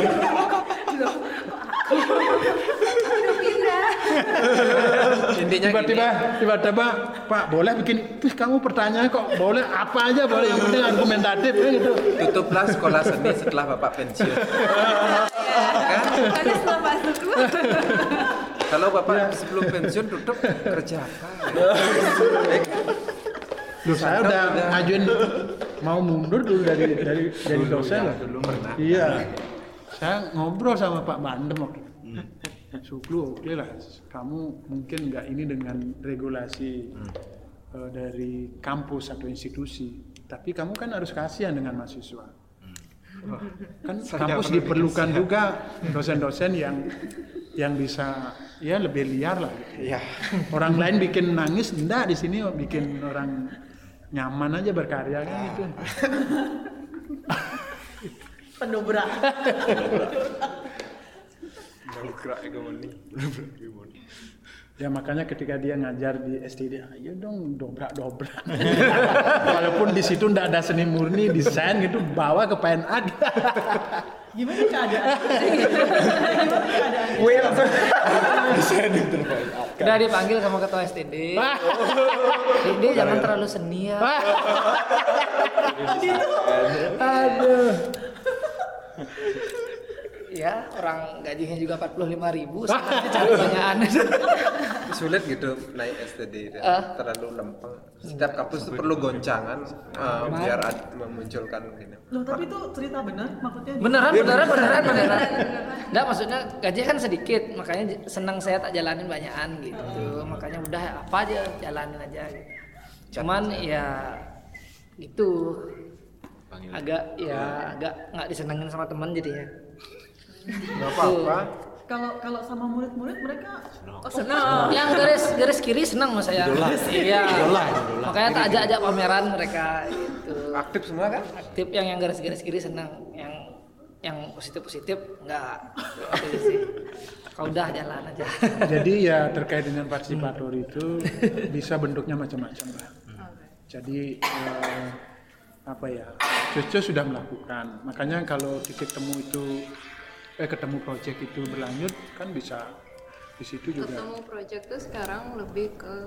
Intinya tiba-tiba Pak boleh bikin, kamu pertanyaan kok boleh apa aja boleh, yang penting argumentatif gitu. Tutuplah sekolah seni setelah Bapak pensiun. Kan? Karena setelah Pak Suklu. Kalau Bapak sebelum pensiun tutup kerja apa? Loh, saya udah ngajuin mau mundur dulu dari dosen lah. Dulu pernah. Iya. Saya ngobrol sama Pak Bandem waktu itu. Suklu oke lah, kamu mungkin nggak ini dengan regulasi dari kampus atau institusi, tapi kamu kan harus kasihan dengan mahasiswa. Kan kampus diperlukan juga dosen-dosen yang bisa ya lebih liar lah. Gitu. Ya. Orang lain bikin nangis, enggak, di sini bikin orang nyaman aja berkarya kan gitu. Pendobrak. Ya makanya ketika dia ngajar di STD, ayo dong dobrak-dobrak. Walaupun di situ ndak ada seni murni, desain gitu, bawa ke PNA. Gimana keadaan? Gue langsung desain terbaik. Udah dipanggil sama ketua STD. Dede jangan terlalu seni ya. Aduh. Ya, orang gajinya juga 45.000, sebenarnya cari banyakan. Sulit gitu naik STD, terlalu lempeng. Setiap kampus itu perlu goncangan biar memunculkan gini. Loh, tapi itu cerita benar maksudnya? Beneran. Enggak, maksudnya gaji kan sedikit, makanya senang saya tak jalanin banyakan gitu. Makanya udah apa aja jalanin aja gitu. Cuman ya gitu. Agak nggak disenengin sama teman jadinya. Nggak apa-apa. Kalau sama murid-murid mereka senang. Yang garis kiri senang mas saya. Iya. Makanya tak ajak pameran mereka gitu. Aktif semua kan? Aktif, yang garis kiri senang. Yang positif enggak. Gitu sih. Kalau udah jalan aja. Jadi ya terkait dengan partisipatori itu bisa bentuknya macam-macam lah. Jadi Jojo sudah melakukan. Makanya kalau titik temu itu ketemu proyek itu berlanjut kan bisa di situ juga. Ketemu proyek tuh sekarang lebih ke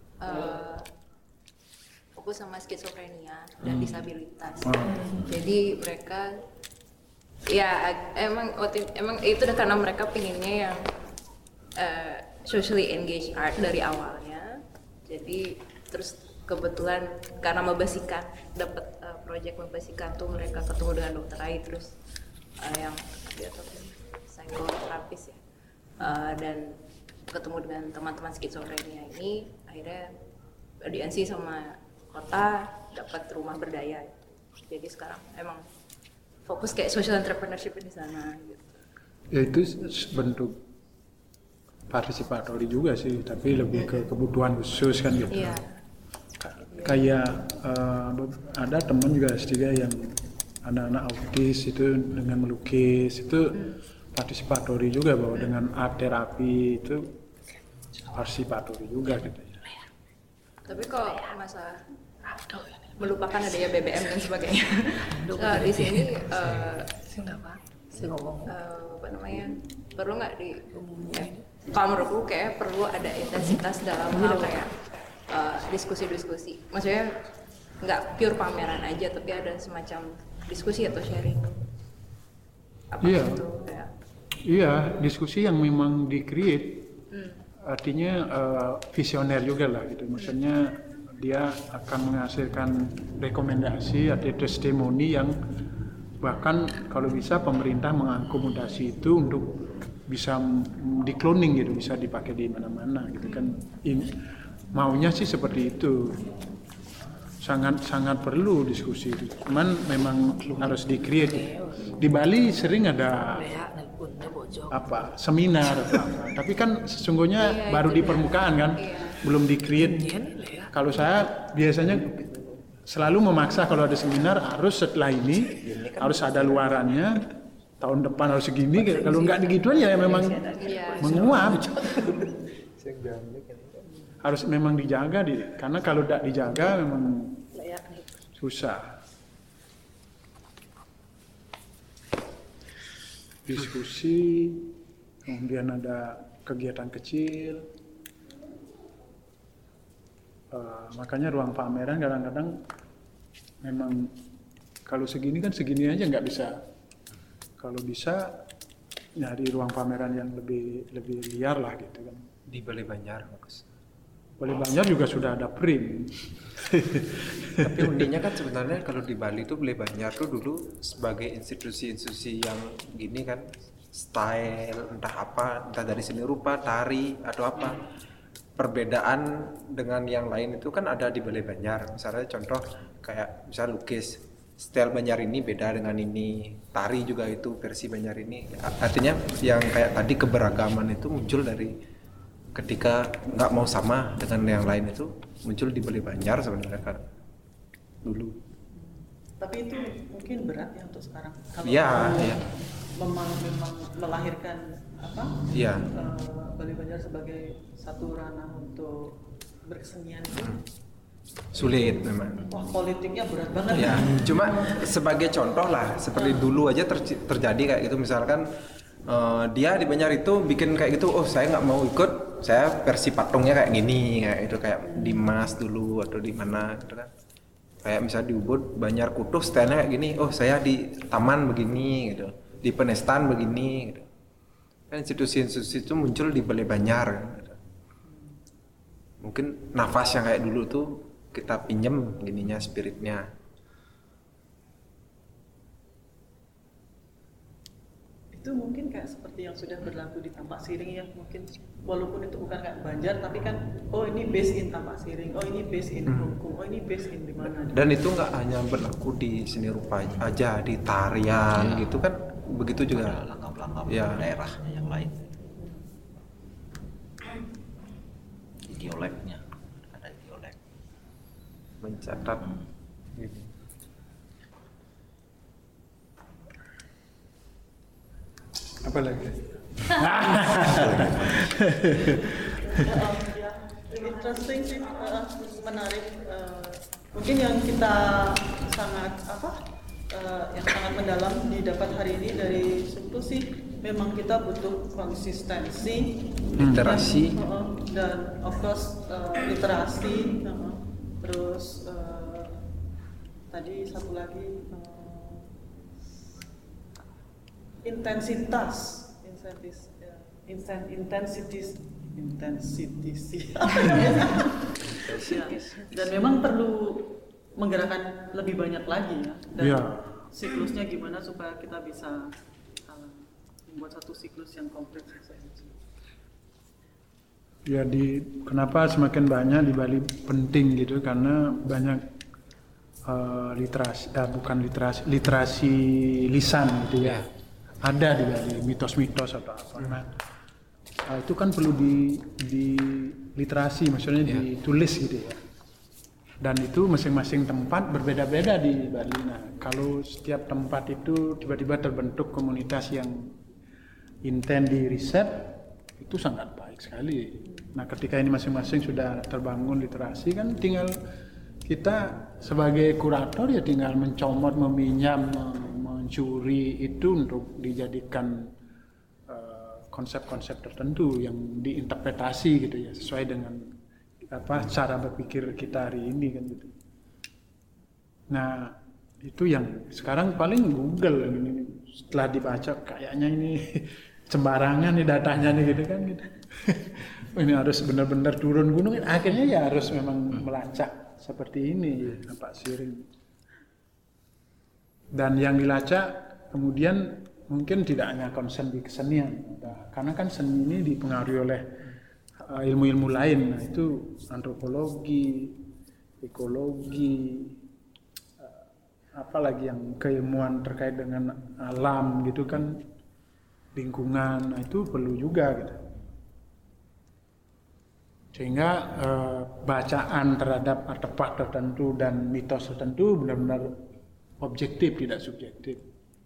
fokus sama skizofrenia dan disabilitas. Jadi mereka ya emang itu udah karena mereka pinginnya yang socially engaged art dari awalnya. Jadi terus kebetulan karena Mabasikan dapat proyek Mabasikan tuh mereka ketemu dengan Dokter Ai, terus yang dia tuh psikoterapis ya, dan ketemu dengan teman-teman skizofrenia ini, akhirnya audiensi sama kota dapat rumah berdaya. Jadi sekarang emang fokus kayak social entrepreneurship di sana gitu. Ya itu bentuk partisipatori juga sih, tapi lebih ke kebutuhan khusus kan gitu. Iya. Kayak ada teman juga S3 yang anak-anak autis itu dengan melukis itu partisipatori juga, bahwa dengan art terapi itu partisipatori juga gitu ya. Tapi kalau masalah melupakan adanya BBM dan sebagainya, di sini apa namanya, perlu nggak kalau menurutku kayak perlu ada intensitas dalam hal kayak diskusi-diskusi, maksudnya nggak pure pameran aja, tapi ada semacam diskusi atau sharing. Iya, diskusi yang memang di-create, artinya visioner juga lah gitu. Maksudnya dia akan menghasilkan rekomendasi atau testimoni yang bahkan kalau bisa pemerintah mengakomodasi itu untuk bisa di-cloning gitu, bisa dipakai di mana-mana gitu kan. Maunya sih seperti itu. Sangat perlu diskusi itu. Cuman memang harus di-create. Di Bali sering ada seminar atau apa. Tapi kan sesungguhnya baru di permukaan kan. belum di-create. Kalau saya biasanya selalu memaksa kalau ada seminar harus setelah ini harus ada luarannya, tahun depan harus segini. Kalau nggak digituan ya memang menguap. Harus memang dijaga karena kalau tidak dijaga memang susah. Diskusi, kemudian ada kegiatan kecil. Makanya ruang pameran kadang-kadang memang kalau segini kan segini aja nggak bisa. Kalau bisa nyari ruang pameran yang lebih liar lah gitu kan. Di Balai Banjar bagus. Balai Banjar juga sudah ada print. Tapi uniknya kan sebenarnya kalau di Bali itu Balai Banjar tuh dulu sebagai institusi-institusi yang gini kan, style entah dari seni rupa, tari atau apa. Perbedaan dengan yang lain itu kan ada di Balai Banjar. Misalnya contoh kayak misal lukis, style Banjar ini beda dengan ini, tari juga itu versi Banjar ini. Artinya yang kayak tadi keberagaman itu muncul dari ketika nggak mau sama dengan yang lain itu muncul di Balai Banjar sebenarnya kan dulu. Tapi itu mungkin berat ya untuk sekarang. Kalau memang melahirkan apa? Iya. Balai Banjar sebagai satu ranah untuk berkesenian itu sulit memang. Wah, politiknya berat banget. Ya, cuma sebagai contoh lah, seperti dulu aja terjadi kayak gitu. Misalkan dia di Banjar itu bikin kayak gitu, oh saya nggak mau ikut, saya versi patungnya kayak gini, kayak itu kayak di Mas dulu atau di mana gitu kan. Kayak misalnya di Ubud, Banjar Kutub stylenya kayak gini, oh saya di Taman begini gitu, di Penestan begini gitu. Kan institusi-institusi itu muncul di Balai Banjar gitu. Mungkin nafas yang kayak dulu tuh kita pinjem gininya, spiritnya. Itu mungkin kayak seperti yang sudah berlaku di Tampak Siring ya, mungkin walaupun itu bukan kayak Banjar tapi kan oh ini based in Tampak Siring, oh ini based in Klungkung, oh ini based in di mana. Dan itu nggak hanya berlaku di seni rupa aja, di tarian gitu kan begitu juga. Langkah-langkah ya. daerah yang lain. Dialeknya ada dialek. Mencatat. Apa lagi? Interesting sih, menarik. Mungkin yang kita sangat yang sangat mendalam didapat hari ini dari Suklu sih, memang kita butuh konsistensi, literasi, dan of course literasi, terus tadi satu lagi intensitas dan memang perlu menggerakkan lebih banyak lagi ya, dan siklusnya gimana supaya kita bisa membuat satu siklus yang komplit. Ya kenapa semakin banyak di Bali penting gitu, karena banyak literasi lisan gitu ya. Ada di Bali mitos-mitos atau apa. Nah, itu kan perlu di literasi, maksudnya ditulis gitu ya. Dan itu masing-masing tempat berbeda-beda di Bali. Nah, kalau setiap tempat itu tiba-tiba terbentuk komunitas yang intens di riset, itu sangat baik sekali. Nah, ketika ini masing-masing sudah terbangun literasi, kan tinggal kita sebagai kurator ya tinggal mencomot, meminjam, mencuri itu untuk dijadikan konsep-konsep tertentu yang diinterpretasi gitu ya, sesuai dengan cara berpikir kita hari ini kan gitu. Nah, itu yang sekarang paling Google ini, setelah dibaca kayaknya ini sembarangan nih datanya nih gitu kan gitu. Ini harus benar-benar turun gunung, akhirnya ya harus memang melacak seperti ini Tampak Siring. Dan yang dilacak kemudian mungkin tidak hanya konsen di kesenian, karena kan seni ini dipengaruhi oleh ilmu-ilmu lain. Nah, itu antropologi, ekologi, apalagi yang keilmuan terkait dengan alam gitu kan, lingkungan. Nah, itu perlu juga gitu. Sehingga bacaan terhadap artefak tertentu dan mitos tertentu benar-benar objektif, tidak subjektif.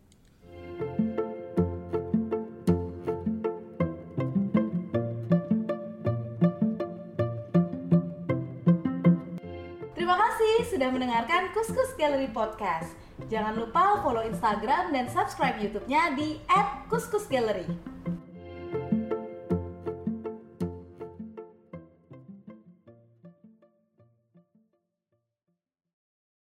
Terima kasih sudah mendengarkan Kuskus Gallery Podcast. Jangan lupa follow Instagram dan subscribe YouTube-nya di @kuskusgallery.